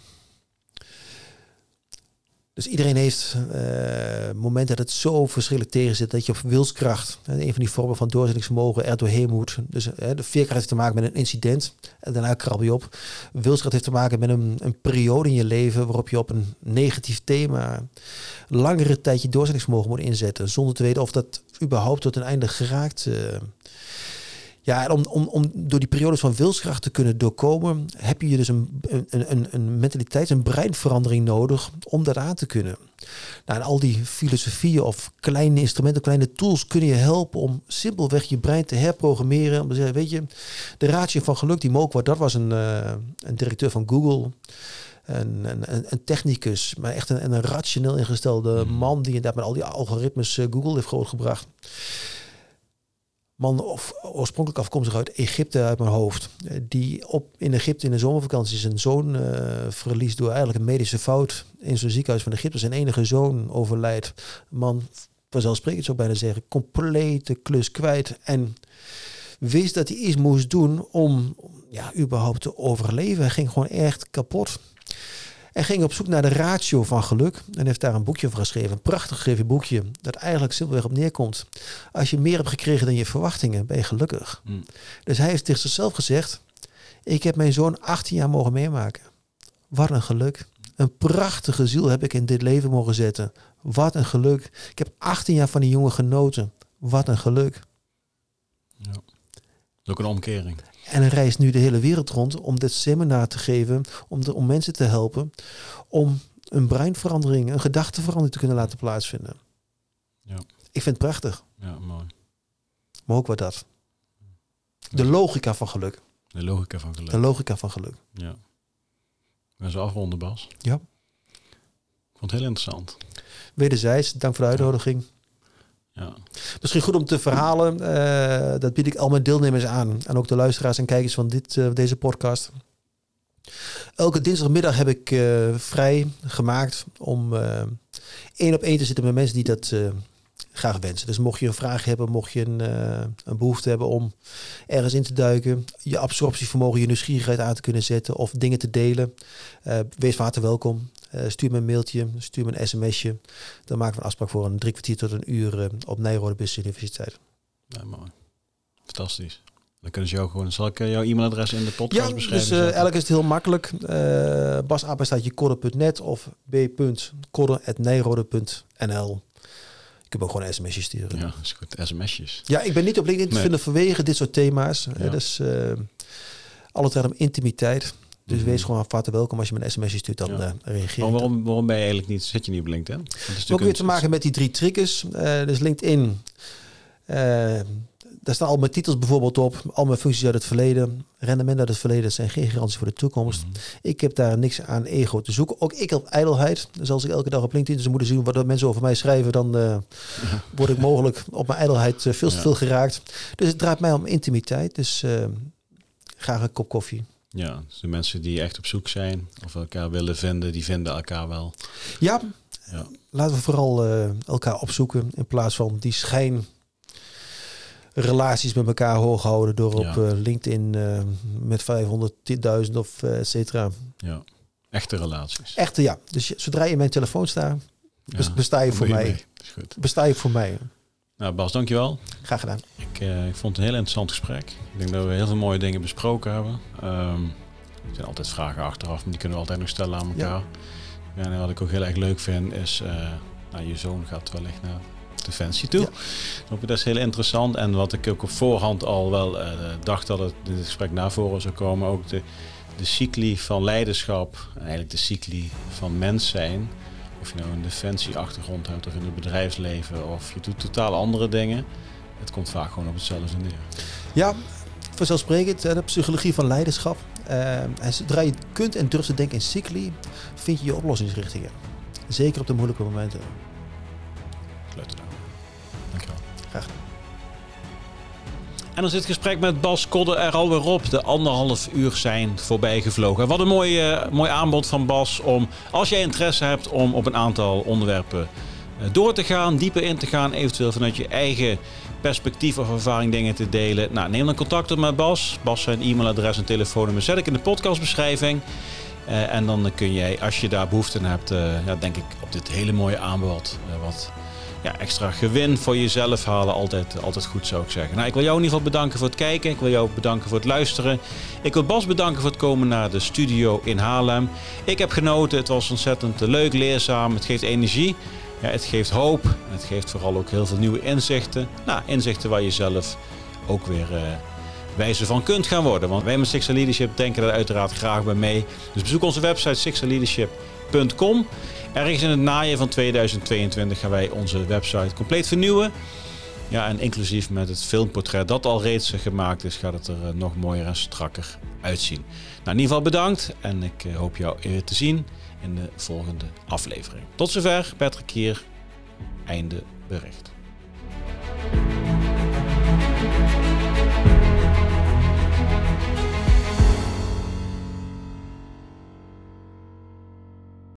Dus iedereen heeft uh, momenten dat het zo verschrikkelijk tegen zit dat je op wilskracht, uh, een van die vormen van doorzettingsvermogen, er doorheen moet. Dus uh, de veerkracht heeft te maken met een incident en daarna krabbel je op. Wilskracht heeft te maken met een, een periode in je leven waarop je op een negatief thema langere tijd je doorzettingsvermogen moet inzetten, zonder te weten of dat überhaupt tot een einde geraakt. Uh, Ja, en om, om, om door die periodes van wilskracht te kunnen doorkomen, heb je dus een, een, een, een mentaliteits- en breinverandering nodig om dat aan te kunnen. Nou, en al die filosofieën of kleine instrumenten, kleine tools kunnen je helpen om simpelweg je brein te herprogrammeren. Om te zeggen, weet je, de ratio van geluk, die Mook, dat was een, uh, een directeur van Google. Een, een, een technicus, maar echt een, een rationeel ingestelde man die inderdaad met al die algoritmes uh, Google heeft grootgebracht. Man of oorspronkelijk afkomstig uit Egypte uit mijn hoofd. Die op in Egypte in de zomervakantie zijn zoon uh, verliest door eigenlijk een medische fout in zo'n ziekenhuis van Egypte. Zijn enige zoon overlijdt. Man, vanzelfsprekend zou ik bijna zeggen, complete klus kwijt. En wist dat hij iets moest doen om ja, überhaupt te overleven. Hij ging gewoon echt kapot. En ging op zoek naar de ratio van geluk. En heeft daar een boekje over geschreven. Een prachtig geschreven boekje. Dat eigenlijk simpelweg op neerkomt. Als je meer hebt gekregen dan je verwachtingen, ben je gelukkig. Mm. Dus hij heeft tegen zichzelf gezegd. Ik heb mijn zoon achttien jaar mogen meemaken. Wat een geluk. Een prachtige ziel heb ik in dit leven mogen zetten. Wat een geluk. Ik heb achttien jaar van die jongen genoten. Wat een geluk. Ja. Dat is ook een omkering. En hij reist nu de hele wereld rond om dit seminar te geven, om, de, om mensen te helpen, om een breinverandering, een gedachteverandering te kunnen laten plaatsvinden. Ja. Ik vind het prachtig. Ja, mooi. Maar ook wat dat. De logica van geluk. De logica van geluk. De logica van geluk. Ja. We gaan zo afronden, Bas. Ja. Ik vond het heel interessant. Wederzijds, dank voor de uitnodiging. Ja. Misschien goed om te verhalen. Uh, dat bied ik al mijn deelnemers aan. En ook de luisteraars en kijkers van dit, uh, deze podcast. Elke dinsdagmiddag heb ik uh, vrij gemaakt om uh, één op één te zitten met mensen die dat uh, graag wensen. Dus mocht je een vraag hebben, mocht je een, uh, een behoefte hebben om ergens in te duiken, je absorptievermogen, je nieuwsgierigheid aan te kunnen zetten of dingen te delen, uh, wees van harte welkom. Uh, stuur me een mailtje, stuur me een sms'je. Dan maken we een afspraak voor een drie kwartier tot een uur uh, op Nijrode Business Universiteit. Ja, mooi. Fantastisch. Dan kunnen ze jou gewoon... Zal ik uh, jouw e-mailadres in de podcast ja, beschrijven? Dus uh, eigenlijk is het heel makkelijk. Uh, bas apenstaartje kodde punt net of b punt kodde apenstaartje nijrode punt n l. Ik heb ook gewoon een sms'je sturen. Ja, dat is goed. sms'jes. Ja, ik ben niet op LinkedIn te nee. vinden vanwege dit soort thema's. Ja. Uh, dus uh, alles gaat om intimiteit. Dus mm-hmm. wees gewoon van harte welkom als je me een sms'je stuurt, dan ja. uh, reageer maar waarom, waarom ben je eigenlijk niet, zit je niet op LinkedIn? Ook weer te maken met die drie triggers. Uh, dus LinkedIn, uh, daar staan al mijn titels bijvoorbeeld op, al mijn functies uit het verleden, rendement uit het verleden zijn geen garanties voor de toekomst. Mm-hmm. Ik heb daar niks aan ego te zoeken. Ook ik heb ijdelheid. Dus als ik elke dag op LinkedIn dus moeten zien wat mensen over mij schrijven, dan uh, ja. word ik mogelijk op mijn ijdelheid uh, veel te ja. veel geraakt. Dus het draait mij om intimiteit. Dus uh, graag een kop koffie. Ja, dus de mensen die echt op zoek zijn of elkaar willen vinden, die vinden elkaar wel. Ja, ja. Laten we vooral uh, elkaar opzoeken in plaats van die schijnrelaties met elkaar hoog houden door op ja. uh, LinkedIn uh, met vijfhonderdduizend of uh, et cetera. Ja, echte relaties. Echte, ja. Dus zodra je in mijn telefoon staat, ja, besta je voor mij. Goed. Besta je voor mij. Nou Bas, dankjewel. Graag gedaan. Ik, uh, ik vond het een heel interessant gesprek. Ik denk dat we heel veel mooie dingen besproken hebben. Um, er zijn altijd vragen achteraf, maar die kunnen we altijd nog stellen aan elkaar. Ja. En wat ik ook heel erg leuk vind is, uh, nou, je zoon gaat wellicht naar Defensie toe. Ja. Dat is heel interessant. En wat ik ook op voorhand al wel uh, dacht dat het in het gesprek naar voren zou komen, ook de, de cycli van leiderschap, eigenlijk de cycli van mens zijn. Of je nou een defensieachtergrond hebt of in het bedrijfsleven of je doet totaal andere dingen. Het komt vaak gewoon op hetzelfde neer. Ja, vanzelfsprekend. De psychologie van leiderschap. Uh, en zodra je kunt en durft te denken in cycli, vind je je oplossingsrichtingen. Zeker op de moeilijke momenten. Sluit het aan. Dankjewel. Graag gedaan. En dan zit het gesprek met Bas Kodde er alweer op. De anderhalf uur zijn voorbij gevlogen. Wat een mooi, uh, mooi aanbod van Bas om, als jij interesse hebt om op een aantal onderwerpen uh, door te gaan, dieper in te gaan, eventueel vanuit je eigen perspectief of ervaring dingen te delen. Nou, neem dan contact op met Bas. Bas zijn e-mailadres en telefoonnummer zet ik in de podcastbeschrijving. Uh, en dan kun jij, als je daar behoefte aan hebt, uh, ja, denk ik op dit hele mooie aanbod uh, wat ja, extra gewin voor jezelf halen. Altijd, altijd goed, zou ik zeggen. Nou, ik wil jou in ieder geval bedanken voor het kijken. Ik wil jou bedanken voor het luisteren. Ik wil Bas bedanken voor het komen naar de studio in Haarlem. Ik heb genoten. Het was ontzettend leuk, leerzaam. Het geeft energie. Ja, het geeft hoop. En het geeft vooral ook heel veel nieuwe inzichten. Nou, inzichten waar je zelf ook weer uh, wijzer van kunt gaan worden. Want wij met Sixta Leadership denken er uiteraard graag bij mee. Dus bezoek onze website sixta leadership punt com. Ergens in het najaar van tweeduizend tweeëntwintig gaan wij onze website compleet vernieuwen. Ja, en inclusief met het filmportret dat al reeds gemaakt is, gaat het er uh, nog mooier en strakker uitzien. Nou, in ieder geval bedankt en ik uh, hoop jou weer te zien in de volgende aflevering. Tot zover, Patrick hier. Einde bericht.